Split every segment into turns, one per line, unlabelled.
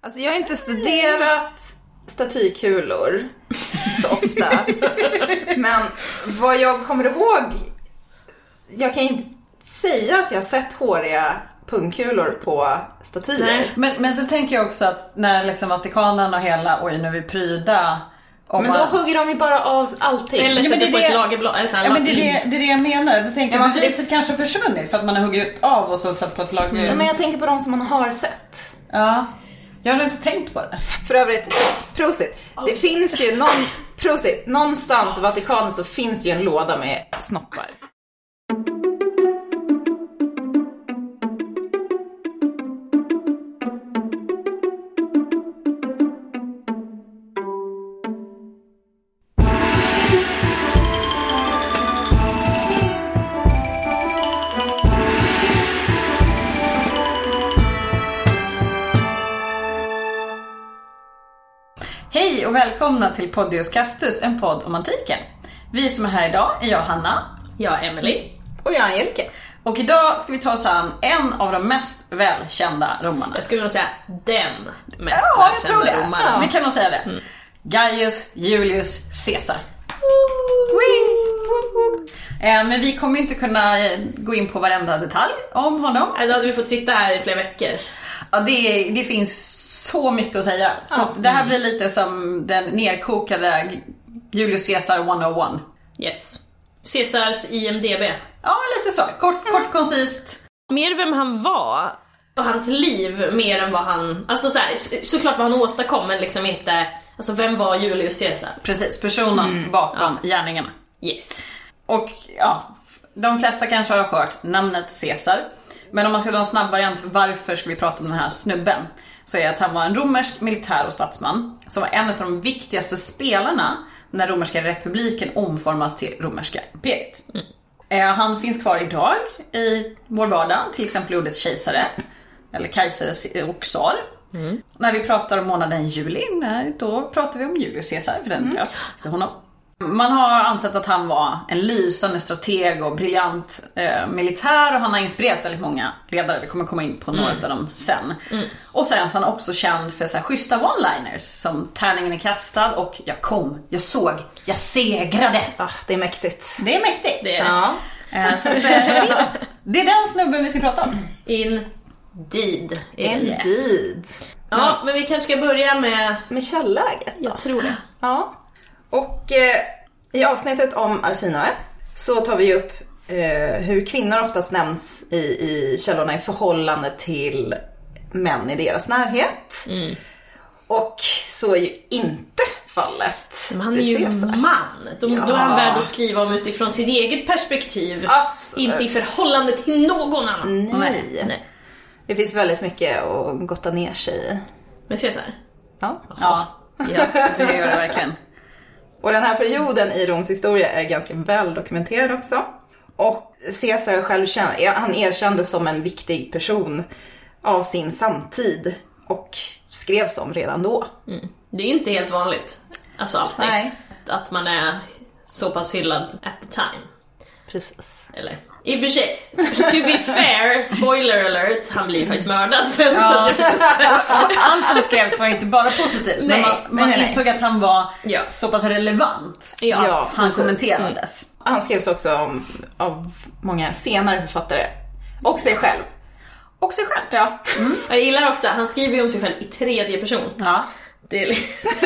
Alltså jag har inte studerat statykulor så ofta. Men vad jag kommer ihåg, jag kan inte säga att jag har sett håriga pungkulor på statyer.
Nej. Men så tänker jag också att när liksom Vatikanen och hela, oj nu vi pryda.
Men då hugger de ju bara av allting.
Eller sätter på ett lagerblad.
Ja, men det är det jag menar. Då tänker jag att det kanske försvunnit för att man har huggit av och så satt på ett lager.
Ja, men jag tänker på de som man har sett.
Ja, jag har inte tänkt på det.
För övrigt, prosit. Det finns ju någonstans i Vatikanen så finns ju en låda med snoppar.
Hej och välkomna till Podius Castus, en podd om antiken. Vi som är här idag är jag Hanna,
jag Emily
och jag Angelica.
Och idag ska vi ta oss an en av de mest välkända romarna.
Jag skulle nog säga den mest
välkända
romaren.
Ja, vi kan nog säga det. Gaius Julius Caesar. Men vi kommer inte kunna gå in på varenda detalj om honom.
Då hade vi fått sitta här i flera veckor.
Ja, det finns så mycket att säga. Så det här blir lite som den nerkokade Julius Caesar 101.
Yes. Caesars IMDB.
Ja, lite så. Kort, koncist.
Mer vem han var och hans liv mer än vad han... Alltså såklart vad han åstadkom, men liksom inte... Alltså vem var Julius Caesar?
Precis, personen bakom gärningarna.
Yes.
Och ja, de flesta kanske har hört namnet Caesar. Men om man ska dra en snabb variant, varför ska vi prata om den här snubben? Så är att han var en romersk militär och statsman som var en av de viktigaste spelarna när romerska republiken omformas till romerska imperiet. Han finns kvar idag i vår vardag, till exempel ordet kejsare eller kejsare och tsar. När vi pratar om månaden juli, då pratar vi om Julius Caesar, för den bröt efter honom. Man har ansett att han var en lysande strateg och briljant militär, och han har inspirerat väldigt många ledare. Vi kommer komma in på några av dem sen. Och sen är han också känd för så här schyssta one-liners som tärningen är kastad och jag kom, jag såg, jag segrade.
Det är mäktigt.
Det är mäktigt.
Det är det.
Ja.
Så att, det är den snubben vi ska prata om.
Indeed.
Indeed.
Ja, men vi kanske ska börja med
källäget då.
Jag tror det.
Ja. Och i avsnittet om Arsinoe så tar vi upp hur kvinnor oftast nämns i källorna i förhållande till män i deras närhet. Och så är ju inte fallet.
Men han är ju man. Då är han värd att skriva om utifrån sitt eget perspektiv.
Absolut.
Inte i förhållande till någon annan.
Nej. Det finns väldigt mycket att gotta ner sig i.
Men Caesar?
Ja, det gör det verkligen.
Och den här perioden i Roms historia är ganska väl dokumenterad också. Och Caesar själv han erkändes som en viktig person av sin samtid och skrevs om redan då.
Det är inte helt vanligt. Alltså alltid.
Nej.
Att man är så pass hyllad at the time.
Precis.
Eller i och för sig, to be fair, spoiler alert, han blir faktiskt mördad sen.
Ja. Allt som skrevs var inte bara positivt.
Nej,
man insåg att han var
Ja.
så pass relevant.
Ja,
att han
precis.
kommenterades.
Han skrevs också av många senare författare. Och sig själv.
Och sig själv.
Ja.
Jag gillar också, han skriver ju om sig själv i tredje person.
Ja.
Det är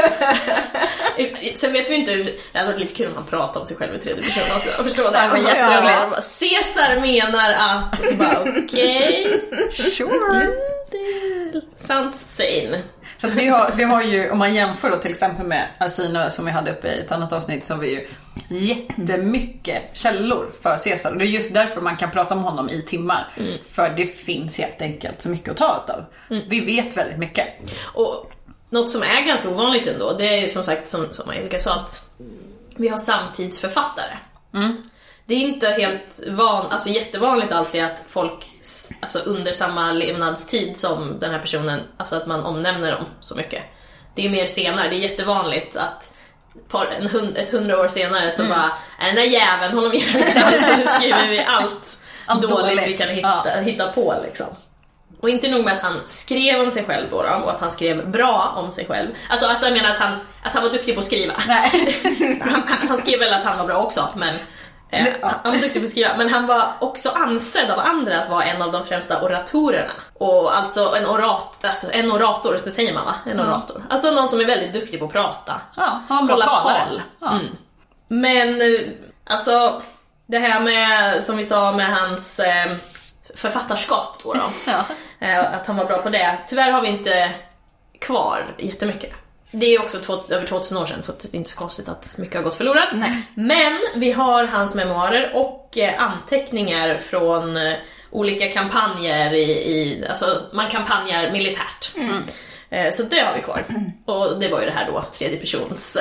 sen vet vi inte, det hade varit lite kul om man pratar om sig själv i tredje person också. Jag förstår det.
Det var jätteroligt.
Caesar menar att, och så bara okej.
Sure.
Sant sane.
Så att vi har ju, om man jämför då till exempel med Arsinoe som vi hade uppe i ett annat avsnitt, så har vi ju jättemycket källor för Caesar. Och det är just därför man kan prata om honom i timmar. För det finns helt enkelt så mycket att ta av. Vi vet väldigt mycket.
Och något som är ganska ovanligt ändå, det är ju som sagt, som Erika sa, att vi har samtidsförfattare. Det är inte helt jättevanligt alltid att folk under samma levnadstid som den här personen, alltså att man omnämner dem så mycket. Det är mer senare, det är jättevanligt att ett 100 år senare så bara, den där jäveln, honom så nu skriver vi allt dåligt vi kan hitta på liksom. Och inte nog med att han skrev om sig själv då, och att han skrev bra om sig själv. Alltså jag menar att han var duktig på att skriva. Nej. han skrev väl att han var bra också, men han var duktig på att skriva. Men han var också ansedd av andra att vara en av de främsta oratorerna. Och alltså en orator, det säger man va? En orator. Alltså någon som är väldigt duktig på att prata.
Ja, han hålla tal. Ja.
Mm. Men alltså det här med, som vi sa, med hans författarskap då. Att han var bra på det. Tyvärr har vi inte kvar jättemycket. Det är också över 2000 år sedan, så det är inte så konstigt att mycket har gått förlorat.
Nej.
Men vi har hans memoarer och anteckningar från olika kampanjer alltså man kampanjar militärt. Så det har vi kvar. Och det var ju det här då, tredje persons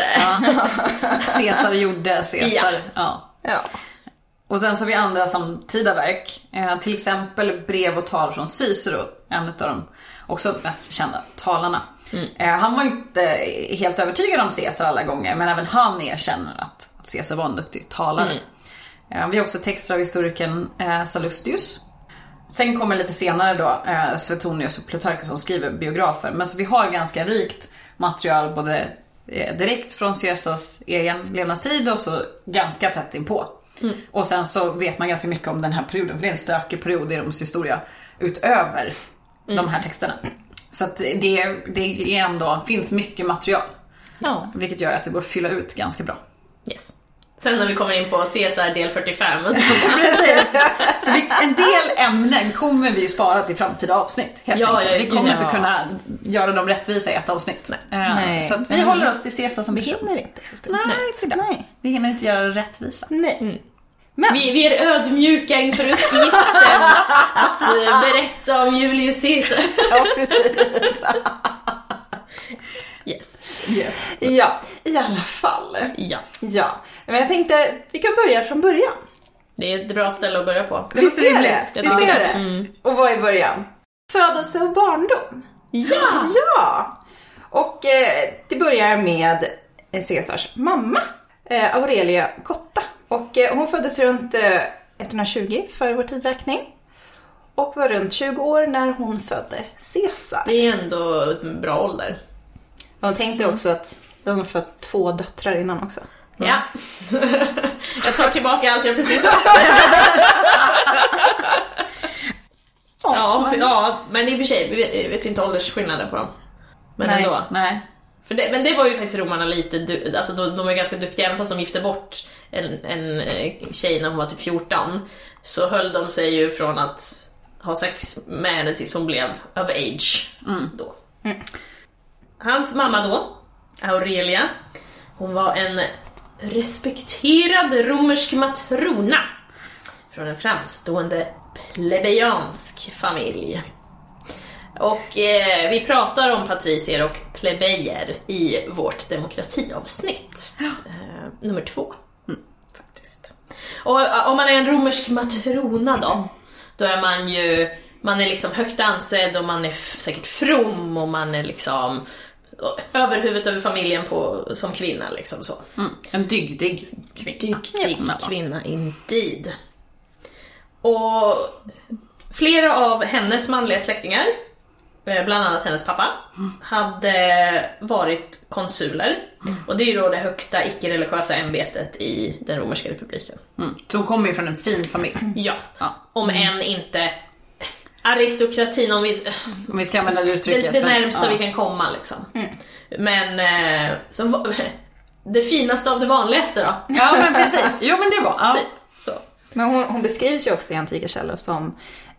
Caesar gjorde Caesar.
Ja.
Och sen så har vi andra samtida verk, till exempel brev och tal från Cicero, en av de också mest kända talarna. Han var inte helt övertygad om Caesar alla gånger, men även han erkänner att Caesar var en duktig talare. Vi har också texter av historikern Sallustius. Sen kommer lite senare då Suetonius och Plutarchus som skriver biografer. Men så vi har ganska rikt material både direkt från Caesars egen levnadstid och så ganska tätt inpå. Och sen så vet man ganska mycket om den här perioden, för det är en stökig period i Roms historia utöver de här texterna. Så att det är ändå, finns mycket material.
Ja.
Vilket gör att det går att fylla ut ganska bra.
Yes. Sen när vi kommer in på Caesar del 45
Precis. Så en del ämnen kommer vi ju spara till framtida avsnitt helt enkelt. Vi kommer inte kunna göra dem rättvisa i ett avsnitt.
Nej.
Så att vi håller oss till Caesar som person.
Vi hinner inte.
Nej. Vi hinner inte göra det rättvisa.
Nej.
Men vi är ödmjuka inför uppgiften att berätta om Julius Caesar.
Ja, precis.
Yes.
Ja, i alla fall.
Ja.
Men jag tänkte, vi kan börja från början.
Det är ett bra ställe att börja på.
Visst är det? Och vad är början? Födelse och barndom. Ja. Och det börjar med Caesars mamma, Aurelia Cotta. Och hon föddes runt 120 före vår tidräkning. Och var runt 20 år när hon födde Caesar.
Det är ändå en bra ålder.
De tänkte också att de har fått 2 döttrar innan också.
Ja. Jag tar tillbaka allt jag precis sa. Men i och för sig, vi vet inte åldersskillnader på dem. Men
nej,
ändå.
Nej.
Men det var ju faktiskt romarna lite, alltså de var ganska duktiga, även fast de gifte bort en tjej när hon var typ 14, så höll de sig ju från att ha sex med henne tills hon blev of age då. Hans mamma då, Aurelia, hon var en respekterad romersk matrona från en framstående plebejansk familj. Och vi pratar om patricier och plebejer i vårt demokratiavsnitt. Nummer 2. Faktiskt. Och om man är en romersk matrona då är man är liksom högt ansedd och man är säkert from och man är liksom överhuvudet över familjen som kvinna liksom så.
En dygdig kvinna.
Dygdig kvinna indeed. Och flera av hennes manliga släktingar, bland annat hennes pappa, hade varit konsuler. Och det är ju då det högsta icke-religiösa ämbetet i den romerska republiken.
Så hon kommer ju från en fin familj.
Ja. Om än inte aristokratin, om
vi ska använda det uttrycket.
Det närmsta vi kan komma liksom. Men det finaste av det vanligaste då.
Ja, men precis. Jo, men det var. Ja.
Så.
Men hon beskrivs ju också i antika källor som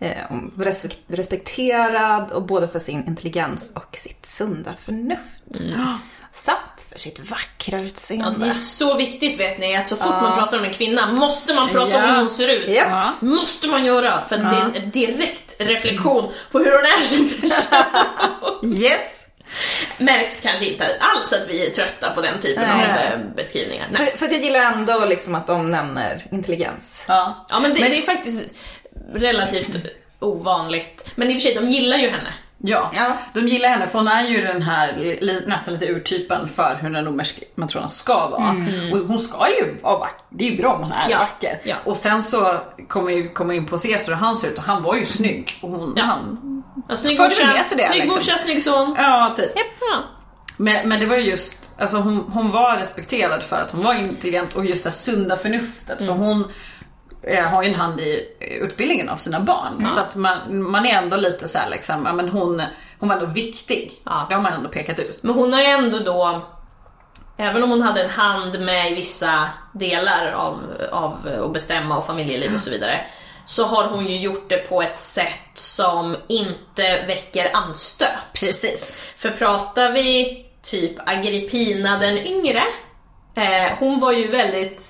respekterad och både för sin intelligens och sitt sunda förnuft. Samt för sitt vackra utseende.
Ja, det är så viktigt, vet ni, att så fort man pratar om en kvinna måste man prata om hur hon ser ut. Måste man göra, för det är en direkt reflektion på hur hon är som person.
Yes.
Märks kanske inte alls att vi är trötta på den typen av beskrivningar.
Fast jag gillar ändå liksom att de nämner intelligens.
Ja, men det är faktiskt relativt ovanligt. Men i och för sig, de gillar ju henne.
Ja, de gillar henne för hon är ju den här nästan lite urtypen för hur en romersk matrona ska vara. Och hon ska ju vara vacker. Det är ju bra om hon är vacker. Ja. Och sen så kommer in på Caesar och han ser ut och han var ju snygg. Och han
Snygg
förde med sig det.
Snygg morsa, snygg son.
Ja, typ.
Ja.
Men det var ju just, alltså hon var respekterad för att hon var intelligent och just det sunda förnuftet. För hon har ju en hand i utbildningen av sina barn. Så att man är ändå lite så här liksom, ja, men hon var ändå viktig.
Ja.
Det har man ändå pekat ut.
Men hon har ju ändå då, även om hon hade en hand med i vissa delar av att bestämma och familjeliv och så vidare, så har hon ju gjort det på ett sätt som inte väcker anstöt.
Precis.
För pratar vi typ Agrippina den yngre, hon var ju väldigt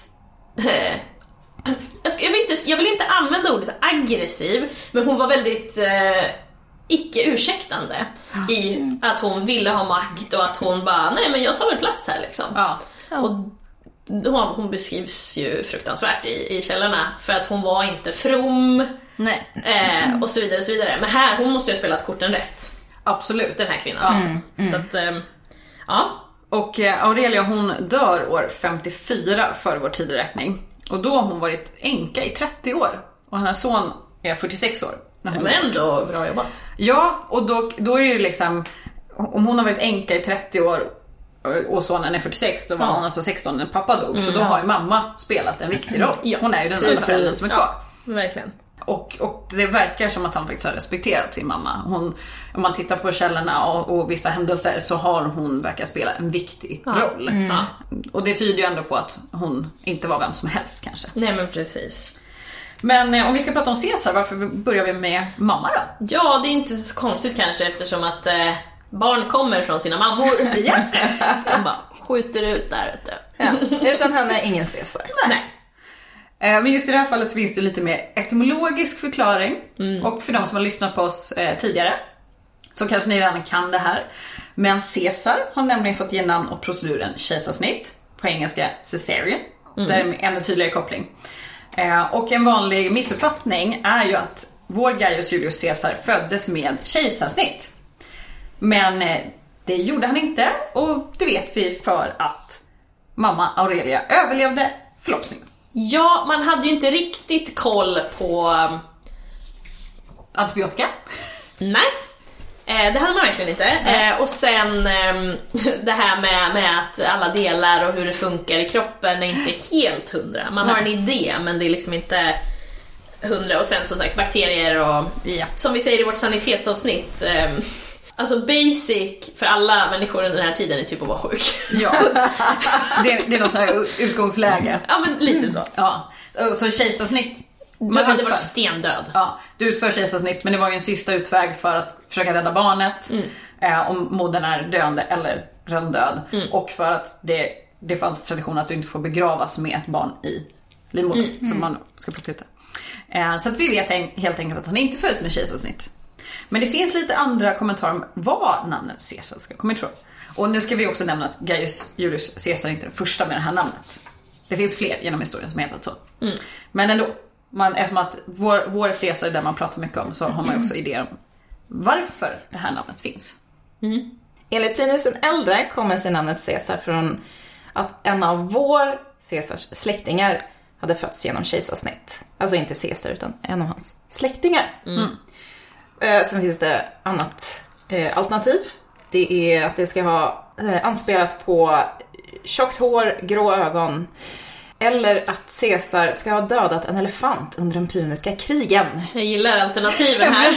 jag vill inte använda ordet aggressiv, men hon var väldigt icke-ursäktande i att hon ville ha makt och att hon bara, nej men jag tar väl plats här liksom.
Ja.
Och hon beskrivs ju fruktansvärt i källorna för att hon var inte from.
Nej.
Och så vidare och så vidare. Men här, hon måste ju ha spelat korten rätt.
Absolut.
Den här kvinnan. Så att, ja.
Och Aurelia, hon dör år 54 före vår tideräkning. Och då har hon varit änka i 30 år. Och hennes son är 46 år.
Men ändå bra jobbat.
Ja, och då är ju liksom, om hon har varit änka i 30 år och sonen är 46, då var hon alltså 16 när pappa dog. Så då har ju mamma spelat en viktig roll.
Ja,
hon är ju den enda föräldern som är kvar.
Ja, verkligen.
Och det verkar som att han faktiskt har respekterat sin mamma. Om man tittar på källorna och vissa händelser, så har hon verkar spela en viktig roll. Och det tyder ju ändå på att hon inte var vem som helst kanske.
Nej men precis.
Men om vi ska prata om Caesar, varför börjar vi med mamma då?
Ja, det är inte så konstigt kanske, eftersom att barn kommer från sina mammor. De bara skjuter ut där, vet du.
Ja. Utan henne är ingen Caesar.
Nej.
Men just i det här fallet så finns det lite mer etymologisk förklaring. Och för de som har lyssnat på oss tidigare, så kanske ni redan kan det här. Men Caesar har nämligen fått ge namn åt proceduren kejsarsnitt, på engelska cesarean. Där är en ännu tydligare koppling. Och en vanlig missuppfattning är ju att vår Gaius Julius Caesar föddes med kejsarsnitt. Men det gjorde han inte, och det vet vi för att mamma Aurelia överlevde förlossningen.
Ja, man hade ju inte riktigt koll på
Antibiotika?
Nej, det hade man verkligen inte. Och sen det här med att alla delar och hur det funkar i kroppen är inte helt 100. Man har en idé, men det är liksom inte 100. Och sen som sagt bakterier och som vi säger i vårt sanitetsavsnitt, alltså basic för alla människor under den här tiden är typ att vara sjuk.
Ja, det är något så här utgångsläge.
Ja, men lite så.
Ja, så kejsarsnitt,
Man hade varit stendöd.
Ja, du utför kejsarsnitt, men det var ju en sista utväg för att försöka rädda barnet om modern är döende eller redan död. Och för att det fanns tradition att du inte får begravas med ett barn i livmodern som man ska plocka ut det. Så att vi vet helt enkelt att han inte föds med kejsarsnitt. Men det finns lite andra kommentarer om var namnet Caesar ska komma ifrån. Och nu ska vi också nämna att Gaius Julius Caesar är inte den första med det här namnet. Det finns fler genom historien som heter så. Men ändå, eftersom att vår Caesar, där man pratar mycket om, så har man också idéer om varför det här namnet finns.
Enligt Plinius den äldre kommer sig namnet Caesar från att en av vår Caesars släktingar hade fötts genom kejsarsnitt. Alltså inte Caesar, utan en av hans släktingar. Sen finns det annat alternativ. Det är att det ska vara anspelat på tjockt hår, grå ögon. Eller att Caesar ska ha dödat en elefant under de puniska krigen.
Jag gillar alternativen här.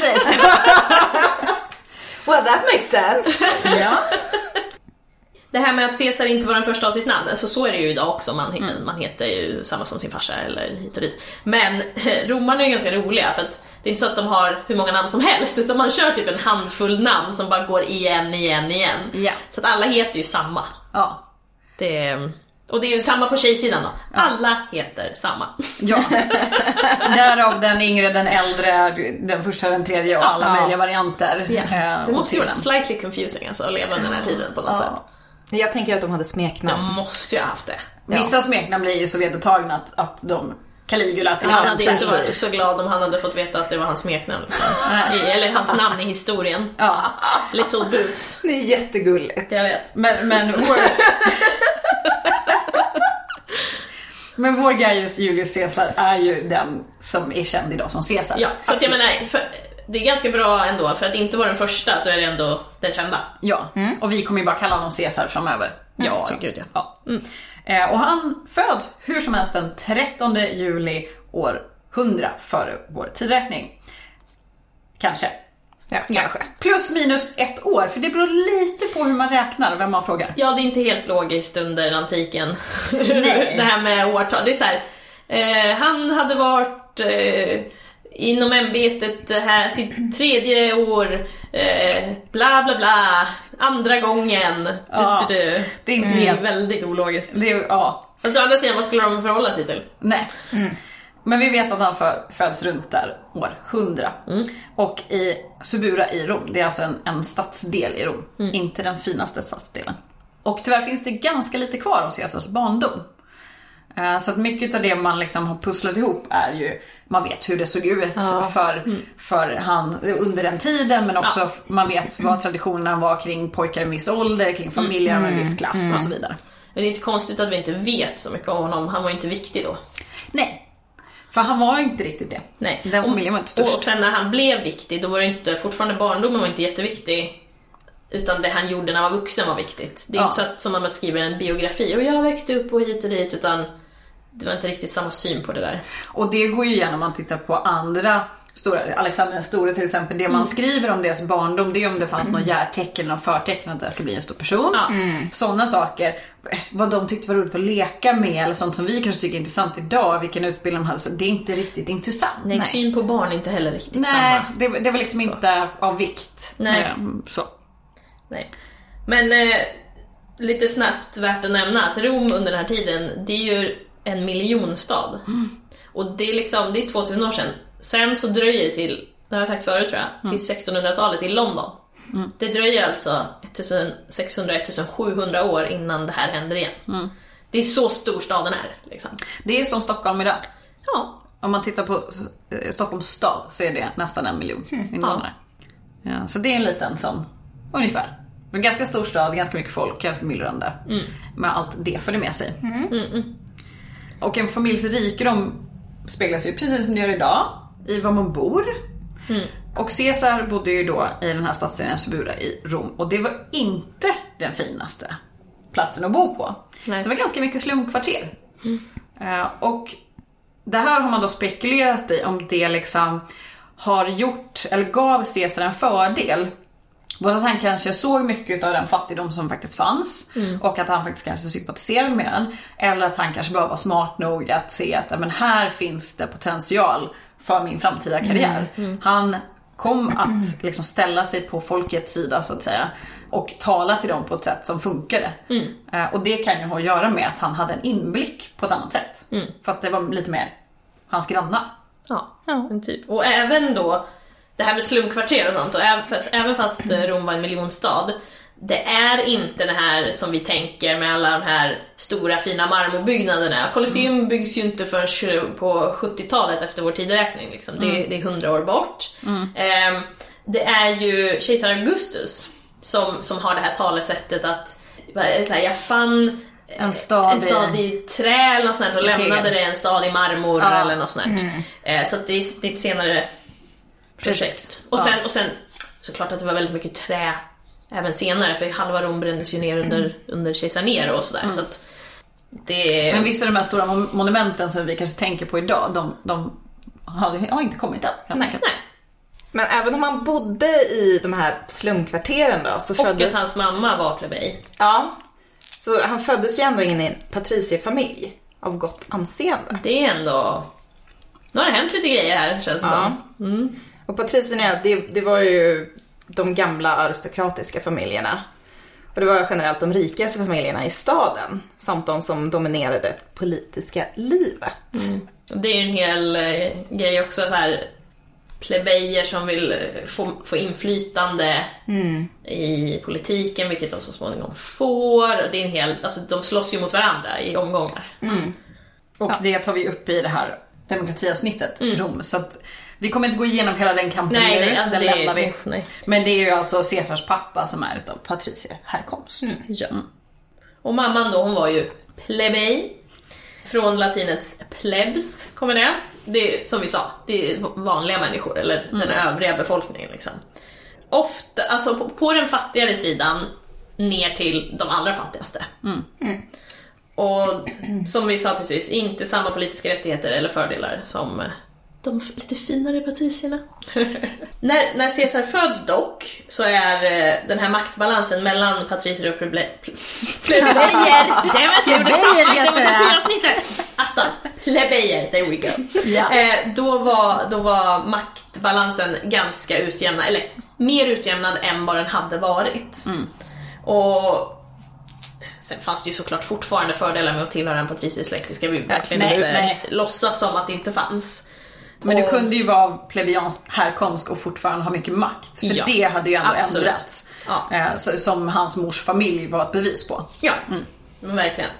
Well, that makes sense. Ja.
Det här med att Caesar inte var den första av sitt namn, så är det ju idag också. Man heter ju samma som sin farsa eller hit och dit. Men romarna är ju ganska roliga, för att det är inte så att de har hur många namn som helst, utan man kör typ en handfull namn som bara går igen.
Ja.
Så att alla heter ju samma.
Ja.
Och det är ju samma på tjejsidan då. Ja. Alla heter samma.
Ja. Därav den yngre, den äldre, den första, den tredje och alla möjliga varianter.
Ja. Det måste ju vara slightly confusing alltså, att leva under den här tiden på något sätt.
Jag tänker att de hade smeknamn.
De måste ju ha haft det.
Vissa smeknamn blir ju så vedertagna att de Caligula till exempel.
Han hade inte varit så glad om han hade fått veta att det var hans smeknamn. Eller hans namn i historien.
Ja.
Little Boots.
Det är jättegulligt.
Jag vet.
Men vår Gaius Julius Caesar är ju den som är känd idag som Caesar.
Ja, så att jag menar, det är ganska bra ändå, för att inte vara den första så är det ändå den kända.
Ja, och vi kommer ju bara kalla honom Caesar framöver.
Ja, så gud ja.
Och han föds hur som helst den 13 juli år 100 före vår tidräkning. Kanske.
Ja, kanske.
Plus minus 1 år, för det beror lite på hur man räknar och vem man frågar.
Ja, det är inte helt logiskt under antiken.
Nej.
Det här med årtal. Det är så här, han hade varit inom ämbetet här sitt 3:e år, bla bla bla, andra gången.
Ja, det är inte helt
väldigt ologiskt.
Det är, ja.
Fast å andra sidan, vad skulle de förhålla sig till?
Nej. Men vi vet att han föds runt där år 100. Och i Subura i Rom, det är alltså en stadsdel i Rom, inte den finaste stadsdelen. Och tyvärr finns det ganska lite kvar av Caesars barndom. Så att mycket av det man liksom har pusslat ihop är ju, man vet hur det såg ut för han under den tiden, men också man vet vad traditionerna var kring pojkar i en viss ålder, kring familjer med en viss klass och så vidare.
Men det är inte konstigt att vi inte vet så mycket om honom, han var ju inte viktig då.
Nej. För han var inte riktigt det.
Nej.
Den familjen var inte störst.
Och sen när han blev viktig, då var det inte, fortfarande barndomen var inte jätteviktig, utan det han gjorde när han var vuxen var viktigt. Det är inte så att som man skriver en biografi och jag växte upp och hit och dit, utan det var inte riktigt samma syn på det där. Och
det går ju igen om man tittar på andra stora, Alexander den store till exempel, det man skriver om deras barndom, det är om det fanns någon järtecken och förtecken att det ska bli en stor person. Sådana saker, vad de tyckte var roligt att leka med, eller sånt som vi kanske tycker är intressant idag, vilken utbildning de hade, så det är inte riktigt intressant.
Nej, syn på barn är inte heller riktigt
samma.
Nej,
det var liksom så. Inte av vikt.
Nej.
Så.
Nej. Men lite snabbt värt att nämna att Rom under den här tiden, det är ju en miljonstad. Och det är liksom, det är 2000 år sedan. Sen så dröjer det till, det har jag sagt förut tror jag, till 1600-talet i London. Det dröjer alltså 1600-1700 år innan det här händer igen. Det är så stor staden är liksom.
Det är som Stockholm idag.
Ja.
Om man tittar på Stockholms stad så är det nästan 1 miljon invånare. Ja, så det är en liten sån, ungefär. En ganska stor stad, ganska mycket folk, ganska myllrande. Med allt det för det med sig. Och en familjs rikedom speglas ju precis som det gör idag i vad man bor. Och Caesar bodde ju då i den här stadsdelen Subura i Rom, och det var inte den finaste platsen att bo på. Nej. Det var ganska mycket slumkvarter. Och det här har man då spekulerat i, om det liksom har gjort eller gav Caesar en fördel. Både att han kanske såg mycket av den fattigdom som faktiskt fanns, och att han faktiskt kanske sympatiserade med den, eller att han kanske bara var smart nog att se att men här finns det potential för min framtida karriär. Han kom att liksom ställa sig på folkets sida så att säga, och tala till dem på ett sätt som funkade. Och det kan ju ha att göra med att han hade en inblick på ett annat sätt. För att det var lite mer hans grannar.
Ja, typ. Och även då det här med slumkvarter och sånt, och även fast Rom var en miljonstad, det är inte det här som vi tänker med alla de här stora fina marmorbyggnaderna. Colosseum byggs ju inte förrän på 70-talet efter vår tidräkning liksom. Det är 100 år bort. Det är ju kejsar Augustus som har det här talesättet att så här, jag fann en stad i trä eller något sånt, och lämnade det en stad i marmor eller något sånt. Så att det är ett senare projekt. Och sen såklart att det var väldigt mycket trä även senare, för halva Rom brändes ju ner under kejsar Nero och sådär. Så att det... Men vissa av de här stora monumenten som vi kanske tänker på idag, de har inte kommit än. Nej.
Men även om man bodde i de här slumkvarteren då, så
och att hans mamma var plebej.
Ja, så han föddes ju ändå in i en patricierfamilj av gott anseende.
Det är ändå... Nu har det hänt lite grejer här, känns det som.
Och patricierna, det var ju de gamla aristokratiska familjerna. Och det var generellt de rikaste familjerna i staden, samt de som dominerade det politiska livet.
Det är ju en hel grej också här, plebejer som vill få inflytande i politiken, vilket de så småningom får. Det är en hel, alltså de slåss ju mot varandra i omgångar.
Och det tar vi upp i det här demokratiavsnittet Rom, så att vi kommer inte gå igenom hela den kampen nu, alltså den lämnar vi. Men det är ju alltså Caesars pappa som är utav patricier härkomst.
Ja. Och mamman då, hon var ju plebej. Från latinets plebs kommer det. det är som vi sa, det är vanliga människor eller den övriga befolkningen liksom. Ofta, alltså på den fattigare sidan ner till de allra fattigaste. Och som vi sa precis, inte samma politiska rättigheter eller fördelar som de lite finare patricierna. när Caesar föds dock så är den här maktbalansen mellan patricier och plebejer. Det gjorde samma i demokratiavsnittet. Plebejer, there we go. Då var maktbalansen ganska utjämnad, eller mer utjämnad än vad den hade varit. Och sen fanns det ju såklart fortfarande fördelar med att tillhöra en patricisk släkt. Det ska vi verkligen inte låtsas som att det inte fanns.
Men det kunde ju vara plebiansk härkomst och fortfarande ha mycket makt. För det hade ju ändå ändrats. Som hans mors familj var ett bevis på.
Ja, men verkligen.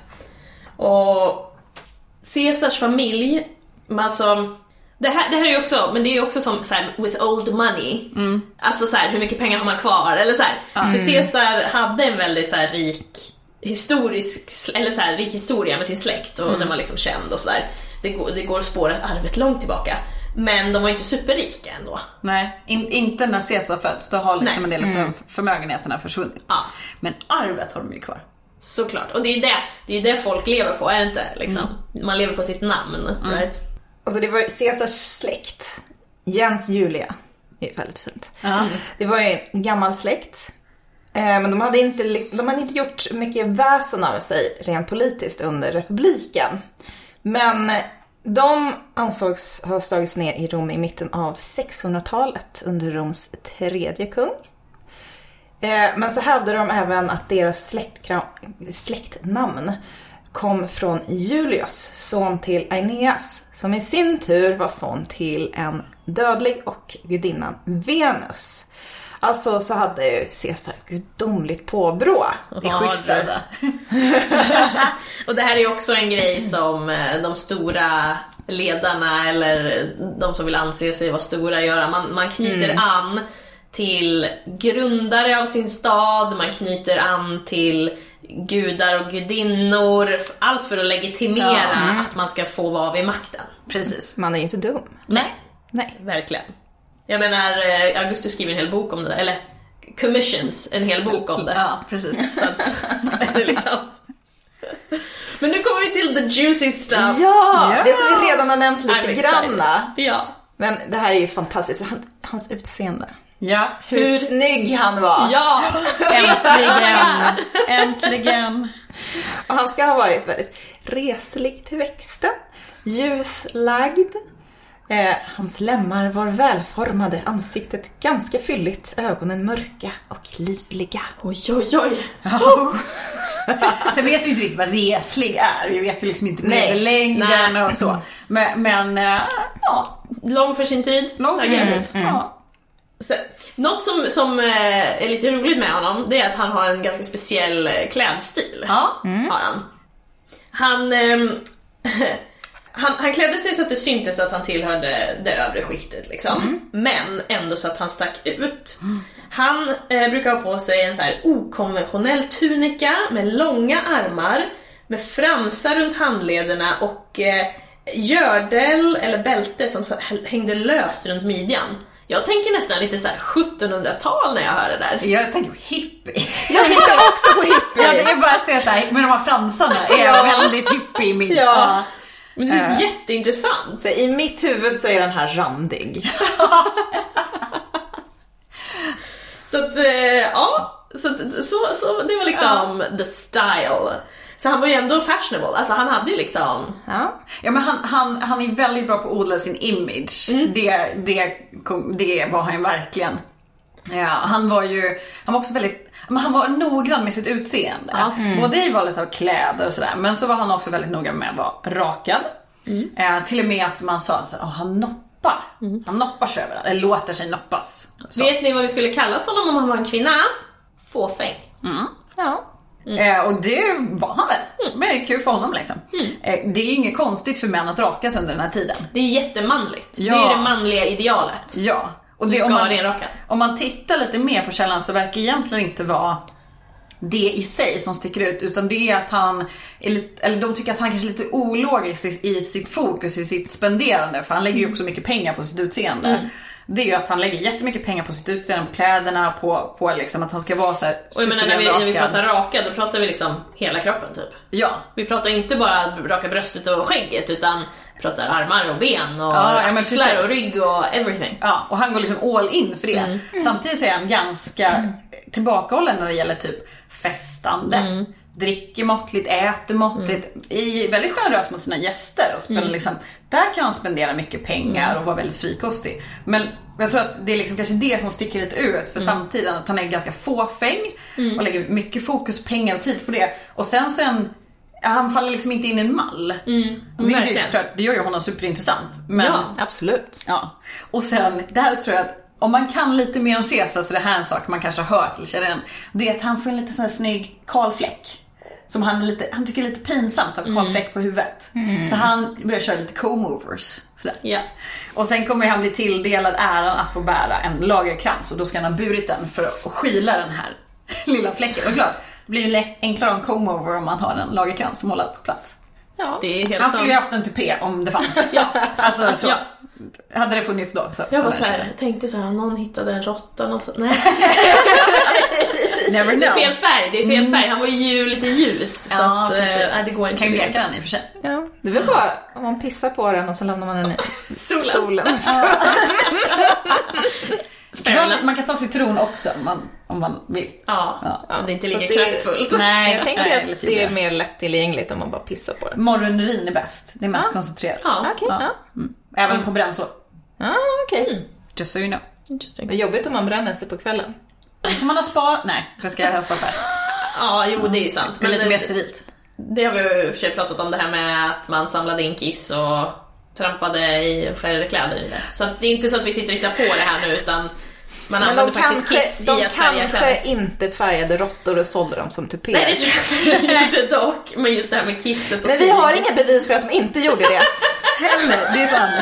Och Caesars familj, alltså det här är ju också, men det är ju också som så här, with old money. Alltså så här, hur mycket pengar har man kvar eller så här. För Caesar hade en väldigt så här rik historisk, eller så här rik historia med sin släkt och den var liksom känd och så där. Det går att spåra arvet långt tillbaka. Men de var inte superrika ändå.
Nej, inte när Caesar föds. Då har liksom en del av förmögenheterna försvunnit. Men arvet har de ju kvar.
Såklart, och det är ju det folk lever på, är det inte? Liksom. Man lever på sitt namn, right?
Alltså det var Caesars släkt, Jens Julia. Det är väldigt fint. Det var ju en gammal släkt. Men de hade inte gjort mycket väsen av sig rent politiskt under republiken. Men de ansågs ha slagits ner i Rom i mitten av 600-talet under Roms tredje kung. Men så hävdade de även att deras släktnamn kom från Julius, son till Aeneas, som i sin tur var son till en dödlig och gudinnan Venus. Alltså så hade ju Caesar gudomligt påbrå.
Det är schysst alltså.
Och det här är också en grej som de stora ledarna eller de som vill anse sig vara stora gör. Man knyter an till grundare av sin stad, man knyter an till gudar och gudinnor, allt för att legitimera att man ska få vara vid makten.
Precis, man är ju inte dum.
Nej, verkligen. Jag menar, Augustus skriver en hel bok om det där, eller commissions en hel bok om det.
Ja, precis.
Så att, det är liksom... Men nu kommer vi till the juicy stuff.
Ja, det som vi redan har nämnt lite granna.
Ja.
Men det här är ju fantastiskt. Hans utseende.
Ja.
Hur snygg han var.
Ja,
äntligen.
Och han ska ha varit väldigt reslig till växten, ljuslagd. Hans lemmar var välformade, ansiktet ganska fylligt, ögonen mörka och livliga.
Oj.
Sen vet vi inte riktigt vad reslig är. Vi vet ju liksom inte medellängden och så. Men ja.
Lång för sin tid. Ja. Så, något som är lite roligt med honom, det är att han har en ganska speciell klädstil. Har han. Han klädde sig så att det syntes att han tillhörde det övre skiktet liksom. Men ändå så att han stack ut. Han brukar ha på sig en så här okonventionell tunika med långa armar, med fransar runt handlederna och gördel eller bälte som så hängde löst runt midjan. Jag tänker nästan lite så här 1700-tal när jag hör det där.
Jag tänker på hippie.
Jag tänker också på hippie.
Jag tänker bara säga så här, men de här fransarna är väldigt hippie i min.
Ja. Men det känns jätteintressant.
Så i mitt huvud så är den här randig.
Så att, så det var liksom the style. Så han var ju ändå fashionable. Alltså han hade ju liksom...
Ja, men han är väldigt bra på att odla sin image. Det var han verkligen. Ja, han var också väldigt... Men han var noggrann med sitt utseende. Både i valet av kläder och sådär. Men så var han också väldigt noga med att vara rakad. Till och med att man sa att han noppar. Han noppar sig överallt. Eller låter sig noppas. Så.
Vet ni vad vi skulle kalla honom om han var en kvinna? Fåfäng.
Och det var han väl. Men det är kul för honom liksom. Det är inget konstigt för män att rakas under den här tiden.
Det är jättemanligt. Det är det manliga idealet.
Ja. Och
det, om man
tittar lite mer på källan så verkar egentligen inte vara det i sig som sticker ut, utan det är att han är lite, eller de tycker att han kanske är lite ologisk i sitt fokus, i sitt spenderande, för han lägger ju också mycket pengar på sitt utseende. Det är ju att han lägger jättemycket pengar på sitt utseende, på kläderna, på liksom att han ska vara så här.
Och jag menar, när vi pratar raka, då pratar vi liksom hela kroppen typ.
Ja.
Vi pratar inte bara raka bröstet och skägget, utan vi pratar armar och ben och axlar och rygg och everything.
Ja, och han går liksom all in för det. Samtidigt är han ganska tillbakahållen när det gäller typ festande. Dricker måttligt, äter måttligt, är väldigt generös mot sina gäster och spelar liksom, där kan han spendera mycket pengar och vara väldigt frikostig. Men jag tror att det är liksom kanske det som sticker lite ut för samtiden, att han är ganska fåfäng och lägger mycket fokus, pengar och tid på det. Och sen han faller liksom inte in i en mall. Det gör ju honom superintressant. Men,
ja, absolut.
Ja. Och sen, det här tror jag att om man kan lite mer om Caesar, så det här är en sak man kanske har hört eller känner igen, det är att han får en lite sån här snygg kalfläck som han tycker är lite pinsamt att ha kalfläck på huvudet. Så han börjar köra lite comb-overs för det.
Ja.
Och sen kommer han bli tilldelad äran att få bära en lagerkrans, och då ska han ha burit den för att skyla den här lilla fläcken. Och klart, det blir ju enklare en comb-over om man har en lagerkrans som håller på plats.
Ja, det är helt
han skulle ju haft en tupé om det fanns. Alltså så. Ja. Hade det funnits då? Så.
Jag var tänkte så här, någon hittade en råtta och så. Nej.
Never know.
Det är fel färg. Han var ju lite ljus. Så att, det går inte.
Kan ju leka den i och för sig.
Ja, det är väl bara om man pissar på den och så lämnar man den i solen.
Man kan ta citron också om man vill.
Ja. Det är inte lika kraftfullt.
Nej, jag tänker att det är mer lättillgängligt om man bara pissar på den.
Morgonurin är bäst. Det är mest koncentrerat. Även på brännsår.
Okej.
Just so you know.
Interesting.
Det är jobbigt om man bränner sig på kvällen.
Man har spar... Nej, det ska helst vara färskt.
Ja, jo, det är ju sant.
Men lite mer sterilt.
Det har vi ju för sig pratat om, det här med att man samlade in kiss och trampade i färgade kläder i det. Så att det är inte så att vi sitter och hittar på det här nu, utan man använder faktiskt kiss i att färga kläder.
De kanske inte färgade råttor och sålde dem som tupé.
Nej, det tror jag inte dock. Men just det här med kisset och
men vi har inga bevis för att de inte gjorde det.
Heller, det är sant.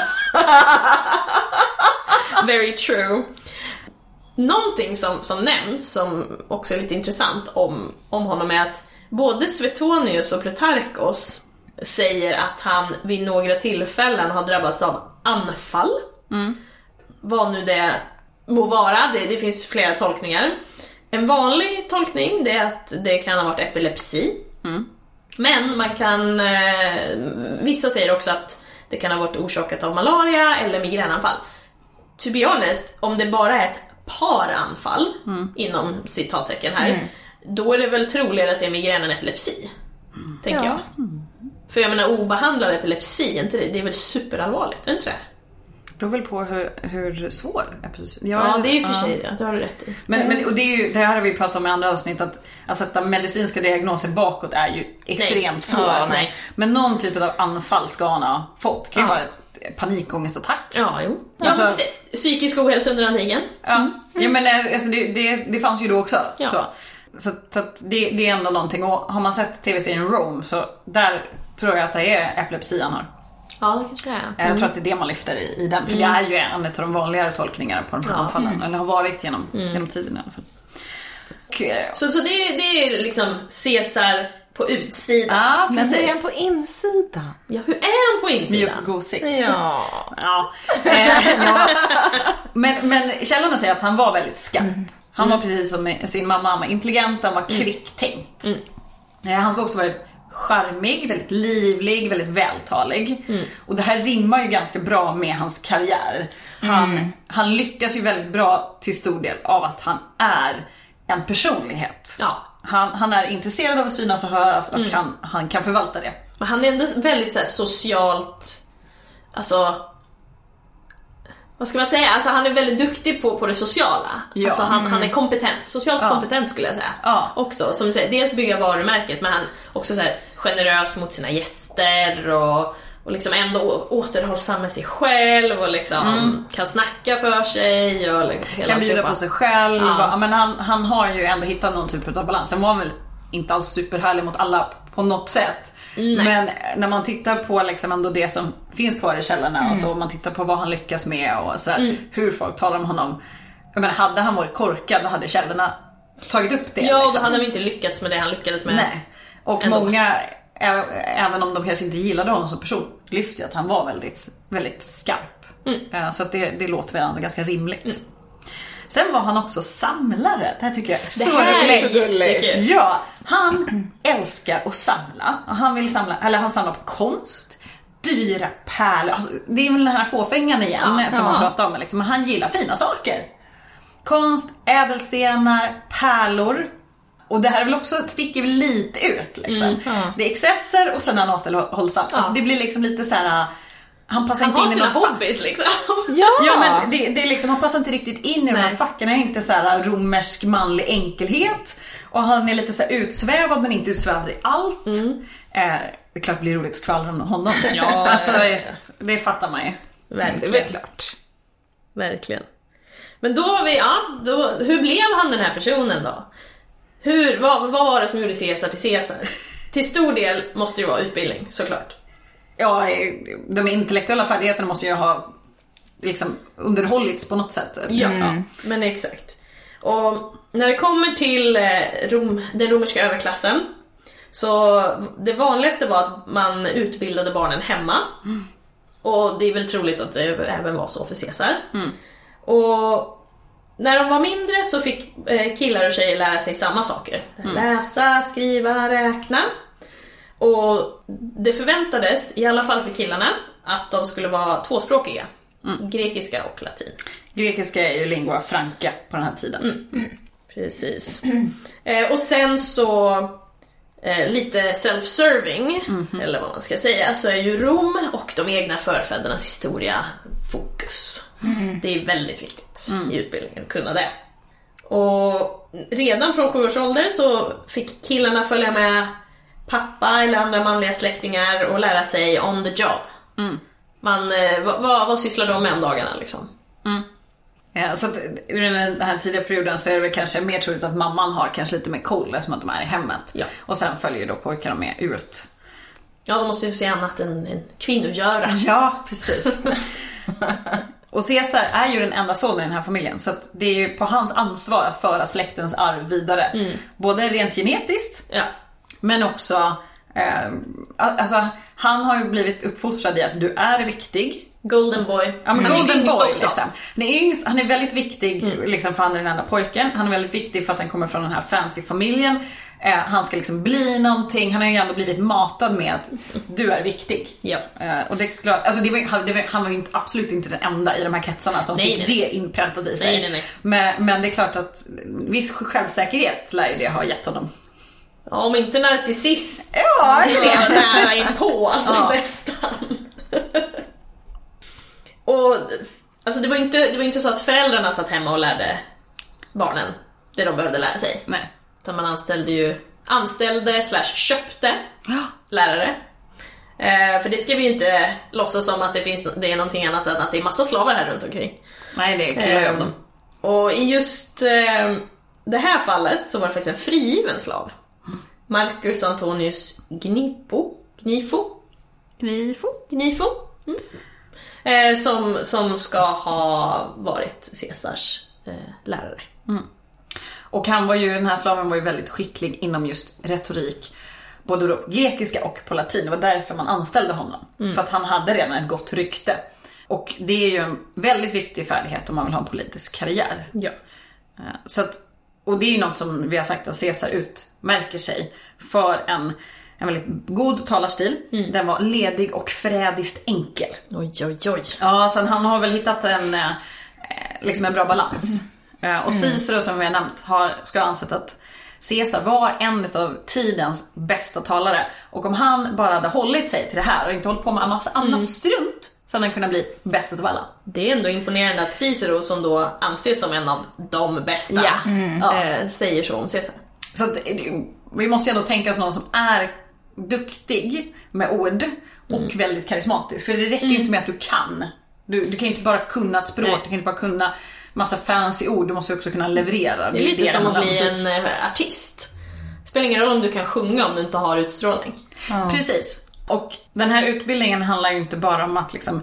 Very true. Någonting som nämns, som också är lite intressant om honom, är att både Suetonius och Plutarchos säger att han vid några tillfällen har drabbats av anfall. Vad nu det må vara, det finns flera tolkningar. En vanlig tolkning, det är att det kan ha varit epilepsi. Men man kan, vissa säger också att det kan ha varit orsakat av malaria eller migränanfall. To be honest, om det bara är ett par anfall, inom citattecken här, då är det väl troligare att det är migrän än epilepsi, tänker jag. För jag menar, obehandlad epilepsi, inte det är väl superallvarligt, är det inte det?
Det beror väl på hur svår epilepsi.
Ja, det är ju för sig, det har du rätt i.
Men och det är ju, det här har vi pratat om i andra avsnitt, att sätta medicinska diagnoser bakåt är ju extremt svårt. Men någon typ av anfall ska han ha fått. Kan ju vara ett panikångestattack.
Ja, jo. Alltså, psykisk ohälsa under antiken.
Ja, men alltså det fanns ju då också. Så att det är ändå någonting. Och har man sett tv-serien Rome, så där tror jag att det är epilepsi han har.
Ja, det kanske det är.
Jag tror att det är det man lyfter i den. För det är ju en av de vanligare tolkningarna på de här anfallen. Eller har varit genom tiden i alla fall.
Så det är liksom Caesar på utsidan.
Ja, men är han på insidan?
Ja, hur är han på insidan?
Mjuk och gosig.
Ja.
Men källorna säger att han var väldigt skarp. Han var precis som sin mamma, intelligent, han var kvicktänkt. Han ska också vara charmig, väldigt livlig, väldigt vältalig. Och det här rimmar ju ganska bra med hans karriär. Han lyckas ju väldigt bra till stor del av att han är en personlighet. Han är intresserad av att synas och höras, och han kan förvalta det.
Men han är ändå väldigt så här socialt, alltså, vad ska man säga? Alltså, han är väldigt duktig på det sociala. Alltså, han är kompetent, socialt kompetent skulle jag säga. Också, som du säger, dels bygga varumärket, men han också så här generös mot sina gäster och liksom ändå återhållsam med sig själv och liksom kan snacka för sig och liksom
kan bjuda på sig själv. Men han har ju ändå hittat någon typ av balans. Han var väl inte alls superhärlig mot alla på något sätt. Men när man tittar på liksom ändå det som finns kvar i källorna och så, man tittar på vad han lyckas med och så här, hur folk talar om honom. Jag menar, hade han varit korkad, då hade källorna tagit upp det.
Ja,
liksom.
då hade vi inte lyckats med det han lyckades med.
Nej. Och
ändå.
många, även om de kanske inte gillade honom som person, lyfte att han var väldigt, väldigt skarp. Så att det låter väl ändå ganska rimligt. Sen var han också samlare. Det här tycker jag är så roligt. Ja, han älskar att samla. Han vill samla, eller han samlar på konst, dyra pärlor. Alltså, det är väl den här fåfängan igen som man pratar om. Liksom. Men han gillar fina saker. Konst, ädelstenar, pärlor. Och det här är väl också, sticker väl lite ut liksom. Det är excesser och sen återhållsamt. Alltså det blir liksom lite så här. Han passar inte in i något
hobbies liksom.
Ja, men det är liksom, han passar inte riktigt in i de här facken. Han är inte så här romersk manlig enkelhet. Och han är lite så här utsvävad men inte utsvävad i allt. Det är klart det blir roligt att skvallra om honom. Ja, alltså, det fattar man ju.
Verkligen.
Det är klart.
Verkligen. Men då har vi, hur blev han den här personen då? Vad var det som gjorde Caesar till Caesar? Till stor del måste det vara utbildning, såklart.
Ja, de intellektuella färdigheterna måste ju ha liksom underhållits på något sätt.
Ja, men exakt. Och när det kommer till den romerska överklassen, så det vanligaste var att man utbildade barnen hemma. Och det är väl troligt att det även var så för Caesar. Och när de var mindre så fick killar och tjejer lära sig samma saker. Läsa, skriva, räkna. Och det förväntades, i alla fall för killarna, att de skulle vara tvåspråkiga. Grekiska och latin.
Grekiska är ju lingua franca på den här tiden.
Precis. Och sen så lite self-serving, eller vad man ska säga, så är ju Rom och de egna förfädernas historia fokus. Det är väldigt viktigt i utbildningen att kunna det. Och redan från 7 års ålder så fick killarna följa med pappa eller andra manliga släktingar och lära sig on the job. Vad sysslar de med om dagarna liksom?
Ja, så att ur den här tidiga perioden så är det väl kanske mer troligt att mamman har kanske lite mer koll eftersom att de är i hemmet.
Ja.
Och sen följer då pojkarna med ut.
Ja, de måste ju se annat än kvinnogöra.
Ja, precis. Och Caesar är ju den enda sonen i den här familjen, så att det är ju på hans ansvar att föra släktens arv vidare. Både rent genetiskt, men också alltså, han har ju blivit uppfostrad i att du är viktig.
Golden boy.
Ja, men
han
golden
är
boy
också.
Liksom. Han är väldigt viktig liksom, för han är den enda pojken. Han är väldigt viktig för att han kommer från den här fancy familjen. Han ska liksom bli någonting. Han har ju ändå blivit matad med att du är viktig.
Ja.
Och det är klart, alltså han var ju absolut inte den enda i de här kretsarna som fick det inpräntat i sig.
Nej.
Men det är klart att viss självsäkerhet lär ju det ha gett honom.
Ja, om inte narcissist
så
nära in på alltså nästan. Och alltså det var inte så att föräldrarna satt hemma och lärde barnen det de behövde lära sig.
Nej.
Utan man anställde/köpte lärare. För det ska vi ju inte låtsas som att det är någonting annat än att det är massa slavar här runt omkring.
Nej, det är killar om dem.
Och i just det här fallet så var det faktiskt en frigiven slav. Marcus Antonius Gnifo. Som ska ha varit Caesars lärare.
Och den här slaven var ju väldigt skicklig inom just retorik, både då på grekiska och på latin. Det var därför man anställde honom. För att han hade redan ett gott rykte. Och det är ju en väldigt viktig färdighet om man vill ha en politisk karriär.
Ja.
Så att, och det är ju något som vi har sagt att Caesar utmärker sig för en väldigt god talarstil. Den var ledig och frädiskt enkel.
Oj.
Ja, sen han har väl hittat en bra balans. Och Cicero, som vi har nämnt, ska ha ansett att Caesar var en av tidens bästa talare. Och om han bara hade hållit sig till det här och inte hållit på med en massa annat strunt, så hade han kunnat bli bäst av alla.
Det är ändå imponerande att Cicero, som då anses som en av de bästa, säger så om Caesar.
Så att, vi måste ju ändå tänka oss någon som är duktig med ord och väldigt karismatisk. För det räcker ju inte med att du kan. Du kan inte bara kunna ett språk, du kan inte bara kunna massa fancy ord, du måste också kunna leverera.
Det är lite som att bli en artist. Det spelar ingen roll om du kan sjunga om du inte har utstrålning.
Precis. Och den här utbildningen handlar ju inte bara om att liksom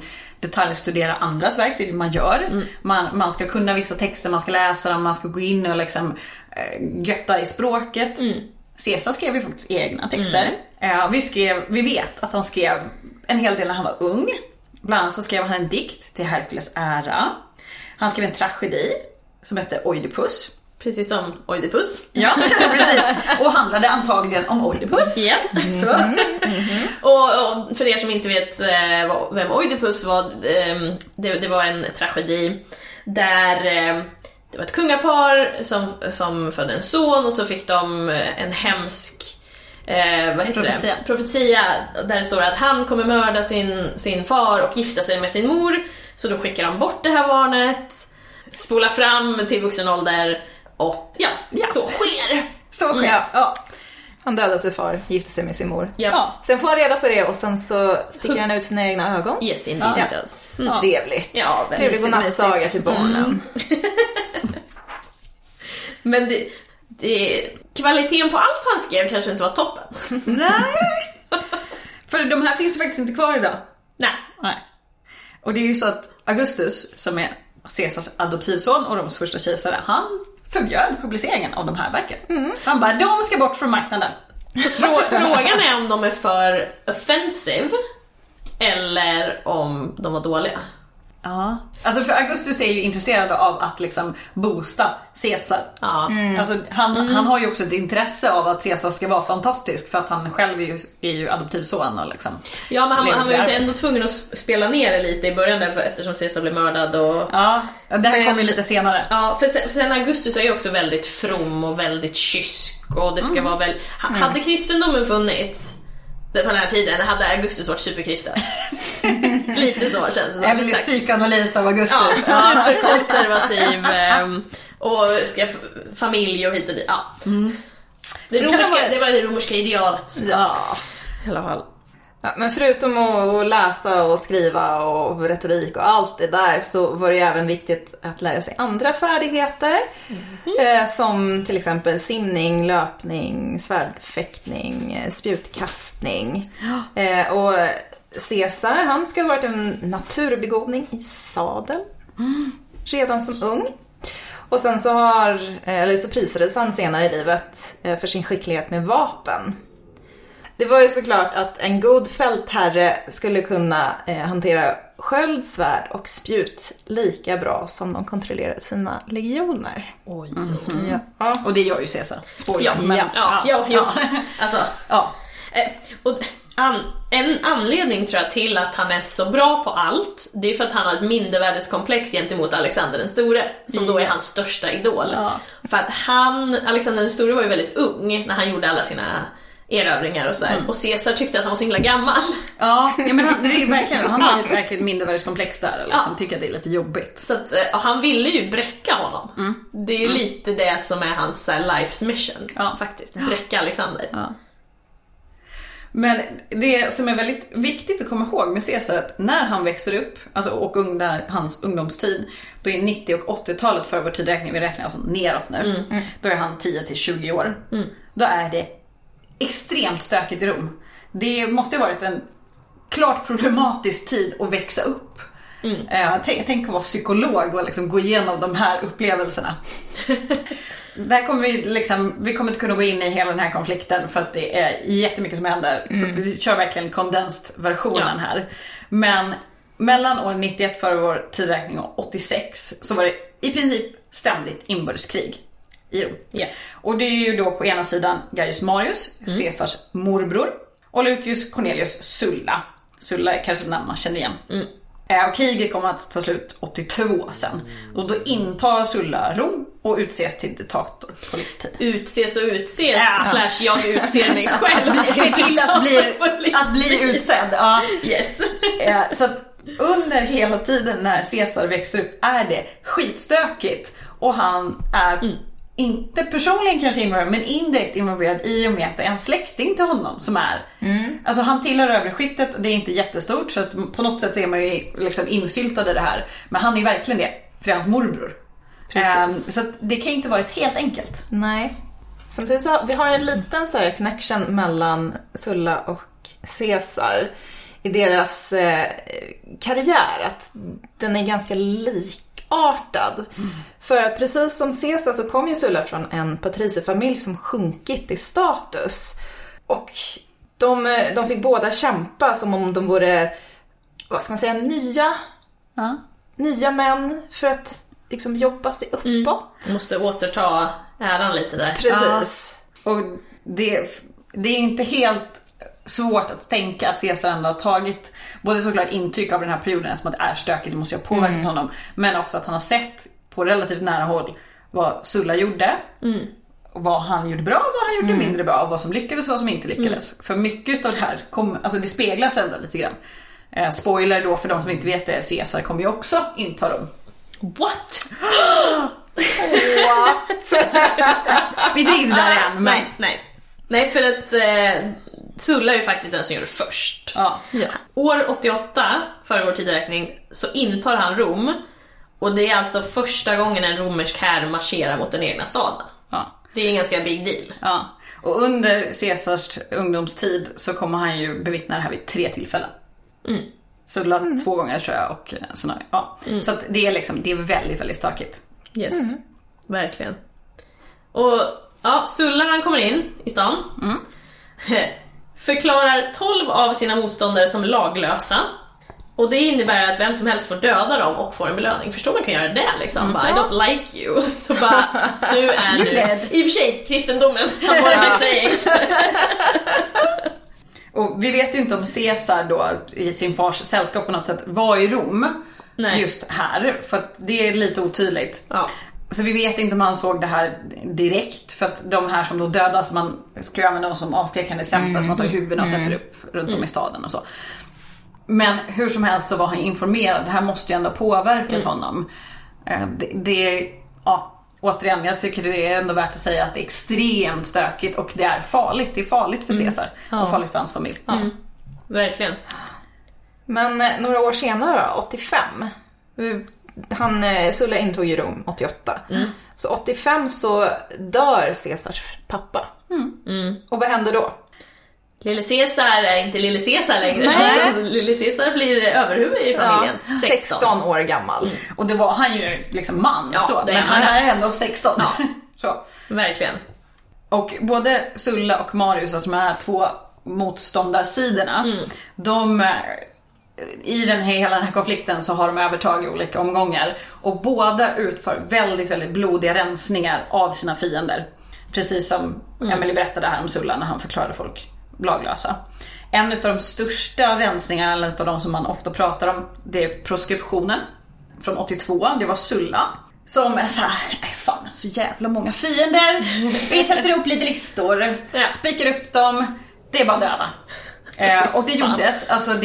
detaljstudera andras verk, vilket man gör. Man ska kunna vissa texter, man ska läsa dem, man ska gå in och liksom götta i språket. Caesar skrev ju faktiskt egna texter. Vi vet att han skrev en hel del när han var ung. Bland annat så skrev han en dikt till Herkules ära. Han skrev en tragedi som hette Oidipus.
Precis som Oidipus.
Ja, precis. Och handlade antagligen om Oidipus.
Ja.
Så.
Och för er som inte vet vem Oidipus var, det var en tragedi där det var ett kungapar som födde en son, och så fick de en hemsk profetia där det står att han kommer mörda sin far och gifta sig med sin mor. Så då skickar de bort det här barnet, spolar fram till vuxen ålder, och så sker.
Ja. Han dödar sin far, gifter sig med sin mor.
Ja.
Sen får han reda på det och sen så sticker han ut sina egna ögon.
Yes, indeed it does.
Trevligt.
Ja,
trevlig godnattsaga till barnen.
Men kvaliteten på allt han skrev kanske inte var toppen.
Nej. För de här finns faktiskt inte kvar idag. Nej. Och det är ju så att Augustus, som är Caesars adoptivson och Roms första kejsare, han förbjöd publiceringen av de här verken. Han bara, de ska bort från marknaden.
Frågan är om de är för offensive eller om de var dåliga.
Ja. Alltså för Augustus är ju intresserad av att liksom boosta Caesar. Alltså han har ju också ett intresse av att Caesar ska vara fantastisk, för att han själv är ju adoptivson och liksom. Ja, men han var ju inte ändå tvungen att spela ner det lite i början där, eftersom Caesar blev mördad och... Ja, det här kommer ju lite senare. Ja, för sen Augustus är ju också väldigt from och väldigt kysk, och det ska vara väl... Hade kristendomen funnits på den här tiden, hade Augustus varit superkristen. Lite så känns det. Jag vill psykoanalys av Augustus. Ja, superkonservativ och ska familj och hit och dit. Ja. Det var det romerska idealet. Ja, i alla fall.
Ja, men förutom att läsa och skriva och retorik och allt det där, så var det ju även viktigt att lära sig andra färdigheter. Som till exempel simning, löpning, svärdfäktning, spjutkastning. Och Caesar, han ska ha varit en naturbegåvning i sadel redan som ung. Och sen så prisades han senare i livet för sin skicklighet med vapen. Det var ju såklart att en god fältherre skulle kunna hantera sköld, svärd och spjut lika bra som de kontrollerade sina legioner.
Oj. Ja. Och det gör ju Caesar.
Alltså, och en anledning tror jag till att han är så bra på allt, det är för att han har ett mindervärdeskomplex gentemot Alexander den store, som då är hans största idol. För att Alexander den store var ju väldigt ung när han gjorde alla sina erövringar och så här. Och Caesar tyckte att han var så himla gammal. Ja, men det är verkligen, han har ett verkligen mindervärdeskomplex där, eller han tycker att det är lite jobbigt. Så att han ville ju bräcka honom. Det är lite det som är hans life's mission, faktiskt. Bräcka Alexander. Men det som är väldigt viktigt att komma ihåg med Caesar, att när han växer upp, alltså och under hans ungdomstid, då är 90- och 80-talet för vår tidräkning, vi räknar alltså neråt nu, då är han 10-20 år. Då är det extremt stökigt i Rom. Det måste ha varit en klart problematisk tid att växa upp. Tänk att vara psykolog och liksom gå igenom de här upplevelserna. Där kommer vi kommer inte kunna gå in i hela den här konflikten, för att det är jättemycket som händer. Så vi kör verkligen condensed-versionen här. Men mellan år 91 för vår tidräkning och 86 så var det i princip ständigt inbördeskrig i Rom. Och det är ju då på ena sidan Gaius Marius, Caesars morbror, och Lucius Cornelius Sulla. Sulla är kanske ett namn man känner igen. Och kriget kommer att ta slut 82 sen. Och då intar Sulla Rom och utses till diktator på livstid. Utses / jag utser mig själv. Jag ser till att bli utsedd. Yes. Så att under hela tiden när Caesar växer upp är det skitstökigt. Och han är inte personligen kanske involverad, men indirekt involverad i och med att det är en släkting till honom som är. Alltså han tillhör överskiktet, det är inte jättestort, så att på något sätt är man ju liksom insyltad i det här. Men han är verkligen det, för hans morbror. Så att det kan inte varit helt enkelt.
Nej. Samtidigt så vi har en liten så här connection mellan Sulla och Caesar i deras karriär att den är ganska likartad. För att precis som Caesar så kom ju Sulla från en patricierfamilj som sjunkit i status. Och de fick båda kämpa som om de vore, vad ska man säga, nya män för att liksom jobba sig uppåt.
Måste återta äran lite där.
Precis.
Och det är inte helt svårt att tänka att Caesar ändå har tagit både såklart intryck av den här perioden som att det är stökigt, det måste ju ha påverkat honom, men också att han har sett på relativt nära håll vad Sulla gjorde, vad han gjorde bra, vad han gjorde mindre bra, och vad som lyckades och vad som inte lyckades. För mycket av det här alltså det speglas ändå lite grann. Spoiler då för de som inte vet det, Caesar kommer ju också inta dem.
What?
Vi är inte där än, men...
Nej, för att Sulla är ju faktiskt den som gör det först.
Ja.
År 88, före vår tideräkning, så intar han Rom. Och det är alltså första gången en romersk här marscherar mot den egna staden.
Ja.
Det är en ganska big deal.
Ja. Och under Caesars ungdomstid så kommer han ju bevittna det här vid 3 tillfällen. Sulla 2 gånger tror jag, och såna, ja. Så att det är liksom, det är väldigt, väldigt stökigt.
Yes, verkligen. Och ja, Sulla han kommer in i stan. Förklarar 12 av sina motståndare som laglösa. Och det innebär att vem som helst får döda dem och får en belöning. Förstår man kan göra det liksom. Bara, I don't like you. Så bara, du är nu. I och för sig, kristendomen. Han var det med sig.
Och vi vet ju inte om Caesar då i sin fars sällskap på något sätt var i Rom. Nej. Just här. För att det är lite otydligt. Ja. Så vi vet inte om han såg det här direkt. För att de här som då dödas, man ska använda dem som avskräckande exempel som man tar i huvuden och sätter upp runt om i staden och så. Men hur som helst så var han informerad. Det här måste ju ändå påverkat honom. Återigen, jag tycker det är ändå värt att säga att det är extremt stökigt och det är farligt. Det är farligt för Caesar och farligt för hans familj.
Verkligen.
Men några år senare då, 85. Sulla intog ju Rom 88. Så 85 så dör Caesars pappa. Och vad händer då?
Lille Caesar är inte Lille Caesar längre. Lille Caesar blir överhuvud i familjen.
16 år gammal.
Och det var han ju liksom man. Men han är ändå 16. Så.
Verkligen.
Och både Sulla och Marius, alltså de här 2 motståndarsidorna, de... I hela den här konflikten så har de övertag i olika omgångar. Och båda utför väldigt, väldigt blodiga rensningar av sina fiender. Precis som Emily berättade här om Sulla när han förklarade folk laglösa. En av de största rensningarna, eller av de som man ofta pratar om, det är proskriptionen från 82. Det var Sulla som är såhär, fan så jävla många fiender. Vi sätter upp lite listor, spikar upp dem, det är bara döda. Och det gjordes, alltså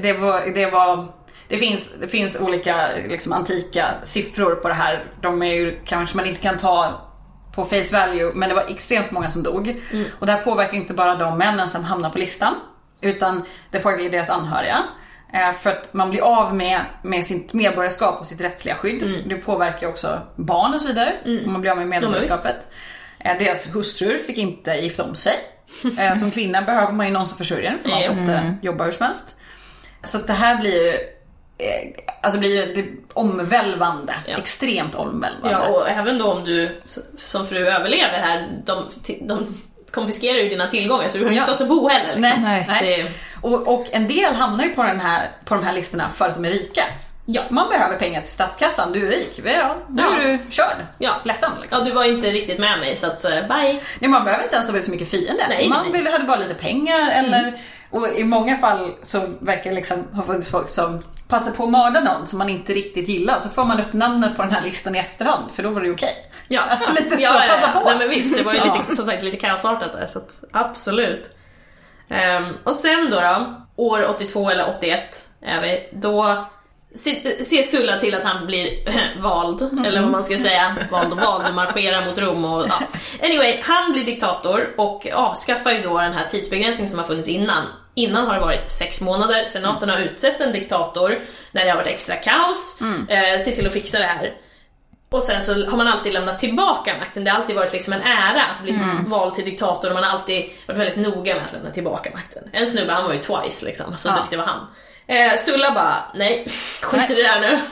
det finns olika liksom antika siffror på det här. De är ju kanske man inte kan ta på face value, men det var extremt många som dog. Och det här påverkar inte bara de männen som hamnar på listan, utan det påverkar deras anhöriga. För att man blir av med sitt medborgarskap och sitt rättsliga skydd. Det påverkar också barn och så vidare. Om man blir av med medborgarskapet. Deras hustrur fick inte gifta om sig. Som kvinna behöver man ju någon som försörjer en, för man får inte jobba hur som helst. Så att det här blir det omvälvande, extremt omvälvande.
Ja, och även då om du som fru överlever här, de konfiskerar ju dina tillgångar, så du har ju ingenstans att bo heller. Liksom.
Nej. Och en del hamnar ju på de här listorna för att de är rika. Ja, man behöver pengar till statskassan, du är rik. Nu är du körd. Ledsen liksom.
Ja, du var inte riktigt med mig, så att bye.
Nej, man behöver inte ens ha väldigt så mycket fiender. Man hade bara lite pengar eller... Och i många fall så verkar det liksom ha funnits folk som passar på att mörda någon som man inte riktigt gillar. Så får man upp namnet på den här listan i efterhand, för då var det okej.
Ja,
alltså lite så, passa på.
Nej, men visst, det var ju lite, som sagt, lite kaosartat där, så att, absolut. Och sen då, år 82 eller 81 är vi, då ser Sulla till att han blir vald, eller vad man ska säga, vald, marscherar mot Rom och ja. Anyway, han blir diktator och avskaffar ju då den här tidsbegränsningen som har funnits innan. Innan har det varit 6 månader. Senaten har utsett en diktator när det har varit extra kaos. Se till att fixa det här. Och sen så har man alltid lämnat tillbaka makten. Det har alltid varit liksom en ära att bli vald till diktator, och man har alltid varit väldigt noga med att lämna tillbaka makten. En snubbe, han var ju twice liksom, så duktig var han. Sulla bara, nej, skit i det där nu.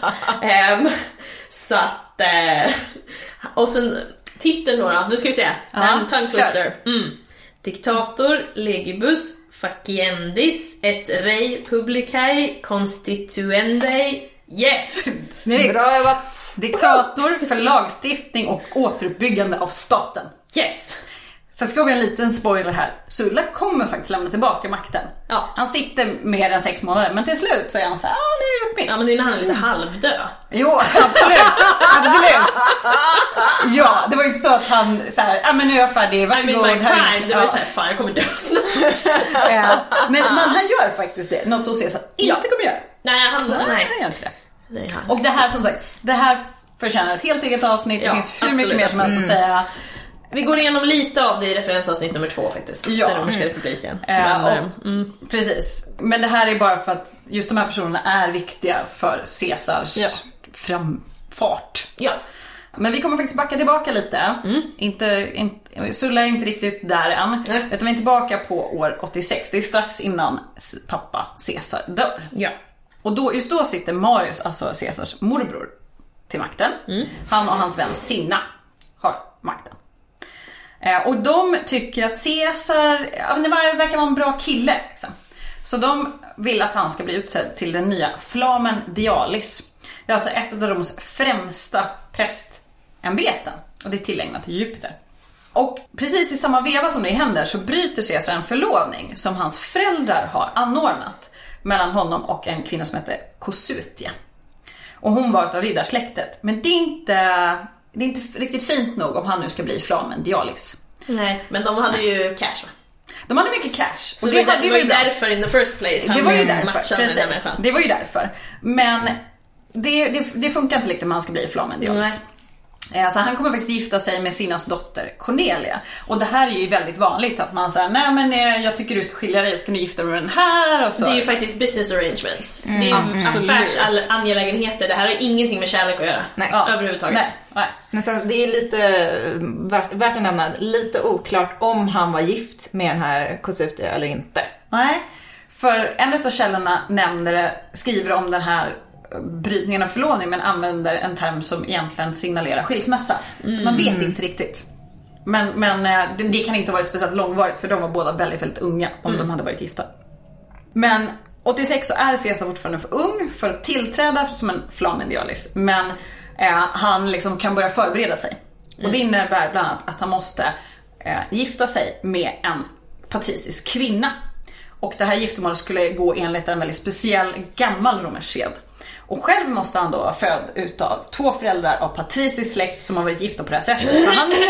Så att och sen titeln då, nu ska vi se. En tongue twister. Diktator legibus faciendis et rei publicae constituendei. Yes!
Snyggt.
Bra övat.
Diktator för lagstiftning och återuppbyggande av staten.
Yes!
Sen ska vi en liten spoiler här. Sulla kommer faktiskt lämna tillbaka makten.
Ja.
Han sitter mer än 6 månader, men till slut så är han så här, nu är jag gjort mitt.
Ja, men det är när han är lite halvdö.
Jo, absolut. Absolut. Ja, det var ju inte så att han så här, men nu är jag färdig, varsågod.
I mean, my prime, det var ju såhär, fan jag kommer dö snart.
Men han gör faktiskt det. Något som Caesar inte kommer göra.
Nej, han
gör inte det. Och det här, som sagt, det här förtjänar ett helt eget avsnitt. Det finns hur mycket mer som helst att säga.
Vi går igenom lite av det i referensavsnitt nummer 2 faktiskt. Den romerska republiken.
Precis. Men det här är bara för att just de här personerna är viktiga för Caesars framfart.
Ja.
Men vi kommer faktiskt backa tillbaka lite. Sulla är inte riktigt där än. Utan vi är tillbaka på år 86. Det är strax innan pappa Caesar dör.
Ja.
Och just då sitter Marius, alltså Caesars morbror, till makten. Han och hans vän Cinna har makten. Och de tycker att Caesar verkar vara en bra kille liksom. Så de vill att han ska bli utsedd till den nya Flamen Dialis. Det är alltså ett av Roms främsta prästämbeten, och det är tillägnat till Jupiter. Och precis i samma veva som det händer så bryter Caesar en förlovning som hans föräldrar har anordnat mellan honom och en kvinna som heter Kossutia. Och hon var av riddarsläktet. Men det är inte riktigt fint nog om han nu ska bli Flamen Dialis.
Nej, men de hade ju cash, va?
De hade mycket cash.
Så det var ju därför in the first place.
Det var ju därför, precis. Det var ju därför. Men det funkar inte riktigt om han ska bli Flamen Dialis. Så han kommer faktiskt gifta sig med Cinnas dotter Cornelia. Och det här är ju väldigt vanligt att man säger, nej men jag tycker du ska skilja dig, ska du gifta dig med den här och så.
Det är ju faktiskt business arrangements. Det är ju affärsangelägenheter. Det här har ingenting med kärlek att göra.
Nej.
Överhuvudtaget.
Nej. Men sen, det är lite värt att nämna, lite oklart om han var gift med den här Kossutia eller inte.
Nej, för en av källorna skriver om den här brytningen av förlovning, men använder en term som egentligen signalerar skilsmässa. Så man vet inte riktigt. Men det kan inte ha varit speciellt långvarigt, för de var båda väldigt, väldigt unga om de hade varit gifta. Men 86 så är Caesar fortfarande för ung för att tillträda som en Flamen Dialis. Men han liksom kan börja förbereda sig. Och det innebär bland annat att han måste gifta sig med en patricisk kvinna. Och det här giftermålet skulle gå enligt en väldigt speciell gammal romersk sed. Och själv måste han då vara född utav 2 föräldrar av patricisk släkt som har varit gifta på det här sättet. Så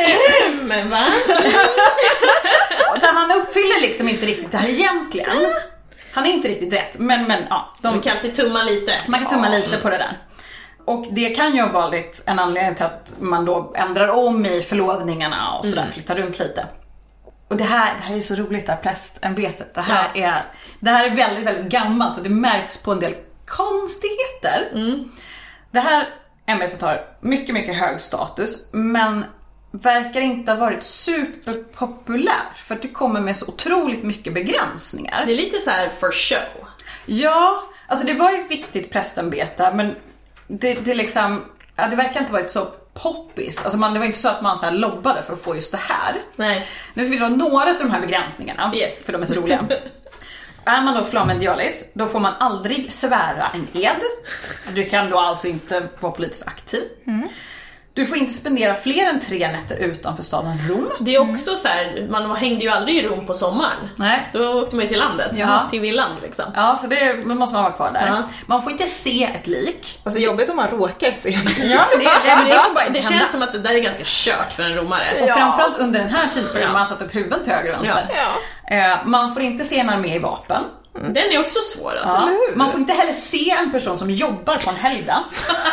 han uppfyller liksom inte riktigt det här egentligen. Han är inte riktigt rätt, men ja.
Man kan alltid tumma lite.
Man kan tumma lite på det där. Och det kan ju ha varit en anledning till att man då ändrar om i förlovningarna och sådär, flyttar runt lite. Och det här är så roligt, det här prästämbetet. Det här är väldigt, väldigt gammalt och det märks på en del konstigheter. Det här ämbetet har mycket, mycket hög status, men verkar inte ha varit superpopulär, för att det kommer med så otroligt mycket begränsningar.
Det är lite så här for show.
Ja, alltså det var ju viktigt prästämbete, men det liksom, det verkar inte varit så poppis. Alltså det var inte så att man så här lobbade för att få just det här.
Nej.
Nu ska vi dra några av de här begränsningarna, för de är så roliga. Är man då Flamen Dialis, då får man aldrig svära en ed. Du kan då alltså inte vara politiskt aktiv. Du får inte spendera fler än 3 nätter utanför staden Rom.
Det är också så här, man hängde ju aldrig i Rom på sommaren.
Nej.
Då åkte man ju till landet, till villan liksom.
Ja, så det måste man vara kvar där. Man får inte se ett lik.
Alltså jobbigt om man råkar se.
Ja,
det känns som att det där är ganska kört för en romare.
Och framförallt under den här tidsperioden man satt upp huvudet till höger och vänster. Man får inte se en armé i vapen.
Den är också svår alltså.
Man får inte heller se en person som jobbar på en helgdag.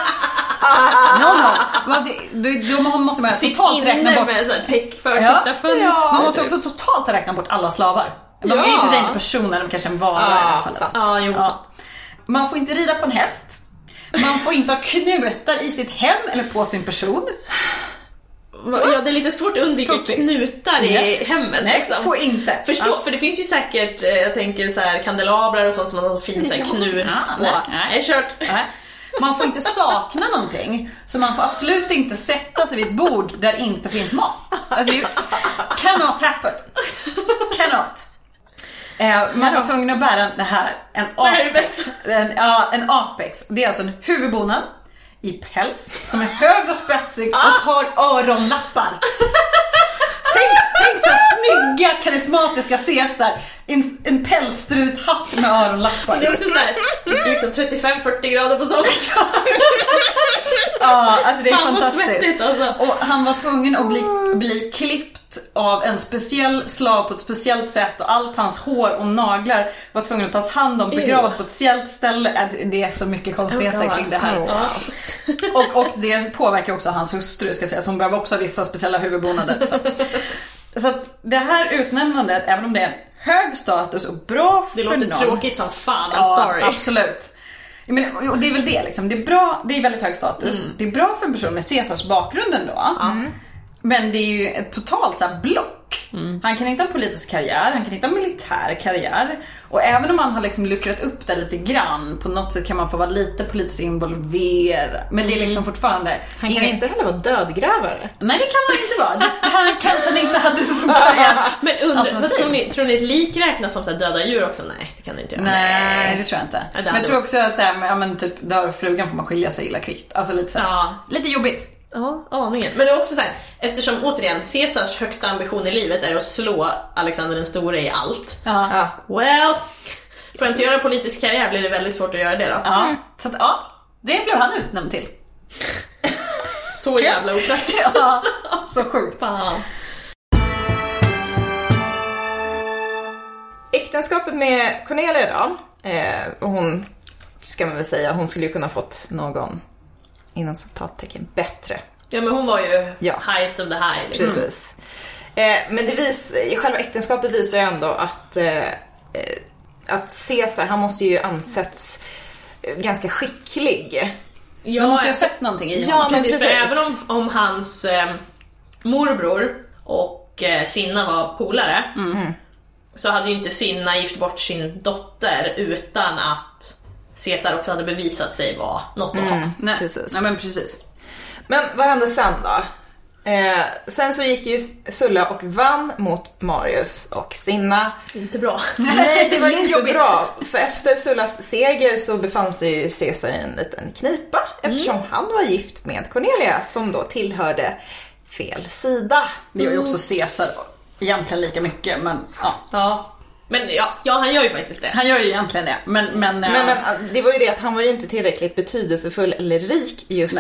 Då måste man totalt räkna bort man måste också totalt räkna bort alla slavar. De är i och för sig inte personer, de kanske är en vara i det här fallet.
Man
får inte rida på en häst. Man får inte ha knutar i sitt hem eller på sin person.
Ja, det är lite svårt att undvika knutar i hemmet.
Nej,
liksom.
får inte.
Förstå, för det finns ju säkert, jag tänker så här, kandelabrar och sånt som man har fin så här knut på. Nej, kört.
Nej. Man får inte sakna någonting. Så man får absolut inte sätta sig vid ett bord där inte finns mat. Alltså, cannot happen. Cannot. Man var tvungen att bära det här. En apex. En apex. Det är alltså en huvudbonad i päls som är hög och spetsig och har öronlappar. Tänk så snygga, karismatiska Caesar. En pälsstruthatt med öronlappar.
Det är också såhär, liksom 35-40 grader på sommaren.
Ja, alltså det är fantastiskt.
Svettigt, alltså.
Och han var tvungen att bli klippt av en speciell slav på ett speciellt sätt, och allt hans hår och naglar var tvungen att tas hand om, begravas på ett speciellt ställe. Det är så mycket konstigheter kring det här. Och det påverkar också hans hustru, ska jag säga, så hon behöver också vissa speciella huvudbonader. Så att det här utnämnandet, även om det är hög status och bra för
det låter
någon,
tråkigt som fan, I'm sorry.
Absolut. Men, och det är väl det liksom. Det är bra, det är väldigt hög status. Det är bra för en person med Caesars bakgrund ändå. Men det är ju ett totalt så här block. Han kan inte ha en politisk karriär, han kan inte ha en militär karriär. Och även om han har liksom luckrat upp det lite grann, på något sätt kan man få vara lite politiskt involverad. Men det är liksom fortfarande...
Han kan inte heller vara dödgrävare.
Nej, det kan han inte vara. Han kanske inte hade som karriär.
Men vad tror ni ett lik räknas som så här döda djur också? Nej, det kan det inte göra.
Nej, det tror jag inte. Men jag tror också att så här, men typ dör frugan får man skilja sig illa kvickt. Alltså lite så här, lite jobbigt.
Ja, aningen. Men det är också så här, eftersom återigen Caesars högsta ambition i livet är att slå Alexander den store i allt. Well, för att inte göra politisk karriär blir det väldigt svårt att göra det då.
Så att, det blev han utnämnd till.
Så jävla opraktiskt.
Så sjukt.
Äktenskapet med Cornelia då, och hon, ska man väl säga, hon skulle ju kunna fått någon, inom citattecken, bättre.
Ja, men hon var ju highest of the high. Liksom.
Precis. Men själva äktenskapet visar ju ändå att Caesar, han måste ju ansetts ganska skicklig.
Ja, man måste ju ha sett någonting i
honom. Ja, precis. För även om hans morbror och Cinna var polare, så hade ju inte Cinna gift bort sin dotter utan att Caesar också hade bevisat sig vara något att ha.
Nej, precis. Nej, men precis.
Men vad hände sen då? Sen så gick ju Sulla och vann mot Marius och Cinna.
Inte bra.
Nej, det var inte bra. För efter Sullas seger så befann sig ju Caesar i en liten knipa. Eftersom han var gift med Cornelia, som då tillhörde fel sida.
Det gör ju också Caesar egentligen lika mycket, men
ja. Men ja, han gör ju faktiskt det.
Han gör ju egentligen det. Men
det var ju det att han var ju inte tillräckligt betydelsefull eller rik just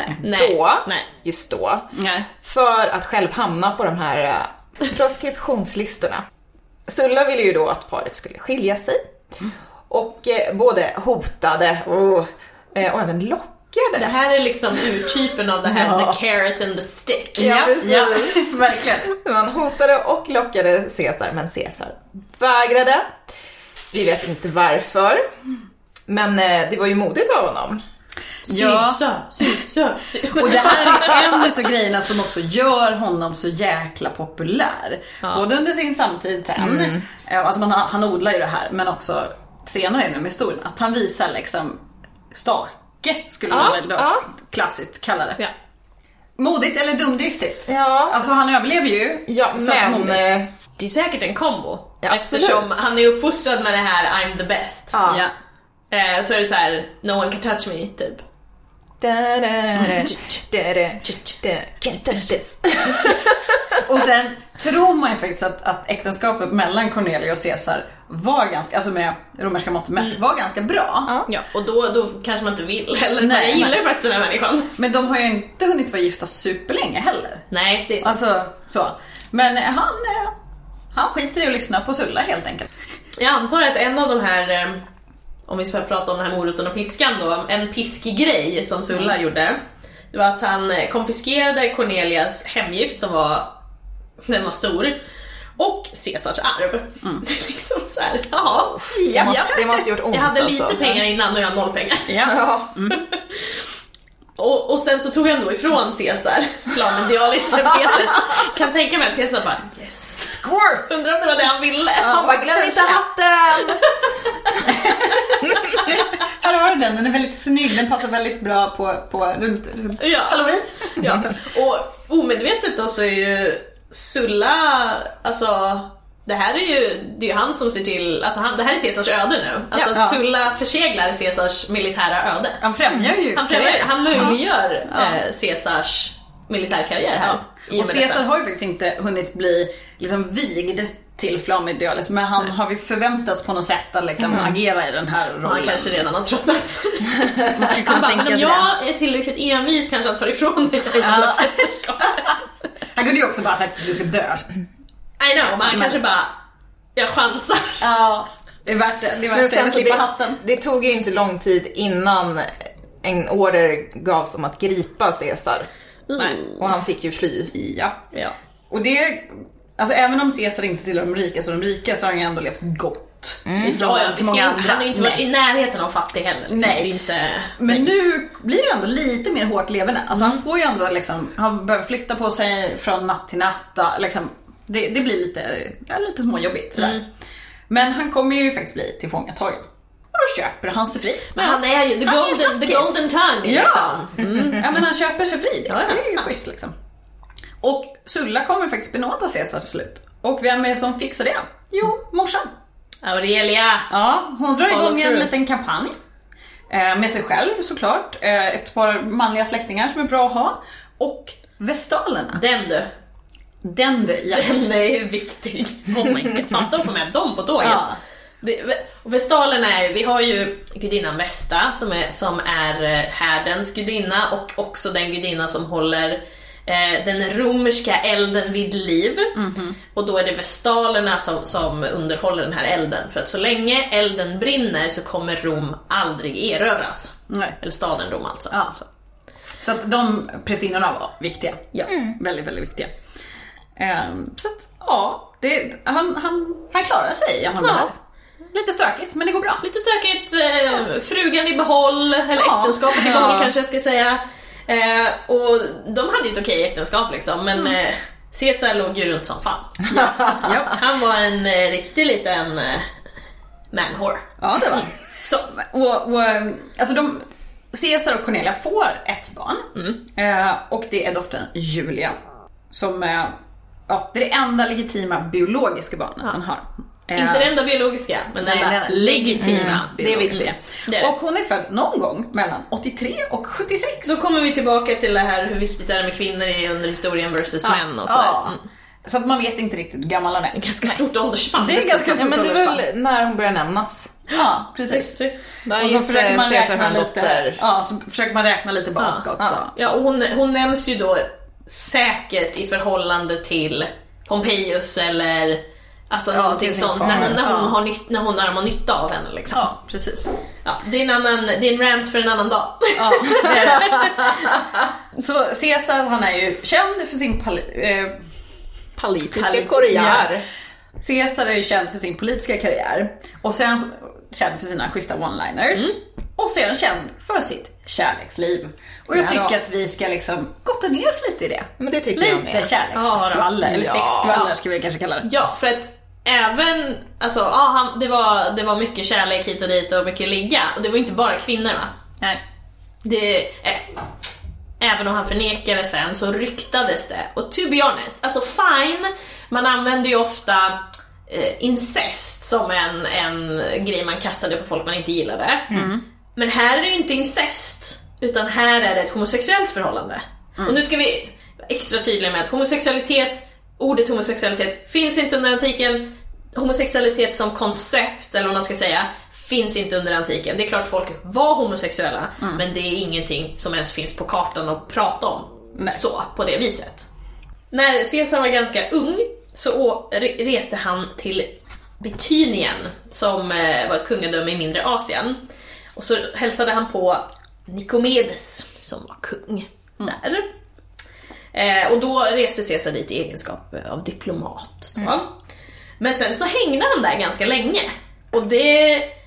då.
Nej.
För att själv hamna på de här proskriptionslistorna. Sulla ville ju då att paret skulle skilja sig. Och både hotade och även lockade.
Det här är liksom urtypen av det här the carrot and the stick.
Ja,
verkligen.
Man hotade och lockade Caesar, men Caesar vägrade. Vi vet inte varför. Men det var ju modigt av honom.
Ja. Och det här är en av grejerna som också gör honom så jäkla populär. Både under sin samtid sen, alltså han odlar ju det här, men också senare inom historien, att han visar liksom skulle man väl då klassiskt kalla det. Modigt eller dumdristigt. Alltså han överlever ju.
Men
det är säkert en kombo. Eftersom han är uppfostrad med det här I'm the best. Så är det så här, no one can touch me typ.
Can't touch this.
Och sen tror man ju faktiskt att äktenskapet mellan Cornelia och Caesar var ganska, alltså med romerska mått mätt, var ganska bra.
Ja, och då kanske man inte vill heller. Nej, jag gillar ju faktiskt den här människan.
Men de har ju inte hunnit vara gifta superlänge heller.
Nej, det är sant.
Alltså, så. Men han skiter i att lyssna på Sulla helt enkelt.
Jag antar att en av de här, om vi ska prata om den här moroten och piskan då, en piskgrej som Sulla gjorde, det var att han konfiskerade Cornelias hemgift som var stor, och Caesars arv. Liksom så här,
det måste gjort ont.
Jag hade lite pengar innan och jag har 0 pengar. och sen så tog han då ifrån Caesar Flamen Dialis-ämbetet. Kan tänka mig att Caesar bara yes,
Score!
undrar om det var det han ville.
Han bara, glöm inte hatten!
Här har du den är väldigt snygg, den passar väldigt bra på runt Halloween.
Ja. Och omedvetet då så är ju Sulla, alltså det är ju han som ser till, alltså det här är Caesars öde nu. Alltså att Sulla förseglar Caesars militära öde.
Han främjar ju
han möjliggör Caesars militärkarriär här.
Och Caesar har ju faktiskt inte hunnit bli liksom vigd till Flamen Dialis, men han har vi förväntats på något sätt att liksom agera i den här rollen.
Han kanske redan har tröttnat.
Man skulle kunna tänka sig
men om jag är tillräckligt envis kanske han tar ifrån mig
Han kunde ju också bara sagt du ska dö.
I know, man kanske bara jag chansar.
Ja, det är värt det. Det är värt att slippa hatten.
Det tog ju inte lång tid innan en order gavs om att gripa Caesar. Och han fick ju fly.
Ja. Och det, alltså även om Caesar inte tillhör de rika så har han ändå levt gott.
Till många andra. Han har inte varit i närheten av fattig heller.
Nej.
Inte...
Men nu blir det ändå lite mer hårt levande. Alltså han får ju ändå liksom, han behöver flytta på sig från natt till natt. Liksom, det blir lite småjobbigt sådär. Men han kommer ju faktiskt bli tillfångatagen. Och då köper han sig fri.
Men han är ju the golden tongue liksom.
Ja, men han köper sig fri. Det är ju
fan.
schysst liksom. Och Sulla kommer faktiskt benåda Caesar till slut. Och vem är det som fixar det? Jo, morsan.
Aurelia.
Ja, hon drar igång en liten kampanj. Med sig själv såklart. Ett par manliga släktingar som är bra att ha. Och vestalerna. Den
är ju viktig. Oh my god, fatta att få med dem på tåget. Vestalerna är, vi har ju gudinnan Vesta som är härdens gudinna och också den gudinna som håller den romerska elden vid liv. Och då är det vestalerna som underhåller den här elden, för att så länge elden brinner så kommer Rom aldrig erövras. Eller staden Rom alltså.
Så att de prästinnorna var viktiga. Väldigt, väldigt viktiga. Så att han klarar sig genom det här. Lite stökigt, men det går bra.
Lite stökigt, frugan i behåll, eller äktenskapet i behåll kanske jag ska säga. Och de hade ju ett okej äktenskap liksom, men Caesar låg ju runt som fan. Han var en riktig liten man-whore.
Ja, det var. Så, och alltså Caesar och Cornelia får ett barn. Och det är dottern Julia som det är det enda legitima biologiska barnet han har.
Inte det enda biologiska, men det enda legitima.
Det är viktigt. Och hon är född någon gång mellan 83 och 76.
Då kommer vi tillbaka till det här hur viktigt det är med kvinnor under historien versus män och sådär.
Så att man vet inte riktigt hur gammal hon är.
Ganska stort åldersspann.
Det är ganska stort
men det är väl när hon börjar nämnas.
Ja, precis.
Och så försöker man räkna lite.
Ja, så försöker man räkna lite bakåt.
Ja, och hon nämns ju då säkert i förhållande till Pompejus eller alltså någonting sånt när hon har nytta av henne liksom.
Ja, precis.
Ja, det är en rant för en annan dag.
Ja, det är det. Så Caesar, han är ju känd för sin politiska karriär. Caesar är ju känd för sin politiska karriär. Och sen känd för sina schyssta one-liners. Och sen känd för sitt kärleksliv. Och jag tycker att vi ska liksom gotta ner oss lite i det.
Men det tycker
lite
jag
kärleksskvaller, eller sexskvaller ska vi kanske kalla det.
Ja, för att även, alltså, det var mycket kärlek hit och dit och mycket ligga. Och det var inte bara kvinnor, va?
Nej.
Även om han förnekade sen så ryktades det. Och to be honest, alltså fine, man använder ju ofta incest som en grej man kastade på folk man inte gillade. Men här är det ju inte incest, utan här är det ett homosexuellt förhållande. Och nu ska vi extra tydliga med att ordet homosexualitet finns inte under antiken. Homosexualitet som koncept, eller vad man ska säga, finns inte under antiken. Det är klart folk var homosexuella, men det är ingenting som ens finns på kartan att prata om. Så, på det viset. När Caesar var ganska ung så reste han till Bithynien, som var ett kungadöme i mindre Asien. Och så hälsade han på Nikomedes som var kung där. Och då reste Caesar dit i egenskap av diplomat. Men sen så hängde han där ganska länge. Och det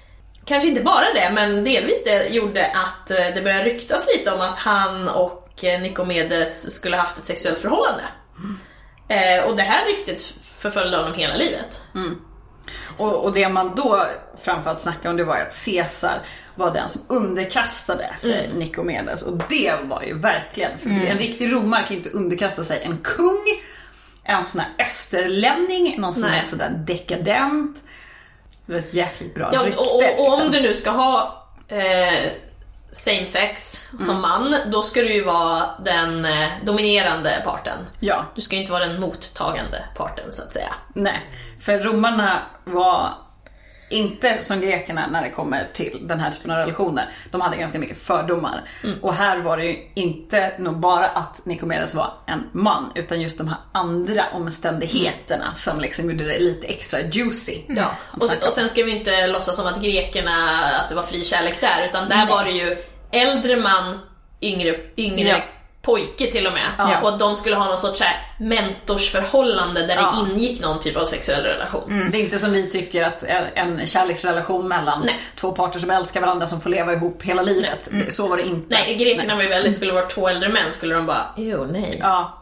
kanske inte bara det, men delvis det gjorde att det började ryktas lite om att han och Nikomedes skulle haft ett sexuellt förhållande. Och det här ryktet förföljde honom hela livet.
Och det man då framförallt snackade om, det var att Caesar var den som underkastade sig Nikomedes. Och det var ju verkligen, för en riktig romare kan inte underkasta sig en kung, en sån här österlänning, någon som är sådär dekadent. Det var ett jäkligt bra rykte.
Och om du nu ska ha same sex som man, då ska du ju vara den dominerande parten.
Ja.
Du ska ju inte vara den mottagande parten, så att säga.
Nej, för romarna var inte som grekerna när det kommer till den här typen av relationer. De hade ganska mycket fördomar. Och här var det ju inte nog bara att Nikomedes var en man, utan just de här andra omständigheterna som liksom gjorde det lite extra juicy.
Ja. Och sen ska vi inte låtsas som att grekerna, att det var fri kärlek där, utan där var det ju äldre man, yngre pojke till och med. Och att de skulle ha någon sorts mentorsförhållande där det ingick någon typ av sexuell relation.
Det är inte som vi tycker att en kärleksrelation mellan två parter som älskar varandra som får leva ihop hela livet. Så var det inte.
Nej, grekerna var ju väldigt, skulle vara två äldre män, skulle de bara, nej.
Ja.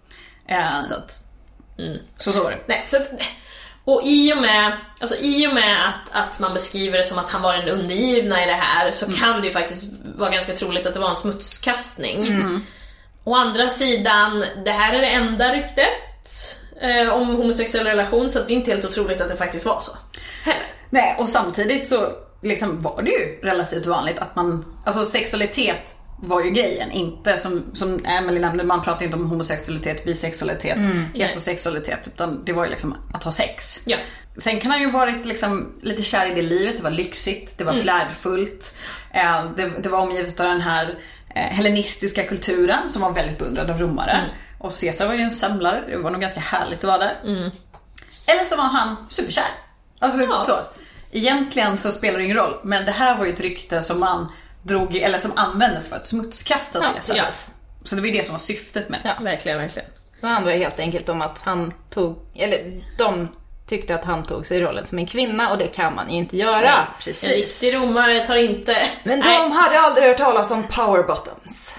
Så var det.
Nej, så att, och i och med att man beskriver det som att han var den undergivna i det här, så kan det ju faktiskt vara ganska troligt att det var en smutskastning. Å andra sidan, det här är det enda ryktet om homosexuell relation, så att det är inte helt otroligt att det faktiskt var så.
Nej, och samtidigt så liksom var det ju relativt vanligt att alltså sexualitet var ju grejen, inte som Emily nämnde, man pratar inte om homosexualitet, bisexualitet, heterosexualitet, utan det var ju liksom att ha sex.
Ja.
Sen kan han ju varit liksom lite kär i det livet, det var lyxigt, det var flärdfullt, det var omgivet av den här hellenistiska kulturen som var väldigt beundrad av romare. Och Caesar var ju en samlare, det var nog ganska härligt att vara där. Eller så var han superkär. Alltså så. Egentligen så spelar det ingen roll, men det här var ju ett rykte som man drog, eller som användes för att smutskasta Caesar. Så det var ju det som var syftet med det.
Ja, verkligen.
Det handlar helt enkelt om att han de tyckte att han tog sig rollen som en kvinna, och det kan man ju inte göra.
Ja, precis. En riktig romare tar inte...
Men de hade aldrig hört talas om power bottoms.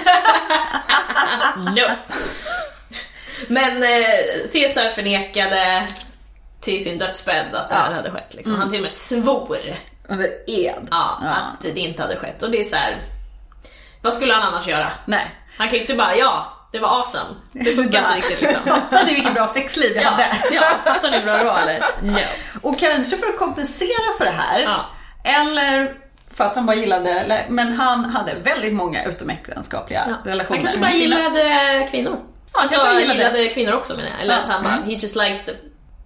No. Men Caesar förnekade till sin dödsbädd att det här hade skett. Liksom. Han till och med svor
under ed
att det inte hade skett. Och det är så här, vad skulle han annars göra?
Nej.
Han kan ju inte bara, det var awesome. Det funkar inte riktigt liksom.
Fattar ni vilket bra sexliv jag hade?
Ja, fattar ni bra det var eller? No.
Och kanske för att kompensera för det här, eller för att han bara gillade, men han hade väldigt många utomäktenskapliga relationer.
Han kanske bara gillade kvinnor. Alltså han gillade kvinnor också, menar jag. Eller att han bara, he just liked the...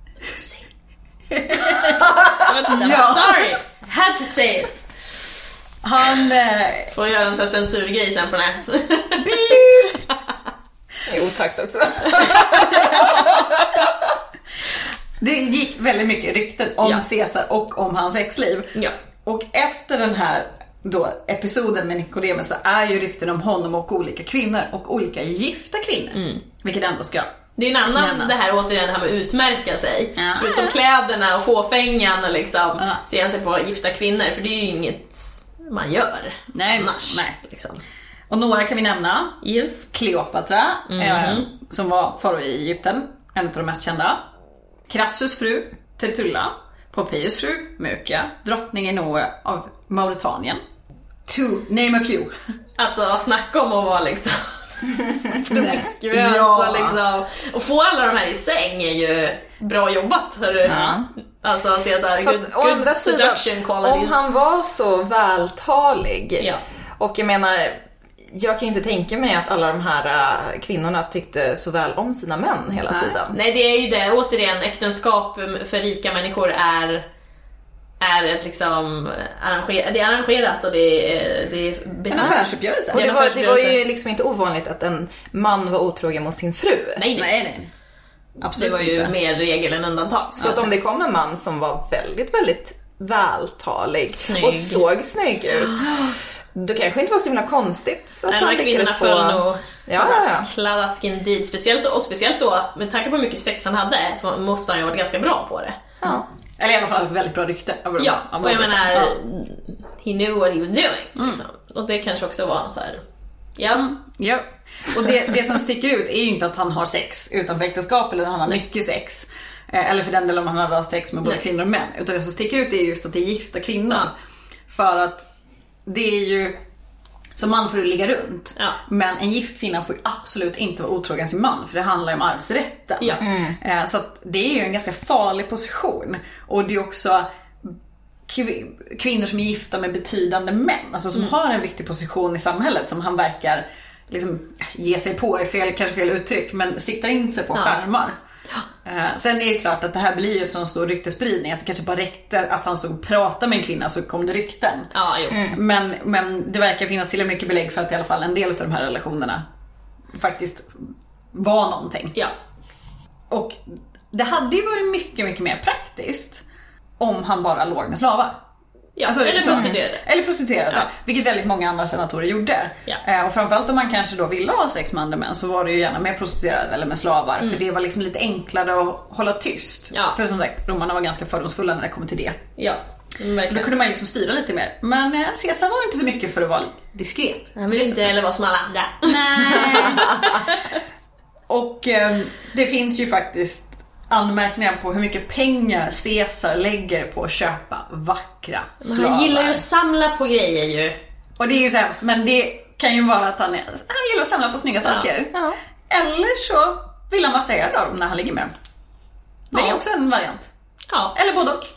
Sorry, had to say it.
Han
får göra en sån censurgrej sen på den här.
Det är otakt också.
Det gick väldigt mycket rykten om Caesar och om hans sexliv.
Ja.
Och efter den här episoden med Nikodemus så är ju rykten om honom och olika kvinnor och olika gifta kvinnor. Vilket ändå ska...
Det är en annan, det här återigen det här med att utmärka sig. Förutom kläderna och fåfängan och liksom se sig på gifta kvinnor, för det är ju inget man gör.
Nej,
annars.
Nej.
Liksom.
Och några kan vi nämna.
Yes.
Kleopatra, som var farao i Egypten, en av de mest kända. Crassus fru, Tertulla. Pompejus fru, Möka. Drottningen Noe av Mauritanien. To name a few.
Alltså, snacka om att vara liksom promiskuös liksom. Och få alla de här i säng är ju bra jobbat, hörru. Alltså Caesar,
å andra sidan, om han var så vältalig, och jag menar, jag kan ju inte tänka mig att alla de här kvinnorna tyckte så väl om sina män hela tiden.
Nej, det är ju det, återigen, äktenskap för rika människor är ett liksom det är arrangerat och det är business.
En affärsuppgörelse.
Och det var ju liksom inte ovanligt att en man var otrogen mot sin fru.
Nej. Absolut, det var ju mer regel än undantag.
Så att om det kom en man som var väldigt, väldigt vältalig och såg snygg ut, då kanske inte var så himla konstigt att han lyckades få...
Klassisk indeed. Speciellt då, med tanke på hur mycket sex han hade, så måste han ju ha varit ganska bra på det.
Ja. Eller i alla fall ett väldigt bra rykte.
Ja, och jag menar, he knew what he was doing. Liksom. Och det kanske också var så här.
Ja. Och det som sticker ut är ju inte att han har sex utanför äktenskap eller att han har mycket sex. Eller för den delen om han har sex med både kvinnor och män. Utan det som sticker ut är just att det är gifta kvinnor. För att det är ju, som man får ligga runt. Ja. Men en gift kvinna får ju absolut inte vara otrogen sin man. För det handlar ju om arvsrätten. Ja. Så att det är ju en ganska farlig position. Och det är också kvinnor som är gifta med betydande män. Alltså som har en viktig position i samhället. Som han verkar liksom ge sig på, kanske fel uttryck. Men siktar in sig på skärmar. Sen är det klart att det här blir ju sån stor ryktespridning att det kanske bara räckte att han stod och pratade med en kvinna så kom det rykten. Men det verkar finnas till och mycket belägg för att i alla fall en del av de här relationerna faktiskt var någonting. Ja. Och det hade ju varit mycket, mycket mer praktiskt om han bara låg med slavar.
Ja, alltså,
eller prostituerade. Vilket väldigt många andra senatorer gjorde. Och framförallt om man kanske då ville ha sex med andra män så var det ju gärna med prostituerade eller med slavar. För det var liksom lite enklare att hålla tyst. För som sagt, romarna var ganska fördomsfulla när det kom till det. Då kunde man liksom styra lite mer. Men Caesar var inte så mycket för att vara diskret.
Han ville inte heller vara som alla andra.
Nej. Och det finns ju faktiskt anmärkningar på hur mycket pengar Caesar lägger på att köpa vackra slavar.
Han gillar ju att samla på grejer ju.
Och det är ju så hemskt, men det kan ju vara att han gillar att samla på snygga saker. Eller så vill han vara attraherad av dem när han ligger med dem. Det är också en variant. Eller både och.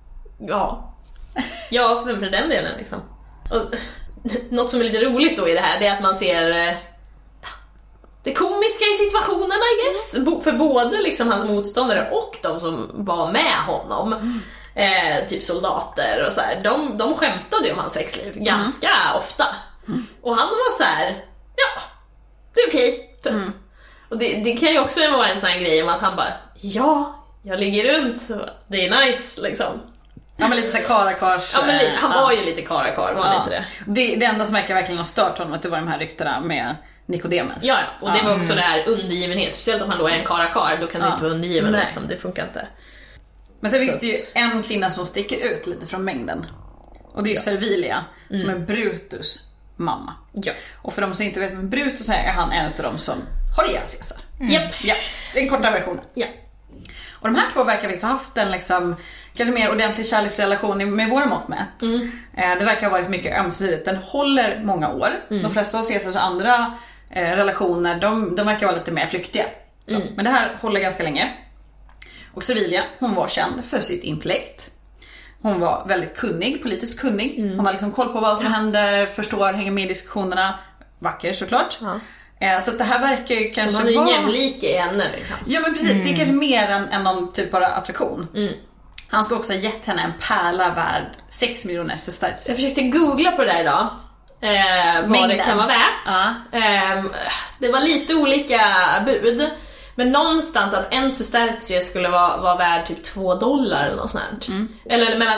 Ja, för den delen liksom. Och, något som är lite roligt då i det här, det är att man ser det komiska i situationen, I guess. För både liksom hans motståndare och de som var med honom. Typ soldater och så här. De skämtade ju om hans sexliv ganska ofta. Och han var så här: ja, det är okej, typ. Och det kan ju också vara en sån här grej om att han bara: ja, jag ligger runt, det är nice liksom.
Ja, men lite så karakars.
Ja, men han var ju lite karakar, var inte det?
Det enda som verkligen har stört honom att det var de här ryktena med Nikodemus.
Ja, och det var också det här undergivenhet. Speciellt om han då är en karakar, då kan det inte vara undergiven liksom. Det funkar inte.
Men sen finns det ju en kvinna som sticker ut lite från mängden. Och det är Servilia, som är Brutus mamma. Och för de som inte vet vem Brutus är han en av de som har ihjäl Caesar. Ja, det är den korta versionen. Och de här två verkar vi ha haft en liksom kanske mer ordentlig kärleksrelation med våra mått mätt. Det verkar ha varit mycket ömsesidigt. Den håller många år. De flesta av Caesars andra relationer, de verkar vara lite mer flyktiga. Men det här håller ganska länge. Och Servilia, hon var känd för sitt intellekt. Hon var väldigt kunnig, politiskt kunnig. Hon har liksom koll på vad som händer, förstår, hänger med i diskussionerna. Vacker såklart. Så att det här verkar ju kanske vara...
Hon är jämlika i henne liksom.
Ja, men precis, det är kanske mer än någon typ bara attraktion. Han ska också ha gett henne en pärla värd 6 miljoner sestertier.
Jag försökte googla på det där idag. Vad det kan vara värt. Det var lite olika bud. Men någonstans att en sestertie skulle vara värd typ $2 eller något sånt. Eller mellan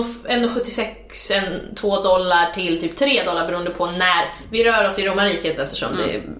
1,76 $2 till typ $3 beroende på när vi rör oss i romarriket, eftersom det är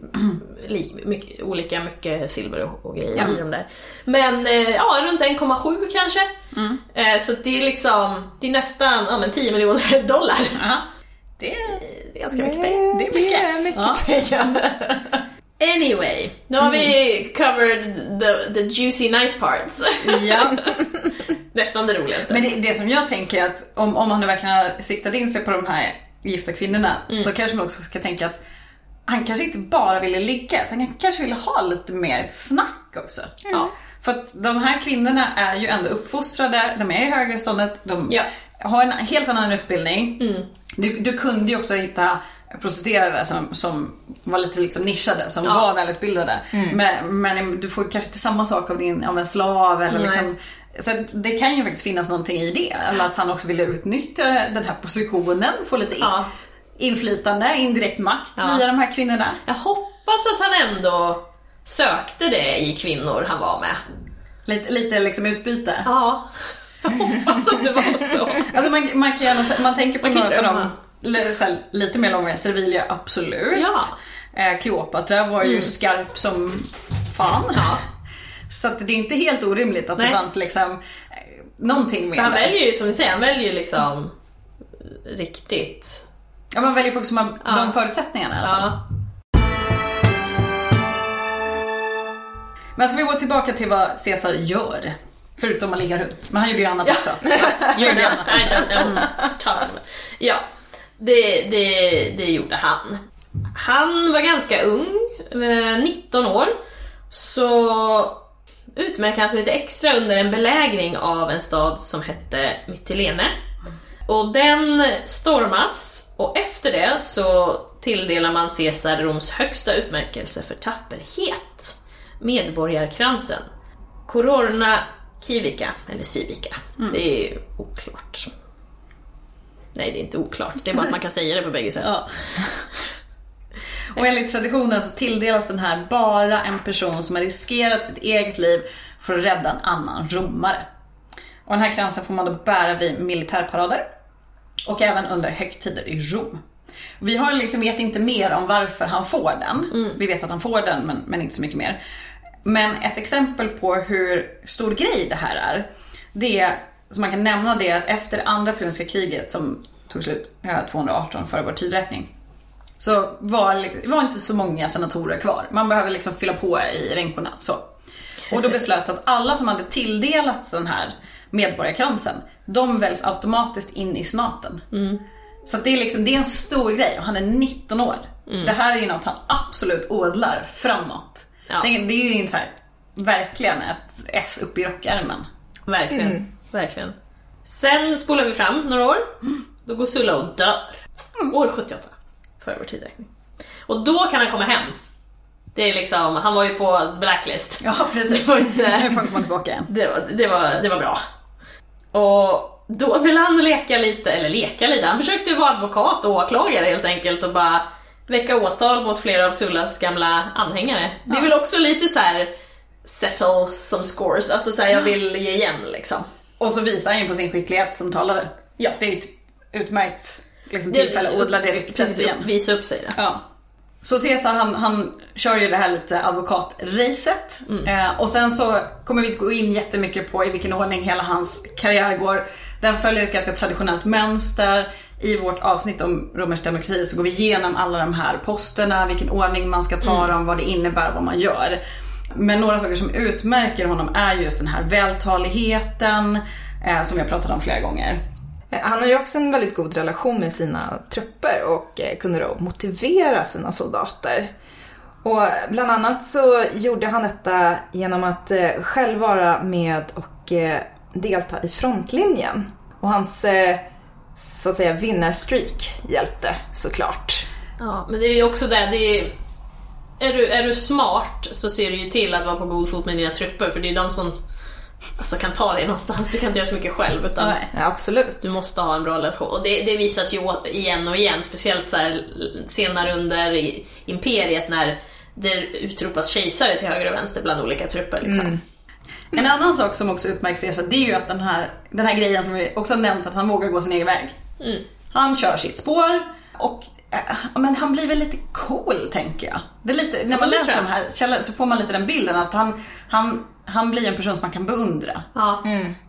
mycket silver och grejer i dem där. Men runt 1,7 kanske. Så det är liksom, det är nästan $10 miljoner.
Det är
ganska mycket pengar.
Det är mycket pengar.
Anyway, nu har vi covered the juicy nice parts. Nästan det roligaste.
Men det som jag tänker att om man nu verkligen har siktat in sig på de här gifta kvinnorna, då kanske man också ska tänka att han kanske inte bara ville ligga, han kanske ville ha lite mer snack också. För att de här kvinnorna är ju ändå uppfostrade, de är i högre ståndet, de har en helt annan utbildning. Du kunde ju också hitta prostituerade som var lite liksom nischade, som var välutbildade. Men du får kanske inte samma sak av en slav eller liksom, så det kan ju faktiskt finnas någonting i det, eller att han också ville utnyttja den här positionen, få lite inflytande, indirekt makt via de här kvinnorna.
Jag hoppas att han ändå sökte det i kvinnor han var med.
Lite liksom utbyte.
Ja, jag hoppas att det var så.
Alltså man tänker på några av dem lite mer långa. Servilia, absolut. Kleopatra var ju skarp som fan. Så att det är inte helt orimligt att det fanns liksom någonting med
För han
det.
väljer ju, som ni säger, han väljer ju liksom riktigt.
Ja, man väljer folk som har de förutsättningarna i alla fall.
Ja.
Men ska vi gå tillbaka till vad Caesar gör? Förutom att ligga runt. Men han gjorde ju annat också.
Gör det annat. Ja, det gjorde han. Han var ganska ung, 19 år. Så utmärkte han sig lite extra under en belägring av en stad som hette Mytilene. Och den stormas, och efter det så tilldelar man Caesar Roms högsta utmärkelse för tapperhet, medborgarkransen, Corona Civica, eller Civica. Det är oklart. Nej, det är inte oklart. Det är bara att man kan säga det på bägge sätt.
Ja. Och enligt traditionen så tilldelas den här bara en person som har riskerat sitt eget liv för att rädda en annan romare. Och den här kransen får man då bära vid militärparader och även under högtider i Rom. Vi har liksom vet inte mer om varför han får den. Vi vet att han får den, men inte så mycket mer. Men ett exempel på hur stor grej det här är, det som man kan nämna, det är att efter andra puniska kriget som tog slut 218 före vår tidräkning, så var inte så många senatorer kvar. Man behöver liksom fylla på i ränkorna så. Och då beslöt att alla som hade tilldelats den här medborgarkransen, de väljs automatiskt in i senaten. Så att det är en stor grej, och han är 19 år. Det här är ju något han absolut odlar framåt.
Ja.
Det är ju inte så här, verkligen ett S upp i rockärmen.
Verkligen. Sen spolar vi fram några år. Då går Sulla och dör. År 78 för vår tidräkning. Och då kan han komma hem. Det är liksom, han var ju på blacklist.
Ja, precis.
Det var inte,
nu får han komma tillbaka igen.
Det var bra. Och då vill han leka lite. Han försökte vara advokat och åklagare helt enkelt och bara väcka åtal mot flera av Sullas gamla anhängare. Det är väl också lite så här settle some scores. Alltså så här, jag vill ge igen liksom.
Och så visar han ju på sin skicklighet som talare.
Ja.
Det är ett utmärkt tillfälle att odla det ryktet
precis,
igen.
Visa upp sig där.
Ja. Så Caesar han kör ju det här lite advokatracet. Och sen så kommer vi inte gå in jättemycket på i vilken ordning hela hans karriär går. Den följer ett ganska traditionellt mönster. I vårt avsnitt om romersk demokrati så går vi igenom alla de här posterna, vilken ordning man ska ta dem, vad det innebär, vad man gör. Men några saker som utmärker honom är just den här vältaligheten som jag pratat om flera gånger.
Han har ju också en väldigt god relation med sina trupper och kunde då motivera sina soldater. Och bland annat så gjorde han detta genom att själv vara med och delta i frontlinjen. Och hans så att säga vinnarstreak hjälpte såklart.
Ja, men det är ju också det är du smart så ser du ju till att vara på god fot med dina trupper, för det är de som kan ta dig någonstans. Du kan inte göra så mycket själv, utan
ja, absolut.
Du måste ha en bra relation. Och det visas ju igen och igen, speciellt så här senare under imperiet när det utropas kejsare till höger och vänster bland olika trupper liksom.
En annan sak som också utmärks är det är ju att den här grejen som vi också har nämnt, att han vågar gå sin egen väg. Han kör sitt spår och men han blir väl lite cool, tänker jag. Det är lite, när man läser de här källorna så får man lite den bilden att han blir en person som man kan beundra.
Ja.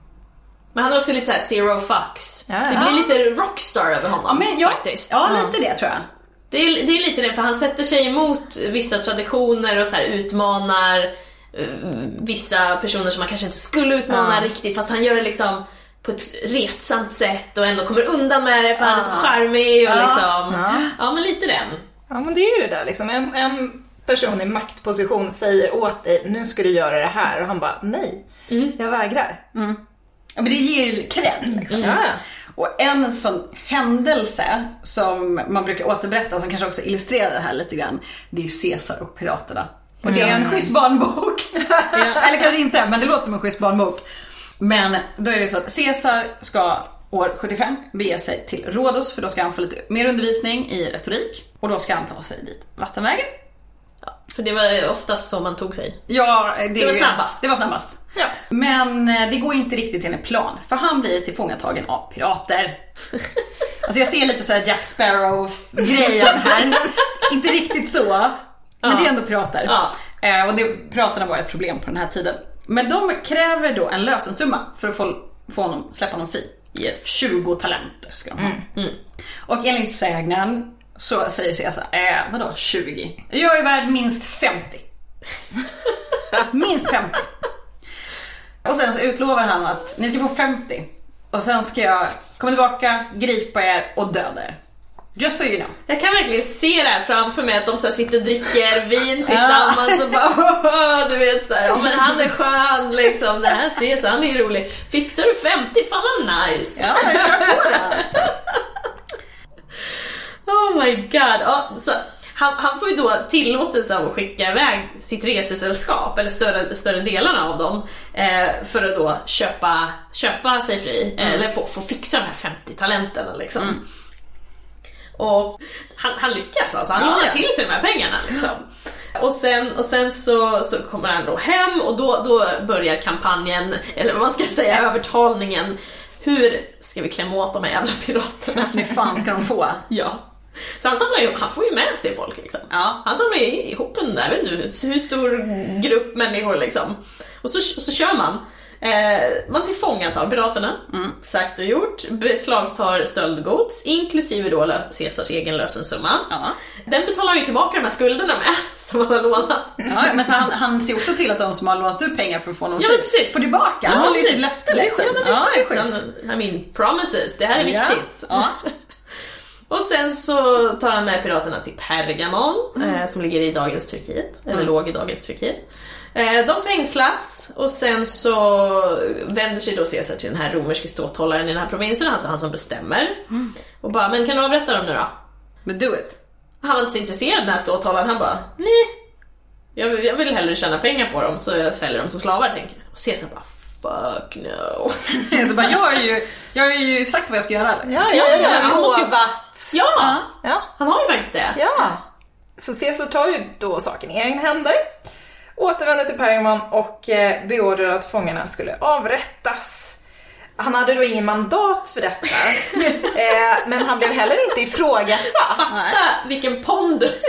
Men han är också lite så här zero fucks. Det blir lite rockstar över honom faktiskt.
Ja, lite det tror jag.
Det är lite det, för han sätter sig emot vissa traditioner och så här utmanar vissa personer som man kanske inte skulle utmana riktigt, fast han gör det liksom på ett retsamt sätt och ändå kommer undan med det för han är så charmig och liksom. Ja, men lite den.
Ja, men det är ju det där liksom. En person i maktposition säger åt dig, nu ska du göra det här, och han bara, nej, jag vägrar.
Ja, men det ger ju cred liksom. Och en sån händelse som man brukar återberätta, som kanske också illustrerar det här lite grann, det är ju Caesar och piraterna. Och det är en schysst barnbok. Eller kanske inte, men det låter som en schysst barnbok. Men då är det så att Caesar ska år 75 bege sig till Rhodos, för då ska han få lite mer undervisning i retorik. Och då ska han ta sig dit vattenvägen.
Ja, för det var oftast så man tog sig.
Ja,
det var snabbast.
Det var snabbast. Ja. Men det går inte riktigt till en plan, för han blir tillfångatagen av pirater. Alltså jag ser lite så här Jack Sparrow-grejen här. Inte riktigt så, men det är ändå pirater. Och piraterna var ett problem på den här tiden. Men de kräver då en lösensumma för att släppa honom fri.
Yes.
20 talenter ska han ha. Och enligt sägnen så säger Caesar, vadå 20? Jag är värd minst 50. Minst 50. Och sen så utlovar han att ni ska få 50. Och sen ska jag komma tillbaka, gripa er och döda er. Just so you know.
Jag kan verkligen se det här framför mig, att de så här sitter och dricker vin tillsammans och bara, du vet så här, ja men han är skön liksom, det här ses, han är rolig. Fixar du 50? Fan vad nice.
Ja, jag kör på det.
Oh my god. Ja, så han får ju då tillåtelse att skicka iväg sitt resesällskap, eller större delarna av dem, för att då köpa sig fri, eller få fixa de här 50 talenterna liksom. Och han lyckas alltså, han lånar till sig de här pengarna liksom. Och sen så kommer han då hem, och då börjar kampanjen, eller vad man ska säga, övertalningen. Hur ska vi klämma åt de här jävla piraterna?
Hur fan ska de få?
Ja. Så han får ju med sig folk liksom.
Ja.
Han samlar ju ihop en där, vet inte hur stor grupp människor liksom. Och så kör man. Man tillfångatar piraterna, sagt och gjort, beslagtar stöldgods, inklusive då Caesars egen lösensumma.
Ja.
Den betalar ju tillbaka de här skulderna med, som han har lånat.
Ja, men så han ser också till att de som har lånat ut pengar för att få någon
precis.
får tillbaka. Han håller ju sitt löfte liksom.
Ja, I mean, promises, det här är viktigt.
Ja.
Och sen så tar han med piraterna till Pergamon, som ligger i dagens Turkiet, eller låg i dagens Turkiet. De fängslas, och sen så vänder sig då Caesar till den här romerske ståthållaren i den här provinsen, alltså han som bestämmer, och bara, men kan du avrätta dem nu då?
But do it.
Han var inte så intresserad, den här ståthållaren, han bara, nej, jag vill hellre tjäna pengar på dem, så jag säljer dem som slavar, tänker jag. Och Caesar bara, fuck no.
Du bara, jag har ju sagt vad jag ska göra.
Han måste ju bara,
Ja.
Han har ju faktiskt det.
Ja. Så Caesar tar ju då saken i egna händer, återvänder till Pergamon och beordrar att fångarna skulle avrättas. Han hade då ingen mandat för detta, men han blev heller inte ifrågasatt.
Fatsa vilken pondus.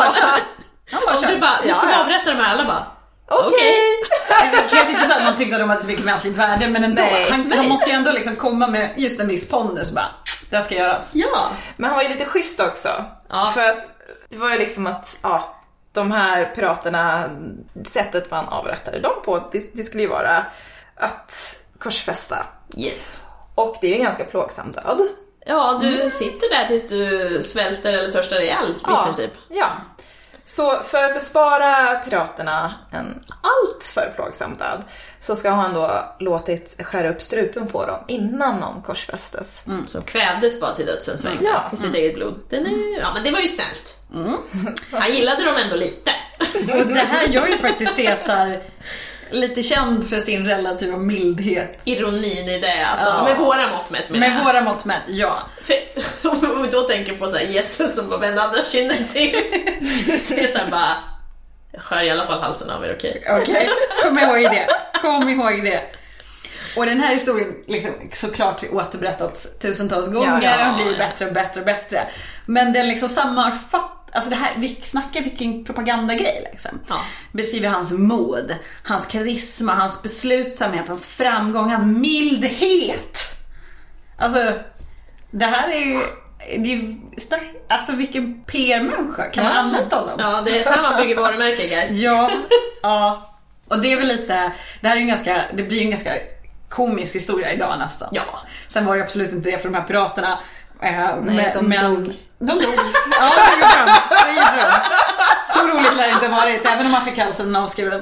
Han
du bara, nu ska vi avrätta de här, alla bara,
okej.
Kanske inte så att man tyckte att de hade så mycket mänskligt värde, men ändå. Han måste ju ändå liksom komma med just en viss pondus, bara, det ska göras.
Ja.
Men han var ju lite schysst också.
Ja.
För att det var ju liksom att, de här piraterna, sättet man avrättade dem på, det skulle ju vara att korsfästa.
Yes.
Och det är ju en ganska plågsam död.
Ja, du sitter där tills du svälter eller törstar ihjäl i princip.
Ja. Så för att bespara piraterna en allt för plågsam död, så ska han då låtit skära upp strupen på dem innan de korsfästes.
Som kvävdes bara till dödsens sväng i sitt eget blod. Men det var ju snällt. Han gillade dem ändå lite.
Och det här gör ju faktiskt Caesar lite känd för sin relativa mildhet.
Ironin i det, alltså med våra mått mätt.
Med våra mått mätt, ja.
Om vi då tänker på så här, Jesus som bara vände andra kinden till, så Caesar bara, jag skär i alla fall halsen av er, okej.
Kom ihåg det. Och den här historien liksom, såklart har återberättats tusentals gånger och har blivit bättre och bättre och bättre. Men den liksom alltså det här, vi snackar vilken propagandagrej liksom. Beskriver hans mod, hans karisma, hans beslutsamhet, hans framgång, hans mildhet. Alltså det här är ju, alltså vilken PR-människa kan man anlita honom?
Ja, det är så här man bygger varumärke, guys.
Ja. Och det är väl lite, det blir ju en ganska komisk historia idag nästan.
Ja.
Sen var det absolut inte det för de här piraterna.
Nej, de dog.
De dog. Ja, det gjorde de. Så roligt lär det inte varit, även om man fick halsen avskuren.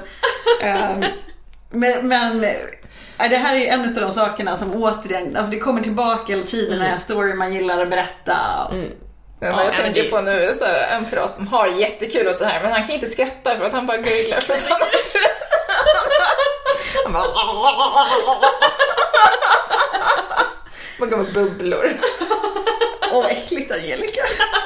Men det här är en av de sakerna som återigen, alltså det kommer tillbaka hela tiden, en story man gillar att berätta.
Jag tänker på nu så här, en pirat som har jättekul åt det här, men han kan inte skratta för att han bara gurglar för att han man går med bubblor. Åh, äckligt, Angelica.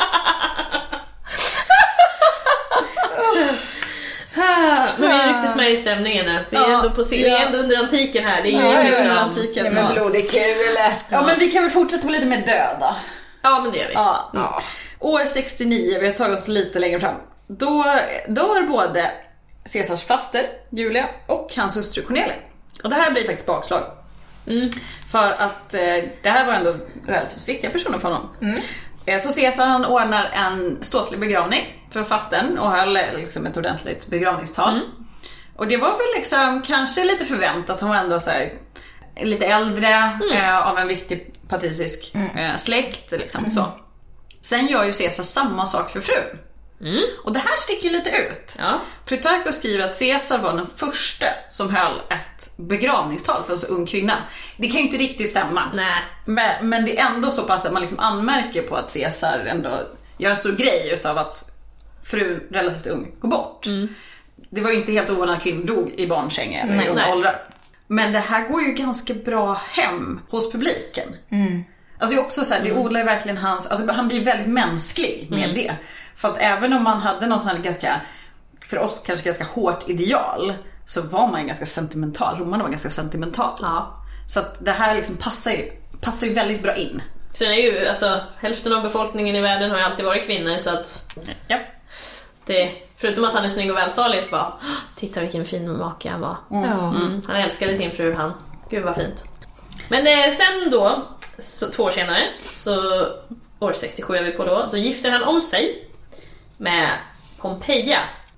Men vi rycktes med i stämningen nu. Vi är ändå på vi är ändå under antiken här. Det är inget liksom
antiken.
Ja, men blod är kul.
Ja, men vi kan väl fortsätta på lite med död då.
Ja, men det gör vi.
Ja. År 69, vi har tagit oss lite längre fram. Då har både Caesars faster, Julia, och hans hustru Cornelia. Och det här blir faktiskt bakslag. För att det här var ändå relativt viktiga personer för honom. Så Caesar han ordnar en ståtlig begravning för fasten och höll liksom ett ordentligt begravningstal. Och det var väl liksom kanske lite förväntat. Han var ändå så här, lite äldre av en viktig patricisk släkt liksom, så. Sen gör ju Caesar samma sak för frun. Och det här sticker lite ut. Plutarchos skriver att Caesar var den första som höll ett begravningstal för en så ung kvinna. Det kan ju inte riktigt stämma.
Nej.
Men det är ändå så pass att man liksom anmärker på att Caesar ändå gör en stor grej utav att frun relativt ung går bort. Det var ju inte helt ovanligt att kvinnor dog i barnsäng eller i unga åldrar. Men det här går ju ganska bra hem hos publiken. Alltså det är också så här, det odlar verkligen hans, alltså han blir väldigt mänsklig med det. För att även om man hade någon sån här ganska, för oss kanske ganska hårt ideal, så var man ju ganska sentimental. Romarna var ganska sentimental. Så att det här liksom passar ju väldigt bra in.
Sen är ju, alltså, hälften av befolkningen i världen har ju alltid varit kvinnor, så att det, förutom att han är snygg och vältalig, så bara, titta vilken fin make han var. Han älskade sin fru, han. Gud vad fint. Men sen då, så 2 år senare, så år 67 är vi på då gifter han om sig med Pompeia,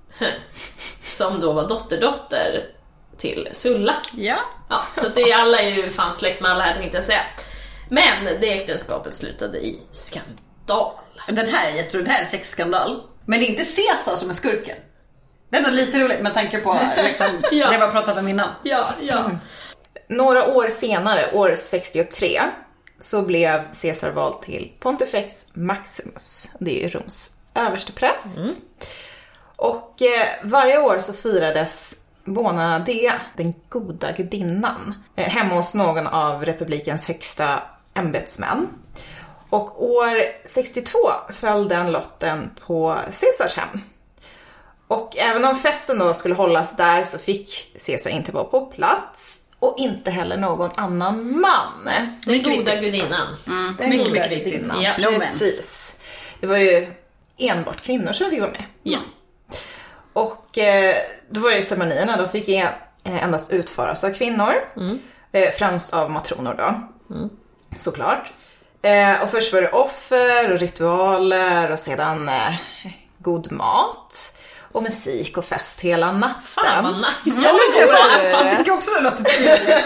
som då var dotterdotter till Sulla. Så att alla är ju fan släkt med alla här, tänkte jag säga. Men det äktenskapet slutade i skandal.
Jag tror det här är en sexskandal. Men det är inte Caesar som är skurken. Det är nog lite roligt med tanke på liksom, det vi har pratat om innan.
Några år senare, år 63, så blev Caesar vald till Pontifex Maximus. Det är ju Roms överstepräst. Och varje år så firades Bona Dea, den goda gudinnan, hemma hos någon av republikens högsta ämbetsmän. Och år 62 föll den lotten på Caesars hem. Och även om festen då skulle hållas där, så fick Caesar inte vara på plats. Och inte heller någon annan man.
Den goda gudinnan.
Den goda gudinnan. Precis. Det var ju enbart kvinnor som fick vara med. Och då var det ceremonierna, då fick endast utföras av kvinnor. Främst av matronor då. Såklart. Och först var det offer och ritualer och sedan god mat och musik och fest hela natten.
Fan vad nice.
Jag tycker också det låter trevligt.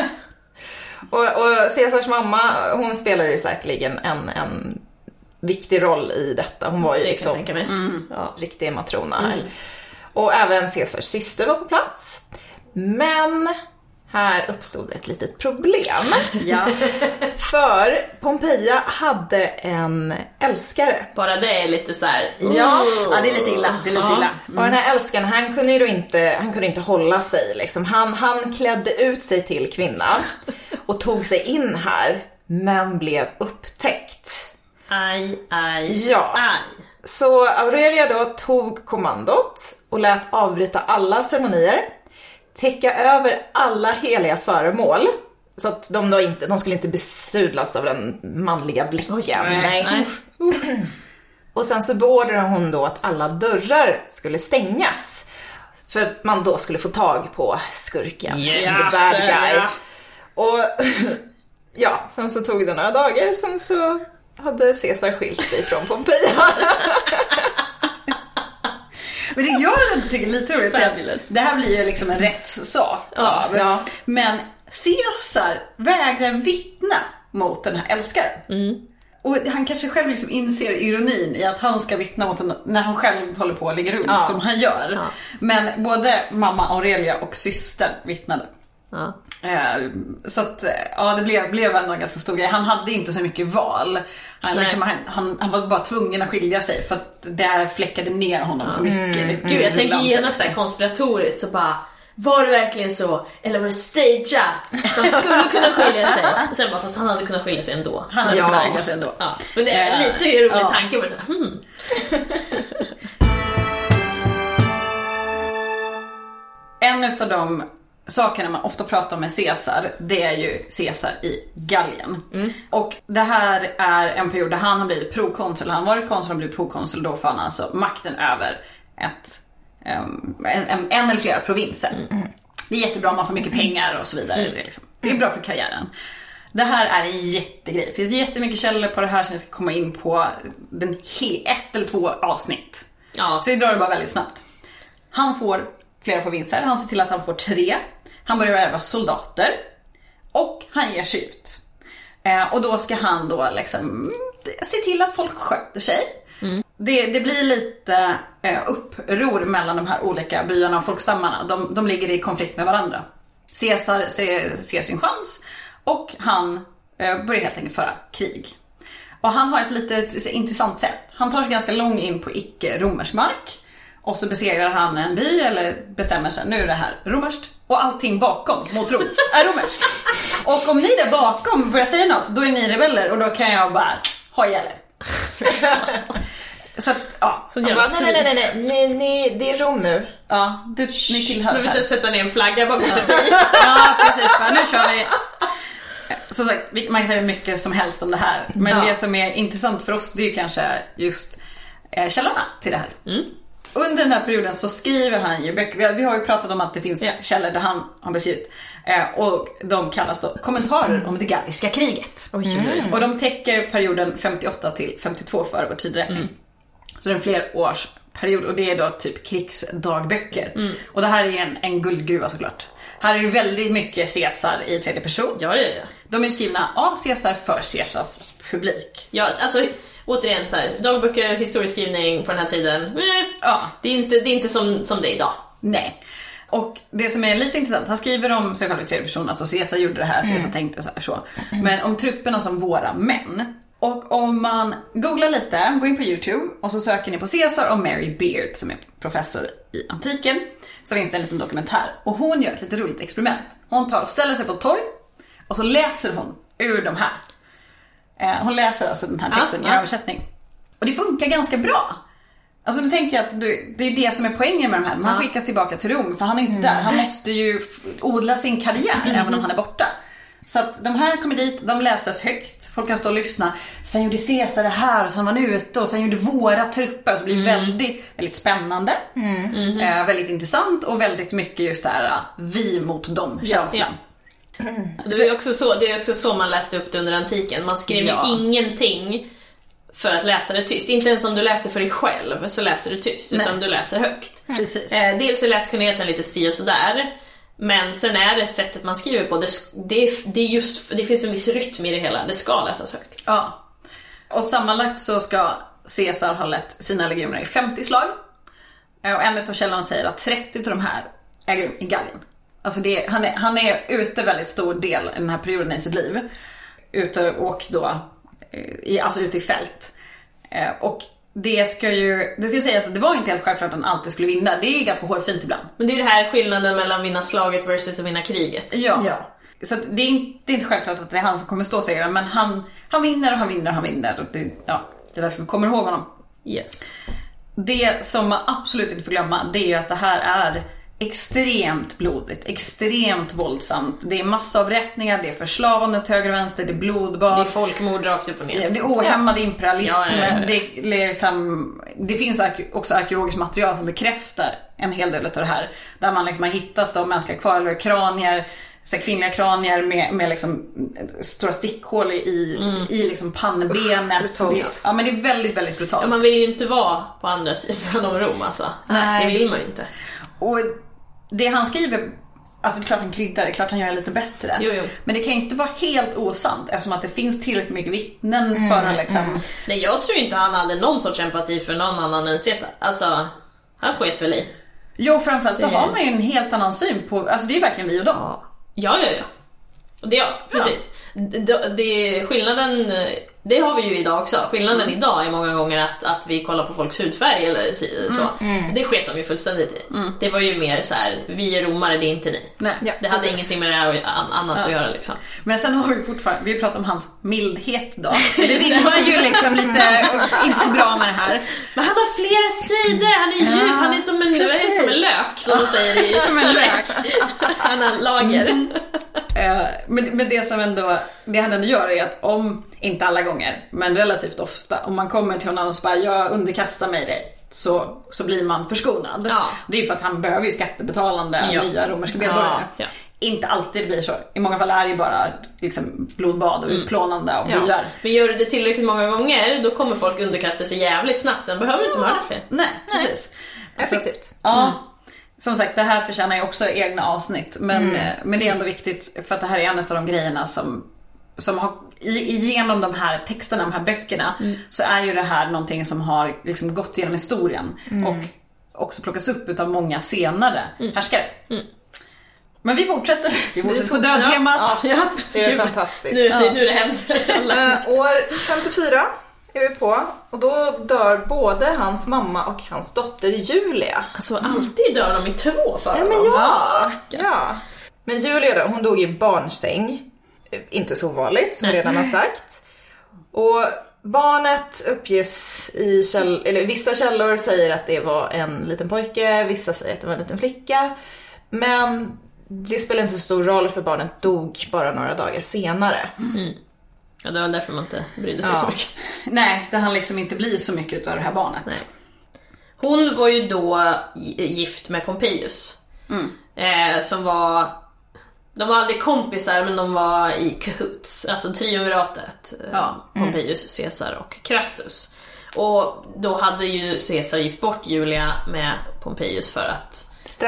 och Caesars mamma, hon spelar ju säkerligen en viktig roll i detta. Hon var ju liksom riktig matrona här. Och även Caesars syster var på plats. Men här uppstod ett litet problem. För Pompeia hade en älskare.
Bara det är lite så här.
Ja, det är lite illa.
Och den här älskaren, han kunde ju då inte hålla sig liksom. Han klädde ut sig till kvinna och tog sig in här, men blev upptäckt.
Aj.
Så Aurelia då tog kommandot och lät avbryta alla ceremonier, täcka över alla heliga föremål, så att de skulle inte besudlas av den manliga blicken. Nej. Och sen så beordrade hon då att alla dörrar skulle stängas, för att man då skulle få tag på skurken, the bad guy. Och sen så tog det några dagar, sen så hade Caesar skilt sig från Pompeia.
Men det jag tycker lite roligt, det här blir ju liksom en rättssak. Men Caesar vägrar vittna mot den här älskaren. Och han kanske själv liksom inser ironin i att han ska vittna mot henne när han själv håller på att ligga runt som han gör. Men både mamma Aurelia och syster vittnade. Så att det blev en ganska stor grej. Han hade inte så mycket val. Han var bara tvungen att skilja sig, för att det här fläckade ner honom för mycket.
Gud, jag tänker gärna så här konspiratoriskt, så bara, var det verkligen så? Eller var det stageat? Så han skulle kunna skilja sig. Och sen bara, fast han hade kunnat skilja sig ändå. Men det är lite rolig tanke på det.
En av de sakerna man ofta pratar om med Caesar, det är ju Caesar i Gallien. Och det här är en period där han har blivit prokonsul. Han har varit konsul och blivit prokonsul, då får han alltså makten över en eller flera provinser. Det är jättebra om man får mycket pengar och så vidare. Det är bra för karriären. Det här är en jättegrej. Det finns jättemycket källor på det här som jag ska komma in på 1 eller 2 avsnitt.
Ja.
Så vi drar det bara väldigt snabbt. Han får flera provinser. Han ser till att han får 3. Han börjar värva soldater. Och han ger sig ut. Och då ska han då liksom se till att folk sköter sig. Det blir lite uppror mellan de här olika byarna och folkstammarna. De ligger i konflikt med varandra. Caesar ser sin chans och han börjar helt enkelt föra krig. Och han har ett lite intressant sätt. Han tar sig ganska långt in på icke-romersk mark. Och så besegrar han en by eller bestämmer sig, nu är det här romerskt. Och allting bakom mot Rom är romerskt. Och om ni där bakom börjar säga något, då är ni rebeller och då kan jag bara ha ihjäl er. Så att, ja.
Nej, det är Rom nu.
Ja, ni tillhör
här.
här.
Vi vill sätta ner en flagga bakom sig.
Ja, precis. Nu kör vi. Som sagt, man kan säga mycket som helst om det här. Men det som är intressant för oss, det är ju kanske just källorna till det här. Under den här perioden så skriver han ju böcker. Vi har ju pratat om att det finns källor där han har beskrivit. Och de kallas då kommentarer om det galliska kriget. Och de täcker perioden 58 till 52 före vår tidräkning. Så det är en flerårsperiod och det är då typ krigsdagböcker. Och det här är en guldgruva såklart. Här är det väldigt mycket Caesar i tredje person.
Ja.
De är skrivna av Caesar för Caesars publik.
Ja, alltså återigen så här, dagböcker, historieskrivning på den här tiden. Det är inte som det är idag.
Nej. Och det som är lite intressant, han skriver om sig själv i tredje person, alltså Caesar gjorde det här, Caesar tänkte så här så. Men om trupperna som våra män. Och om man googlar lite, går in på YouTube och så söker ni på Caesar och Mary Beard som är professor i antiken, så finns det en liten dokumentär. Och hon gör ett lite roligt experiment. Hon ställer sig på ett torg och så läser hon ur de här. Hon läser alltså den här texten i översättning. Och det funkar ganska bra. Alltså du tänker att det är det som är poängen med de här. Han skickas tillbaka till Rom för han är inte där. Han måste ju odla sin karriär även om han är borta. Så att de här kommer dit, de läses högt. Folk kan stå och lyssna. Sen gjorde Caesar det här och sen var han ute och sen gjorde våra trupper. Så det blir väldigt spännande. Väldigt intressant och väldigt mycket just det här vi mot dem känslan.
Det är också så man läste upp det under antiken. Man skrev ju ingenting för att läsa det tyst. Inte ens om du läste för dig själv så läser du tyst. Utan du läser högt.
Precis.
Dels är läskunnigheten lite si och sådär. Men sen är det sättet man skriver på. Det finns en viss rytm i det hela. Det ska läsas högt.
Ja. Och sammanlagt så ska Caesar ha lett sina legioner i 50 slag. Och en av källorna säger att 30 av de här äger rum i Gallien. Alltså han är ute väldigt stor del i den här perioden i sitt liv. Ute och då ute i fält. Och det ska sägas att det var inte helt självklart att han alltid skulle vinna. Det är ganska hårfint ibland.
Men det är det här skillnaden mellan vinna slaget versus att vinna kriget.
Ja. Så att det är inte självklart att det är han som kommer stå segrar. Men han vinner och han vinner och han vinner. Och det är därför vi kommer ihåg honom.
Yes.
Det som man absolut inte får glömma, det är ju att det här är extremt blodigt, extremt våldsamt. Det är massavrättningar, det är förslavande till höger och vänster, det är blodbad.
Det är folkmord rakt upp och ner.
Det är ohämmad imperialism.
Ja.
Det finns också arkeologiskt material som bekräftar en hel del av det här. Där man liksom har hittat de mänskliga kvarlevor, kranier, så kvinnliga kranier med liksom stora stickhål i liksom pannbenet. Men det är väldigt, väldigt brutalt.
Ja, man vill ju inte vara på andra sidan om Rom alltså. Nej. Det vill man ju inte.
Och det han skriver, alltså det är klart han kryddar, det är klart han gör det lite bättre.
Jo.
Men det kan ju inte vara helt osant eftersom att det finns tillräckligt mycket vittnen för att liksom...
Nej, jag tror inte han hade någon sorts empati för någon annan än Caesar. Alltså, han sket väl i.
Jo, framförallt så har man ju en helt annan syn på, alltså det är verkligen vi och dem.
Ja. Och det, precis. Det skillnaden, det har vi ju idag också. Skillnaden idag är många gånger att vi kollar på folks hudfärg eller så. Det sket de ju fullständigt i. Det var ju mer så här: vi är romare, det är inte ni.
Nej,
det hade ingenting med det här annat att göra liksom.
Men sen har vi fortfarande, vi pratar om hans mildhet då. Det rimmar ju liksom lite inte så bra med det här.
Men han har flera sidor, han är djup, han är som en lök som de säger i
som en lök.
Han har lager.
Men det som han ändå gör är att om, inte alla gånger, men relativt ofta, om man kommer till honom och bara, jag underkastar mig dig, så blir man förskonad.
Ja.
Det är för att han behöver ju skattebetalande nya romerska medborgare.
Ja.
Inte alltid blir så. I många fall är det bara liksom blodbad och utplånande av byar.
Men gör du det tillräckligt många gånger, då kommer folk underkasta sig jävligt snabbt. Sen behöver du inte mörda fler.
Nej, precis.
Effektivt.
Som sagt, det här förtjänar ju också egna avsnitt. Men det är ändå viktigt, för att det här är en av de grejerna som har genom de här texterna, de här böckerna, så är ju det här någonting som har liksom gått igenom historien och också plockats upp av många senare härskare. Men vi fortsätter på dödtemat.
Ja, det är fantastiskt.
Nu det händer.
År 54 är vi på, och då dör både hans mamma och hans dotter Julia.
Alltså alltid dör de i 2 för
Ja, men ja. Men Julia då, hon dog i barnsäng. Inte så vanligt, som vi redan har sagt. Och barnet uppges eller vissa källor säger att det var en liten pojke, vissa säger att det var en liten flicka. Men det spelar inte så stor roll, för barnet dog bara några dagar senare.
Ja, det var därför man inte brydde sig så mycket.
Nej, det hann liksom inte bli så mycket av det här barnet.
Nej. Hon var ju då gift med Pompejus. Som var... De var aldrig kompisar, men de var i cahoots. Alltså triumviratet. Pompejus, Caesar och Crassus. Och då hade ju Caesar gift bort Julia med Pompejus för att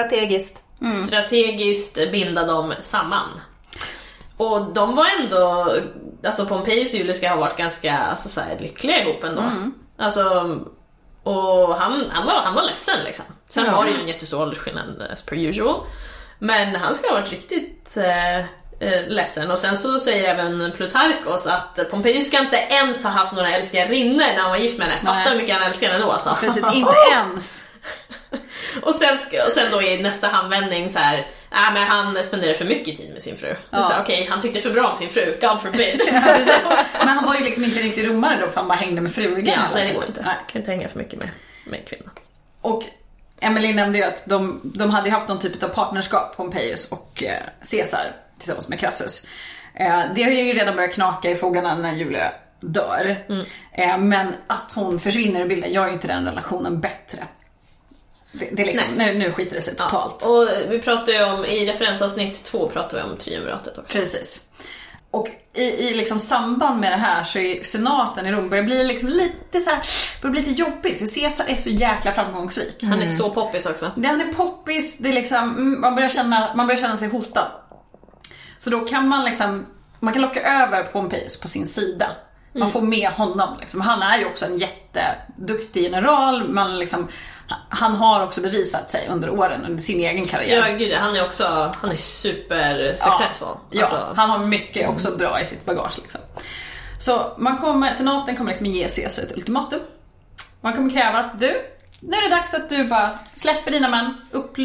strategiskt binda dem samman. Och de var ändå... Alltså Pompejus och Julia ska ha varit ganska så här, lyckliga ihop ändå. Alltså... Och han var ledsen liksom. Sen var det ju en jättestor åldersskillnad as per usual. Men han ska ha varit riktigt ledsen. Och sen så säger även Plutarkos att Pompejus ska inte ens ha haft några älskarinnor när han var gift med henne. Fattar hur mycket han älskar henne då alltså.
Precis, inte ens.
Och sen då i nästa handvändning så här, men han spenderade för mycket tid med sin fru. Okej, han tyckte för bra om sin fru, God forbid.
Men han var ju liksom inte riktigt romare då, för han bara hängde med frugan.
Nej, det går inte. Nej. Kan inte hänga för mycket med kvinnor.
Och Emily nämnde ju att de hade haft någon typ av partnerskap, Pompejus och Caesar tillsammans med Crassus. Det har ju redan börjat knaka i fogarna när Julia dör. Men att hon försvinner ur bilden gör ju inte den relationen bättre. Det är liksom, nu skiter det sig totalt.
Ja, och vi pratar ju om, i referensavsnitt 2 pratar vi om triumviratet också.
Precis. Och i liksom samband med det här så är senaten i Rom börjar bli liksom lite så här, börjar bli lite jobbigt, för Caesar är så jäkla framgångsrik.
Han är så poppis också.
Han är poppis, det är liksom, man börjar känna sig hotad. Så då kan man kan locka över Pompejus på sin sida. Man får med honom liksom. Han är ju också en jätteduktig general, han har också bevisat sig under åren, under sin egen karriär.
Ja, gud, han är super successful.
Ja, han har mycket också bra i sitt bagage liksom. Så senaten kommer liksom ge Caesar ett ultimatum. Man kommer kräva att nu är det dags att du bara släpper dina män,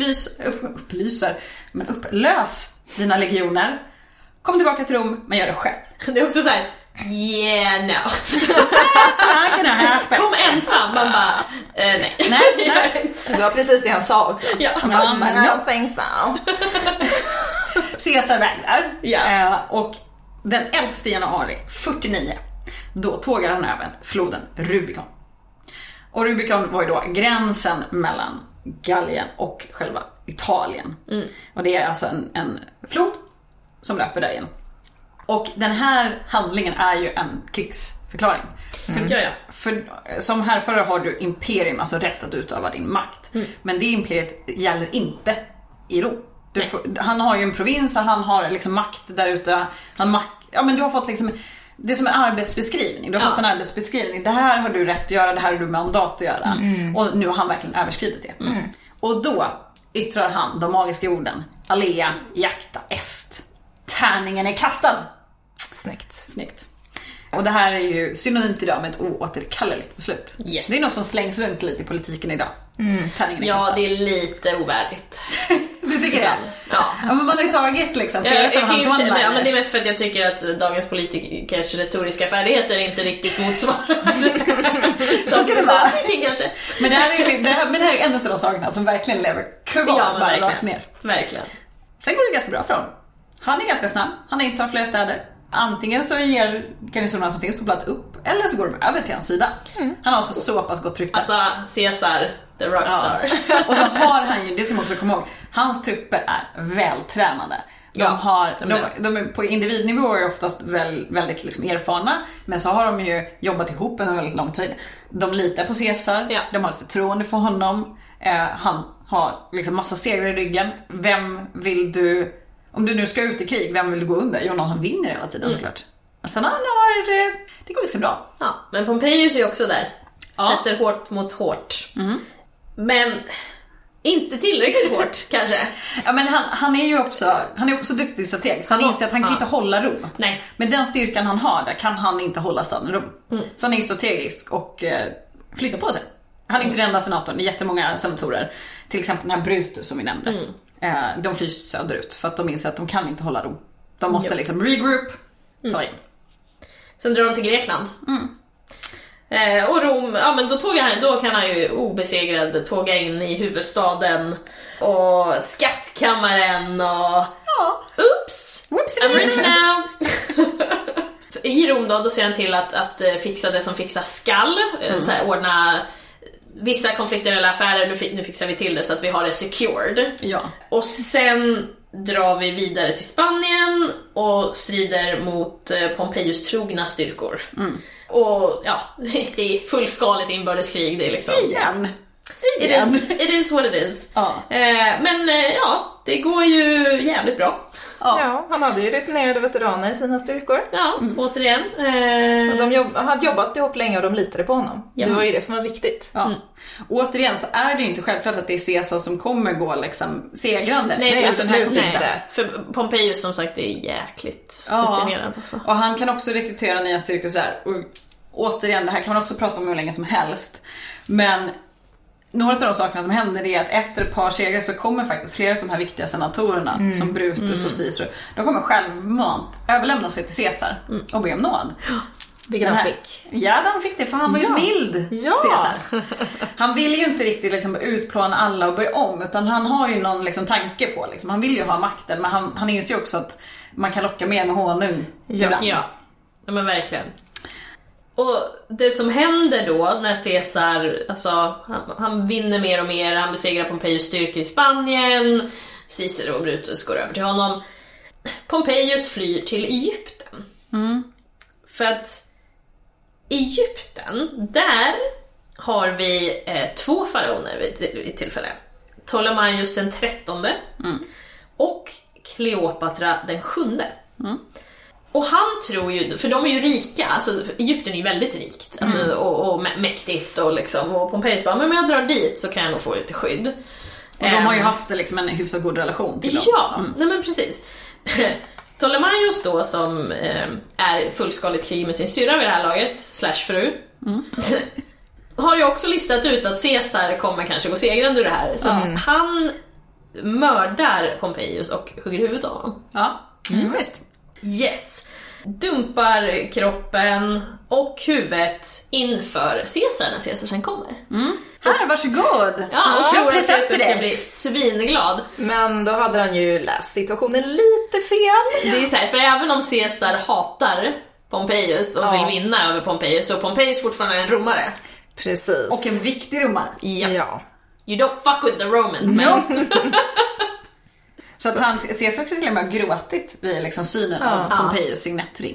upplös dina legioner. Kom tillbaka till Rom, men gör det själv.
Det är också så här, yeah, no. Kom ensam, man bara, nej.
Det var precis det han sa också.
Ja.
I don't think so.
Caesar vägrar.
Ja.
Och den 11 januari 49 då tågar han över floden Rubicon. Och Rubicon var ju då gränsen mellan Gallien och själva Italien. Och det är alltså en flod som löper där igen. Och den här handlingen är ju en krigsförklaring. För som härförare har du imperium, alltså rätt att utöva din makt. Men det imperiet gäller inte i Rom. Han har ju en provins och han har liksom makt där ute. Men du har fått liksom, det är som en arbetsbeskrivning. Du har fått en arbetsbeskrivning. Det här har du rätt att göra, det här har du mandat att göra. Och nu har han verkligen överskridit det. Och då yttrar han de magiska orden: Alea jacta est. Tärningen är kastad. Snyggt. Och det här är ju synonymt idag med ett oåterkalleligt beslut.
Yes.
Det är något som slängs runt lite i politiken idag. Tärningen är
ja,
kastad.
det är lite ovärdigt.
Du tycker det?
Ja.
Men man har ju tagit liksom
men det är mest för att jag tycker att dagens politikers retoriska färdigheter inte riktigt motsvarar.
Så kan det vara.
Kanske.
Men det här är en av de sakerna som verkligen lever kvar bara rakt ner.
Verkligen.
Sen går det ganska bra för honom. Han är ganska snabb, han intar flera städer. Antingen så ger garnisonerna som finns på plats upp, eller så går de över till hans sida. Han har alltså så pass gott rykte.
Alltså Caesar, the rockstar.
Ja. Och så har han ju, det ska man också komma ihåg, hans trupper är vältränade. De är på individnivå är oftast väldigt liksom erfarna, men så har de ju jobbat ihop en väldigt lång tid. De litar på Caesar, de har ett förtroende för honom. Han har liksom massa segrar i ryggen. Vem vill du, om du nu ska ut i krig, vem vill du gå under? Jag har någon som vinner hela tiden såklart. Sen det går liksom bra.
Ja, men Pompejus är också där. Sätter hårt mot hårt. Men inte tillräckligt hårt kanske.
Ja, men han är också duktig strateg, så han inser att han kan inte hålla Rom.
Nej.
Men den styrkan han har där kan han inte hålla staden Rom. Så han är strategisk och flyttar på sig. Han är inte den enda senatorn, det är jättemånga senatorer. Till exempel den här Brutus som vi nämnde. De flyr söderut för att de inser att de kan inte hålla Rom. De måste liksom regroup, ta in.
Sen drar de till Grekland. Och Rom, ja men då kan han ju obesegrad tåga in i huvudstaden och skattkammaren och I'm rich now. I Rom då ser han till att fixa det som fixas skall, så här, ordna vissa konflikter eller affärer, nu fixar vi till det så att vi har det secured.
Ja.
Och sen drar vi vidare till Spanien och strider mot Pompejus trogna styrkor. Och ja, det är fullskaligt inbördeskrig, det är liksom.
Igen.
It is what it is. Men det går ju jävligt bra.
Ja, han hade ju rutinerade veteraner i sina styrkor.
Ja, återigen.
Och de hade jobbat ihop länge och de litade på honom. Det var ju det som var viktigt.
Återigen så är det inte självklart att det är Caesar som kommer gå liksom segrande.
Nej,
absolut inte.
För Pompejus som sagt är jäkligt rutinerad. Alltså.
Och han kan också rekrytera nya styrkor så här. Och återigen, det här kan man också prata om hur länge som helst. Men några av de sakerna som händer är att efter ett par segrar så kommer faktiskt flera av de här viktiga senatorerna som Brutus och Cicero, de kommer självmant överlämna sig till Caesar och be om nåd.
Vilket de fick.
Ja, de fick det, för han var ju så mild, Caesar. Han vill ju inte riktigt liksom utplåna alla och börja om, utan han har ju någon liksom tanke på liksom. Han vill ju ha makten, men han inser ju också att man kan locka mer med honung.
Ja, men verkligen. Och det som händer då när Caesar, alltså han vinner mer och mer, han besegrar Pompejus styrkor i Spanien, Cicero och Brutus går över till honom. Pompejus flyr till Egypten. För att Egypten, där har vi 2 faraoner vid tillfälle. Ptolemaios den 13 och Kleopatra den 7. Och han tror ju, för de är ju rika, alltså Egypten är ju väldigt rikt, alltså, och mäktigt och liksom, och Pompejus bara, men om jag drar dit så kan jag nog få lite skydd.
Och de har ju haft liksom en hyfsat god relation till dem.
Ja, nej men precis. Ptolemaios då, som är fullskaligt krig med sin syrra vid det här laget, /fru, har ju också listat ut att Caesar kommer kanske gå segrande ur det här. Så att han mördar Pompejus och hugger huvudet av honom.
Ja, visst.
Yes. Dumpar kroppen och huvudet inför Caesar när Caesar sen kommer.
Här, varsågod.
Ja, och tror att Caesar ska bli svinglad.
Men då hade han ju läst situationen lite fel.
Det är så här, för även om Caesar hatar Pompejus och vill vinna över Pompejus, så Pompejus fortfarande är en romare.
Precis.
Och en viktig romare.
Ja.
You don't fuck with the Romans, man.
Så att Caesar till och med har gråtit vid liksom synen av Pompejus signettring.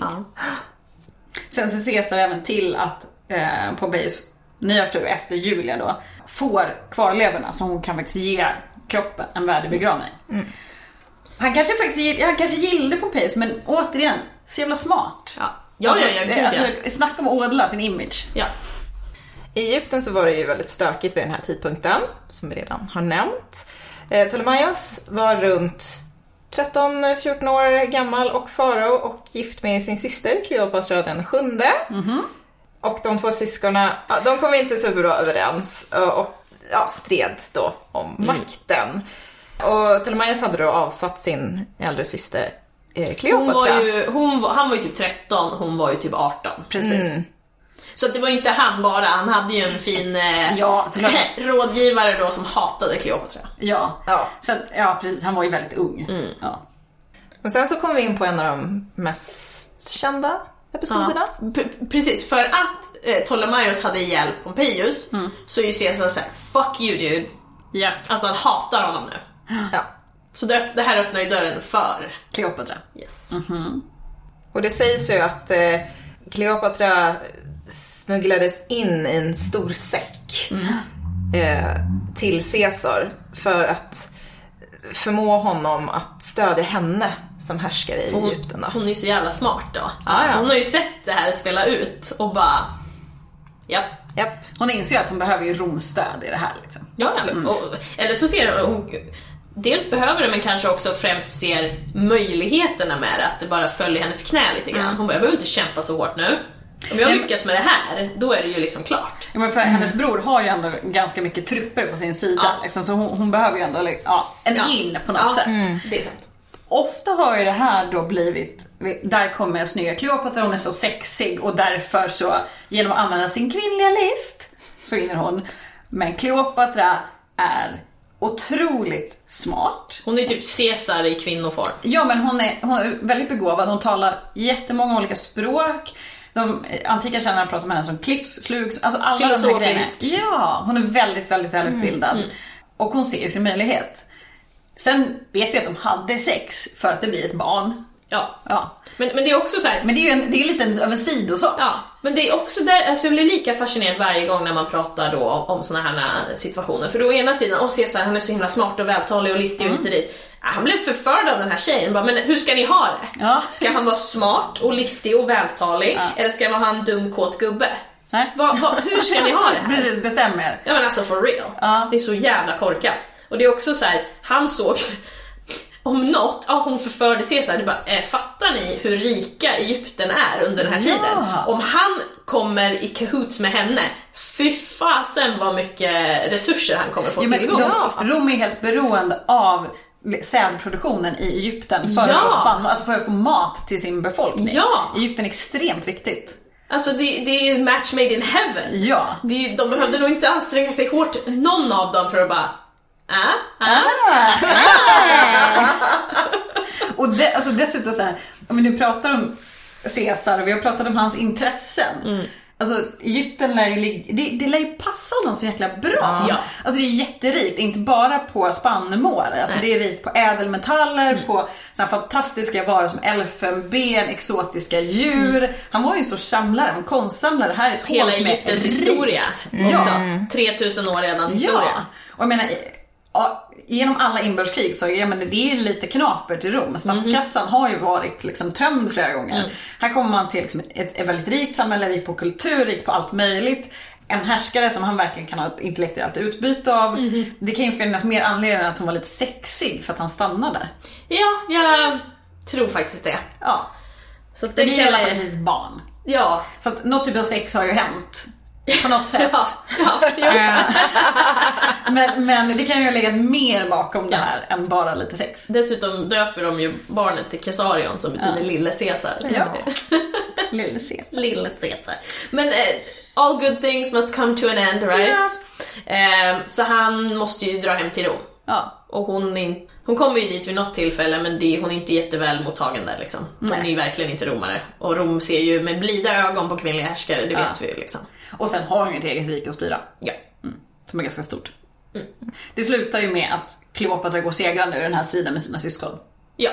Sen ser Caesar även till att Pompejus nya fru efter Julia då får kvarlevorna, så hon kan faktiskt ge kroppen en värdig begravning. Han kanske gillade Pompejus, men återigen, så jävla smart. Snack om att ådla sin image.
Ja.
I Egypten så var det ju väldigt stökigt vid den här tidpunkten, som vi redan har nämnt. Ptolemaios var runt 13-14 år gammal och farao och gift med sin syster Kleopatra den 7. Och de 2 syskonen, de kom inte så bra överens och stred då om makten. Och Ptolemaios hade då avsatt sin äldre syster Kleopatra.
Han var ju typ 13, hon var ju typ 18.
Precis.
Så att det var inte han bara, han hade ju en fin rådgivare då som hatade Kleopatra.
Ja. Så att, precis, han var ju väldigt ung.
Och sen så kommer vi in på en av de mest kända episoderna.
Precis, för att Ptolemaios hade ihjäl Pompeius så är ju Caesar såhär, fuck you dude.
Ja.
Alltså han hatar honom nu.
Ja.
Så det här öppnar ju dörren för
Kleopatra.
Yes.
Och det sägs ju att Kleopatra smugglades in i en stor säck till Caesar för att förmå honom att stödja henne som härskare i Egypten då.
Hon är ju så jävla smart då.
Ja.
Hon har ju sett det här spela ut och bara japp.
Hon inser ju att hon behöver ju romstöd i det här liksom.
Ja, eller så ser hon dels behöver det, men kanske också främst ser möjligheterna med det, att det bara följer hennes knä lite grann. Hon bara, jag behöver inte kämpa så hårt nu. Om jag lyckas med det här, då är det ju liksom klart.
Ja, men för hennes bror har ju ändå ganska mycket trupper på sin sida liksom, så hon behöver ju ändå in på något sätt.
Det är sant.
Ofta har ju det här då blivit, där kommer snygga Kleopatra, hon är så sexig och därför så genom att använda sin kvinnliga list så vinner hon. Men Kleopatra är otroligt smart.
Hon är typ Caesar i kvinnoform.
Ja, men hon är väldigt begåvad. Hon talar jättemånga olika språk. De antika kännare pratar med henne som klipps, slugs, alltså alla de här grejerna. Ja, hon är väldigt, väldigt, väldigt bildad. Och hon ser sin möjlighet. Sen vet vi att de hade sex för att det blir ett barn.
Ja. Men det är också så här.
Men det är ju lite av en sidosak.
Ja, men det är också där, alltså jag blir lika fascinerad varje gång när man pratar då om såna här situationer. För då å ena sidan, Caesar, han är så himla smart och vältalig och listig och hit och dit. Han blev förförd av den här tjejen. Bara, men hur ska ni ha det?
Ja.
Ska han vara smart och listig och vältalig? Ja. Eller ska han vara en dum kåt gubbe?
Nej.
Hur ska ni ha det här?
Precis, bestäm er.
Ja, men alltså for real.
Ja.
Det är så jävla korkat. Och det är också så här, han såg om något, hon förförde Caesar. Det bara, fattar ni hur rika Egypten är under den här tiden? Om han kommer i cahoots med henne, fy fasen vad mycket resurser han kommer få tillgång till.
Rom är helt beroende av sädproduktionen i Egypten för att få mat till sin befolkning.
Ja.
Egypten är extremt viktigt.
Alltså det är match made in heaven.
Ja.
De behövde nog inte anstränga sig hårt, någon av dem, för att bara
Och alltså dessutom så här, om vi nu pratar om Caesar och vi har pratat om hans intressen. Alltså Egypten det lär ju passa honom så jäkla bra.
Ja.
Alltså det är jätterikt, inte bara på spannmål. Alltså det är rikt på ädelmetaller, på såna fantastiska varor som elfenben, exotiska djur. Han var ju en stor samlare, en konstsamlare. Här är ett
hela
hål som
Egyptens
är
historia också. 3000 år redan historia.
Ja. Och jag menar, genom alla inbördeskrig så det är lite knaper till Rom. Statskassan har ju varit liksom tömd flera gånger. Här kommer man till liksom ett väldigt rikt samhälle, rikt på kultur, rikt på allt möjligt. En härskare som han verkligen kan ha ett intellektuellt utbyte av. Det kan ju finnas mer anledning att hon var lite sexig för att han stannade.
Ja, jag tror faktiskt det.
Ja.
Så att
det blir i alla fall ett barn.
Ja.
Så att något typ av sex har ju hänt. På något sätt. Men det kan ju lägga mer bakom det här än bara lite sex.
Dessutom döper de ju barnet till Caesarion, som betyder Lille Caesar.
Ja. Lille Caesar.
Lille Caesar. Men all good things must come to an end, right? Yeah. Så han måste ju dra hem till Rom.
Ja.
Och hon kommer ju dit vid något tillfälle, men hon är inte jätteväl mottagen där liksom. Hon är ju verkligen inte romare. Och Rom ser ju med blida ögon på kvinnliga härskare, det vet vi ju liksom. Och
sen har hon ju ett eget rike att styra.
Ja.
Som är ganska stort. Det slutar ju med att Kleopatra går segrande ur den här striden med sina syskon.
Ja,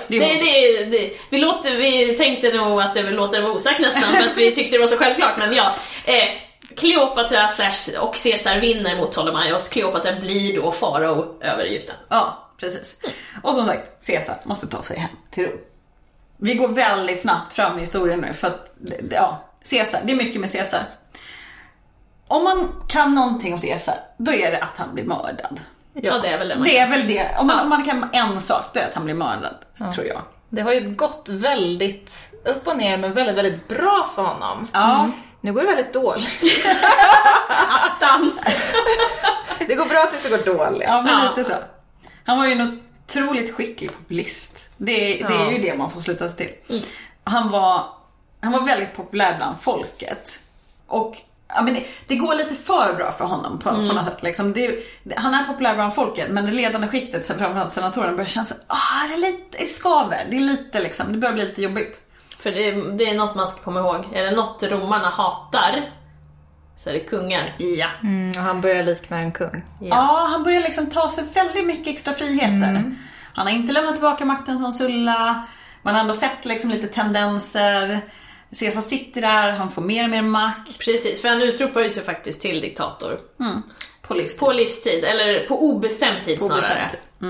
vi tänkte nog att det låter vara osagt nästan, för att vi tyckte det var så självklart, men ja. Kleopatra och Caesar vinner mot Ptolemaios. Kleopatra blir då farao över Egypten.
Ja, precis. Och som sagt, Caesar måste ta sig hem till Rom. Vi går väldigt snabbt fram i historien nu, för att Caesar, det är mycket med Caesar. Om man kan någonting om Caesar, då är det att han blir mördad.
Ja, det är väl det.
Det är väl det. Om man kan en sak, det är att han blir mördad, tror jag.
Det har ju gått väldigt upp och ner, men väldigt, väldigt bra för honom.
Ja.
Nu går det väldigt dåligt.
Attans.
Det går bra tills det går dåligt.
Ja, men lite så. Han var ju en otroligt skicklig populist. Det är ju det man får sluta sig till. Han var väldigt populär bland folket. Och Ja, men det går lite för bra för honom på något sätt. Liksom. Han är populär bland folket, men det ledande skiktet, framförallt senatorerna, börjar känna att det är lite skaver. Det är lite liksom, det börjar bli lite jobbigt.
För det är något man ska komma ihåg. Är det något romarna hatar, så är det kungar.
Ja.
Och han börjar likna en kung.
Ja, han börjar liksom ta sig väldigt mycket extra friheter. Han har inte lämnat tillbaka makten som Sulla. Man har ändå sett liksom lite tendenser. Caesar sitter där, han får mer och mer makt.
Precis, för han utropar ju sig faktiskt till diktator.
På livstid.
På livstid, eller på obestämd tid snarare.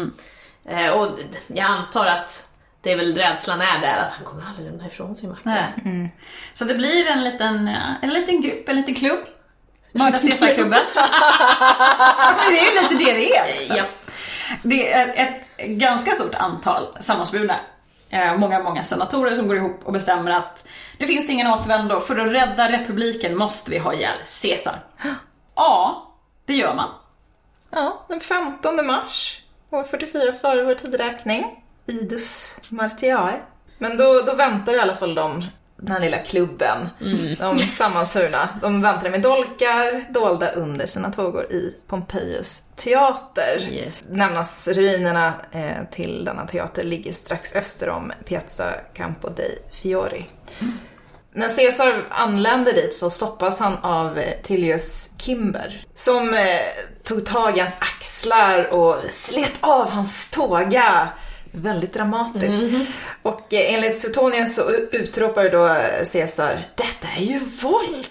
Och jag antar att det är väl rädslan är där, att han kommer aldrig lämna ifrån sig makten.
Så det blir en liten grupp, en liten klubb. Mörda Caesar-klubben. Men det är ju lite det är. Liksom.
Ja.
Det är ett ganska stort antal sammansvurna. Många senatorer som går ihop och bestämmer att nu finns det ingen återvändo. För att rädda republiken måste vi ha ihjäl Caesar. Ja, det gör man.
Ja, den 15 mars år 44 före vår tidräkning. Idus Martiae. Men då väntar i alla fall den här lilla klubben, de sammansvurna. De väntar med dolkar dolda under sina tågor i Pompejus teater.
Yes.
Nämnas ruinerna till denna teater ligger strax öster om Piazza Campo dei Fiori. När Caesar anländer dit så stoppas han av Tillius Kimber, som tog tag i hans axlar och slet av hans tåga. Väldigt dramatiskt. Och enligt Suetonius så utropar då Caesar: detta är ju våld.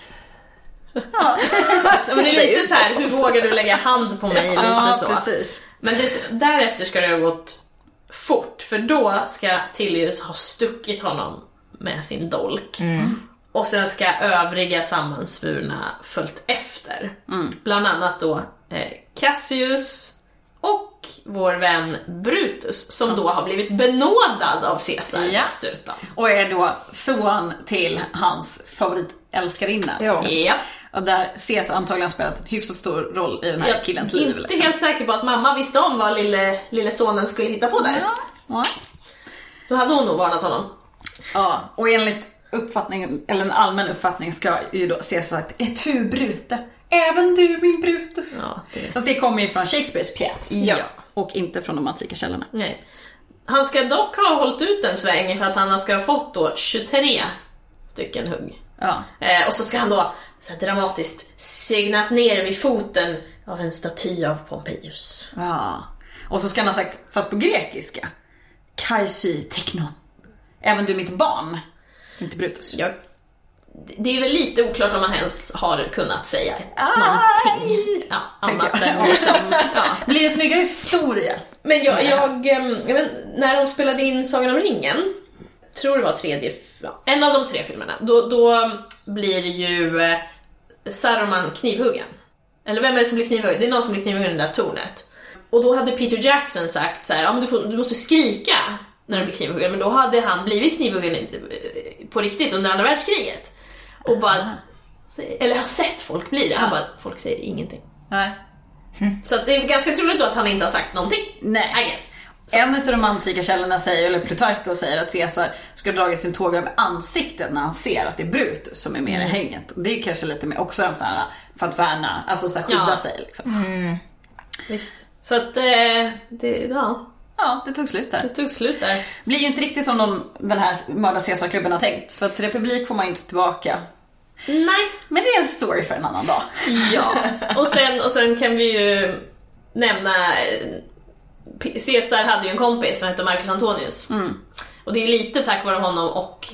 Ja, men det är lite så här, hur vågar du lägga hand på mig? Lite så.
Precis.
Men därefter ska det ha gått fort, för då ska Tillius ha stuckit honom med sin dolk. Och sen ska övriga sammansvurna följt efter. Bland annat då Cassius och vår vän Brutus, som då har blivit benådad av Caesar dessutom.
Och är då son till hans favoritälskarinna.
Ja.
Och där Caesar antagligen spelat en hyfsat stor roll i den här killens liv.
Jag är inte helt säker på att mamma visste om vad lille sonen skulle hitta på där.
Ja.
Då hade hon nog varnat honom.
Ja, och enligt uppfattningen, eller en allmän uppfattning, ska ju då Caesar sagt: ett du Brute, även du min Brutus.
Ja,
Fast det kommer ju från Shakespeares pjäs.
Ja.
Och inte från de antika källorna.
Nej. Han ska dock ha hållit ut en sväng för att han ska ha fått då 23 stycken hugg.
Ja.
Och så ska han då så här dramatiskt segnat ner vid foten av en staty av Pompejus.
Ja. Och så ska han ha sagt, fast på grekiska: Kaisi teknon, även du mitt barn. Inte Brutus.
Ja, det är väl lite oklart om man ens har kunnat säga någonting annat än liksom,
Det blir en snyggare historia.
Men jag vet, när de spelade in Sagan om ringen, tror det var en av de 3 filmerna, då blir ju Saruman knivhuggen. Eller vem är det som blir knivhuggen? Det är någon som blir knivhuggen i det där tornet. Och då hade Peter Jackson sagt så här: ja, men du måste skrika när du blir knivhuggen. Men då hade han blivit knivhuggen på riktigt under andra världskriget. Och bara, eller har sett folk bli det. Han bara, folk säger ingenting.
Nej.
Så att det är ganska troligt då att han inte har sagt någonting.
Nej, I guess. En av de antika källorna säger, eller Plutarko säger, att Caesar ska ha dragit sin tåg över ansiktet när han ser att det är Brutus som är med i hänget. Och det är kanske lite mer också en sån här, för att värna, alltså så här, skydda sig liksom.
Visst. Så att
Ja, det tog slut där.
Det tog slut där.
Blir ju inte riktigt som den här Mörda Caesar-klubben har tänkt. För att republik får man inte tillbaka.
Nej.
Men det är en story för en annan dag.
Ja. Och sen kan vi ju nämna, Caesar hade ju en kompis som hette Marcus Antonius. Och det är lite tack vare honom och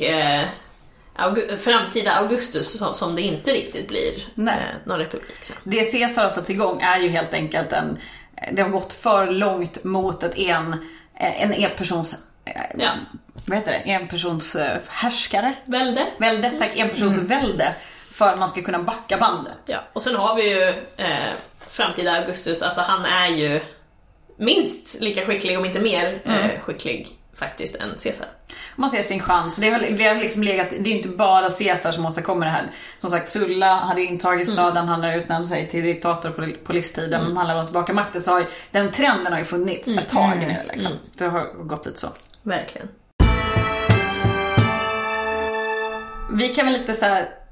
framtida Augustus som det inte riktigt blir någon republik sen. Det
Caesar har satt igång är ju helt enkelt det har gått för långt mot en enpersons vad heter det? Enpersons härskare. Välde, tack. Enpersons välde, för att man ska kunna backa bandet.
Ja, och sen har vi ju framtida Augustus, alltså han är ju minst lika skicklig, om inte mer skicklig faktiskt än Caesar.
Man ser sin chans. Det har liksom legat, det är inte bara Caesar som måste komma det här. Som sagt, Sulla hade intagit staden, han har utnämnt sig till diktator på livstiden, men han lämnar tillbaka makten, så har den trenden har ju funnits ett tag nu liksom. Det har gått lite så.
Verkligen.
Vi kan väl lite så här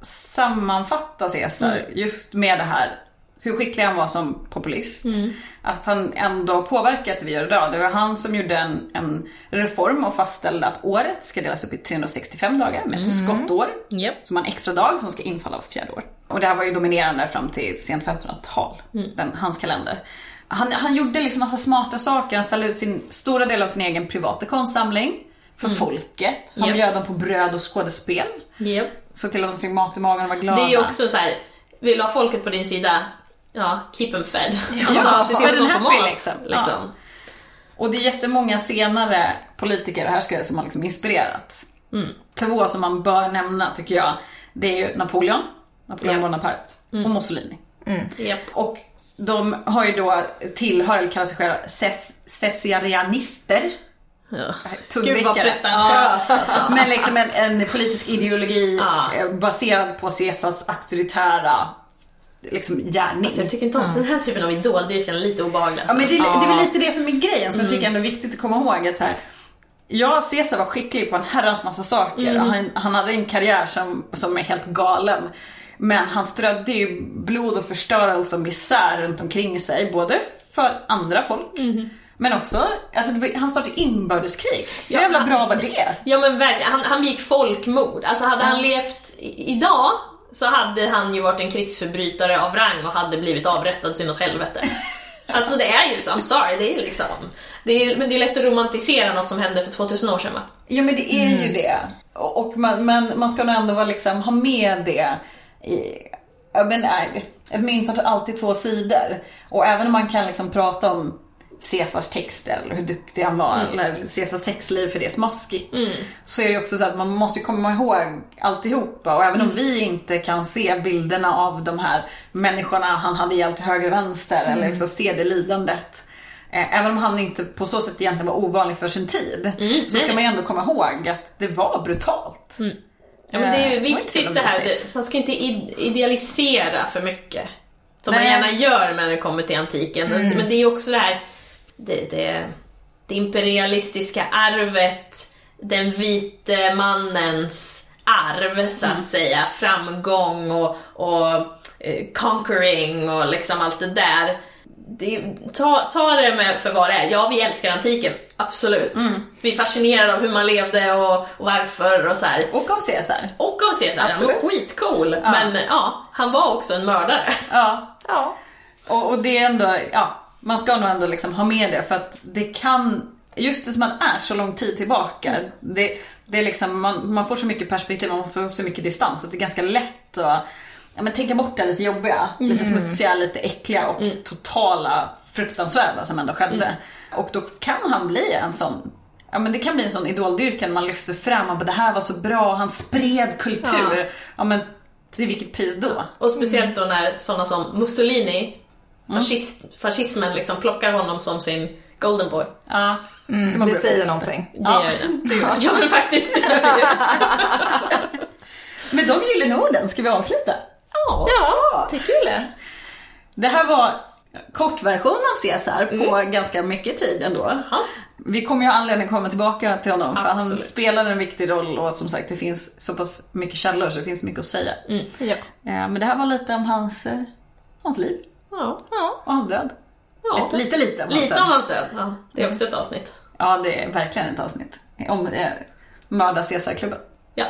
sammanfatta Caesar just med det här, hur skicklig han var som populist. Att han ändå påverkat det vi gör idag. Det var han som gjorde en reform och fastställde att året ska delas upp i 365 dagar med ett skottår. Som har en extra dag som ska infalla var 4:e år. Och det här var ju dominerande fram till sent 1500-tal, hans kalender. Han gjorde liksom massa smarta saker. Han ställde ut stora del av sin egen privata konstsamling för folket. Han bjöd dem på bröd och skådespel. Så till att de fick mat i magen och var glada.
Det är ju också så här, vill du ha folket på din sida? Ja, keep them fed.
Alltså, för den happy liksom. Ja. Och det är jättemånga senare politiker och härskare som har liksom inspirerats. 2 som man bör nämna tycker jag. Det är ju Napoleon Bonaparte och Mussolini. Och de har ju då tillhör eller kallar sig själva caesarianister.
Gud vad pretentiöst alltså.
Men liksom en politisk ideologi baserad på Caesars auktoritära liksom gärning.
Alltså jag tycker inte om den här typen av idoldyrkan är lite obehaglig.
Alltså. Ja, men det är väl lite det som är grejen som jag tycker ändå är viktigt att komma ihåg att så här, Caesar var skicklig på en herrans massa saker. Han hade en karriär som är helt galen. Men han strödde ju blod och förstörelse och misär runt omkring sig, både för andra folk men också, alltså han startade inbördeskrig. Hur jävla bra var det?
Ja men verkligen, han begick folkmord. Alltså hade han levt idag så hade han ju varit en krigsförbrytare av rang och hade blivit avrättad synåt helvete. Alltså det är ju så, I'm sorry, det är liksom men det är lätt att romantisera något som hände för 2000 år sedan, va?
Ja men det är ju det. Och man ska nog ändå liksom ha med det ett mynt har alltid 2 sidor. Och även om man kan liksom prata om Caesars texter eller hur duktig han var eller Caesars sexliv, för det är smaskigt, så är det också så att man måste komma ihåg alltihopa. Och även om vi inte kan se bilderna av de här människorna han hade hjälpt till höger och vänster eller liksom se det lidandet, även om han inte på så sätt egentligen var ovanlig för sin tid, så ska man ändå komma ihåg att det var brutalt.
Ja, men det är ju viktigt det här. Man ska inte idealisera för mycket som man gärna gör när det kommer till antiken. Men det är ju också det här det imperialistiska arvet, den vite mannens arv så att säga, framgång och conquering och liksom allt det där. Ta det med för vad det är. Ja, vi älskar antiken, absolut. Vi är fascinerade av hur man levde och varför och så här.
Och av Caesar.
Han var skitcool. Men han var också en mördare.
Ja. Och det är ändå, man ska nog ändå liksom ha med det, för att det kan, just det som man är så lång tid tillbaka, det är liksom, man får så mycket perspektiv, man får så mycket distans att det är ganska lätt att tänka bort det lite jobbiga, lite smutsiga, lite äckliga och totala fruktansvärda som ändå skedde. Och då kan han bli en sån, det kan bli en sån idoldyrkan man lyfter fram och det här var så bra, han spred kultur. Men till vilket pris då? Och
speciellt då när sådana som Mussolini, fascismen liksom plockar honom som sin golden boy.
Det säger någonting.
Det gör det. Ja, men faktiskt det gör det.
Med de gyllene orden ska vi avsluta.
Ja, tycker du det?
Det här var kortversion av Caesar på ganska mycket tid ändå. Vi kommer ju ha anledning att komma tillbaka till honom, för han spelar en viktig roll och som sagt det finns så pass mycket källor så det finns mycket att säga. Men det här var lite om hans liv. Och hans död. Lite
om hans död. Ja, det är också ett avsnitt.
Ja, det är verkligen ett avsnitt om mörda Caesar-klubben.
Ja.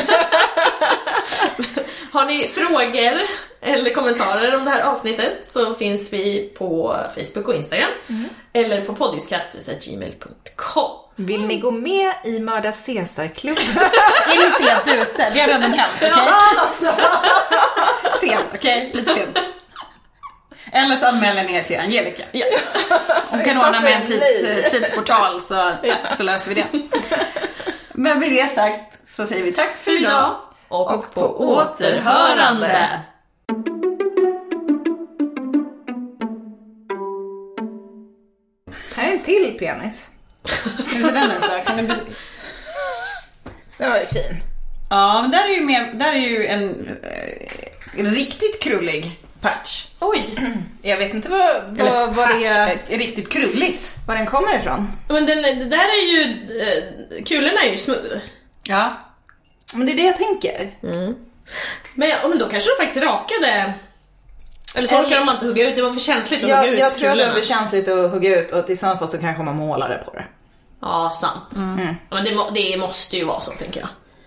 Har ni frågor eller kommentarer om det här avsnittet så finns vi på Facebook och Instagram eller på poddiscastus@gmail.com.
Vill ni gå med i Mörda Caesar-klubben?
Är ni sent ute? Det har redan hänt, okej? Sent, okej? Lite sent. Eller så anmäler ni er till Angelica. Hon kan ordna med en tidsportal så löser vi det. Men med det sagt så säger vi tack för idag
och på återhörande.
Här är en till penis.
Hur ser den ut då? Kan du
Den var ju fin.
Ja, men där är ju en riktigt krullig patch.
Oj, jag vet inte vad det är
riktigt krulligt.
Var den kommer ifrån.
Men det där är ju kulorna är ju smooth.
Ja.
Men det är det jag tänker.
Men då kanske de faktiskt rakade. Eller så orkar de inte hugga ut, det var för känsligt att hugga ut.
Jag tror att det var för känsligt att hugga ut, och i så fall så kanske man målar det på det.
Ja, sant. Ja, men det måste ju vara så, tänker jag.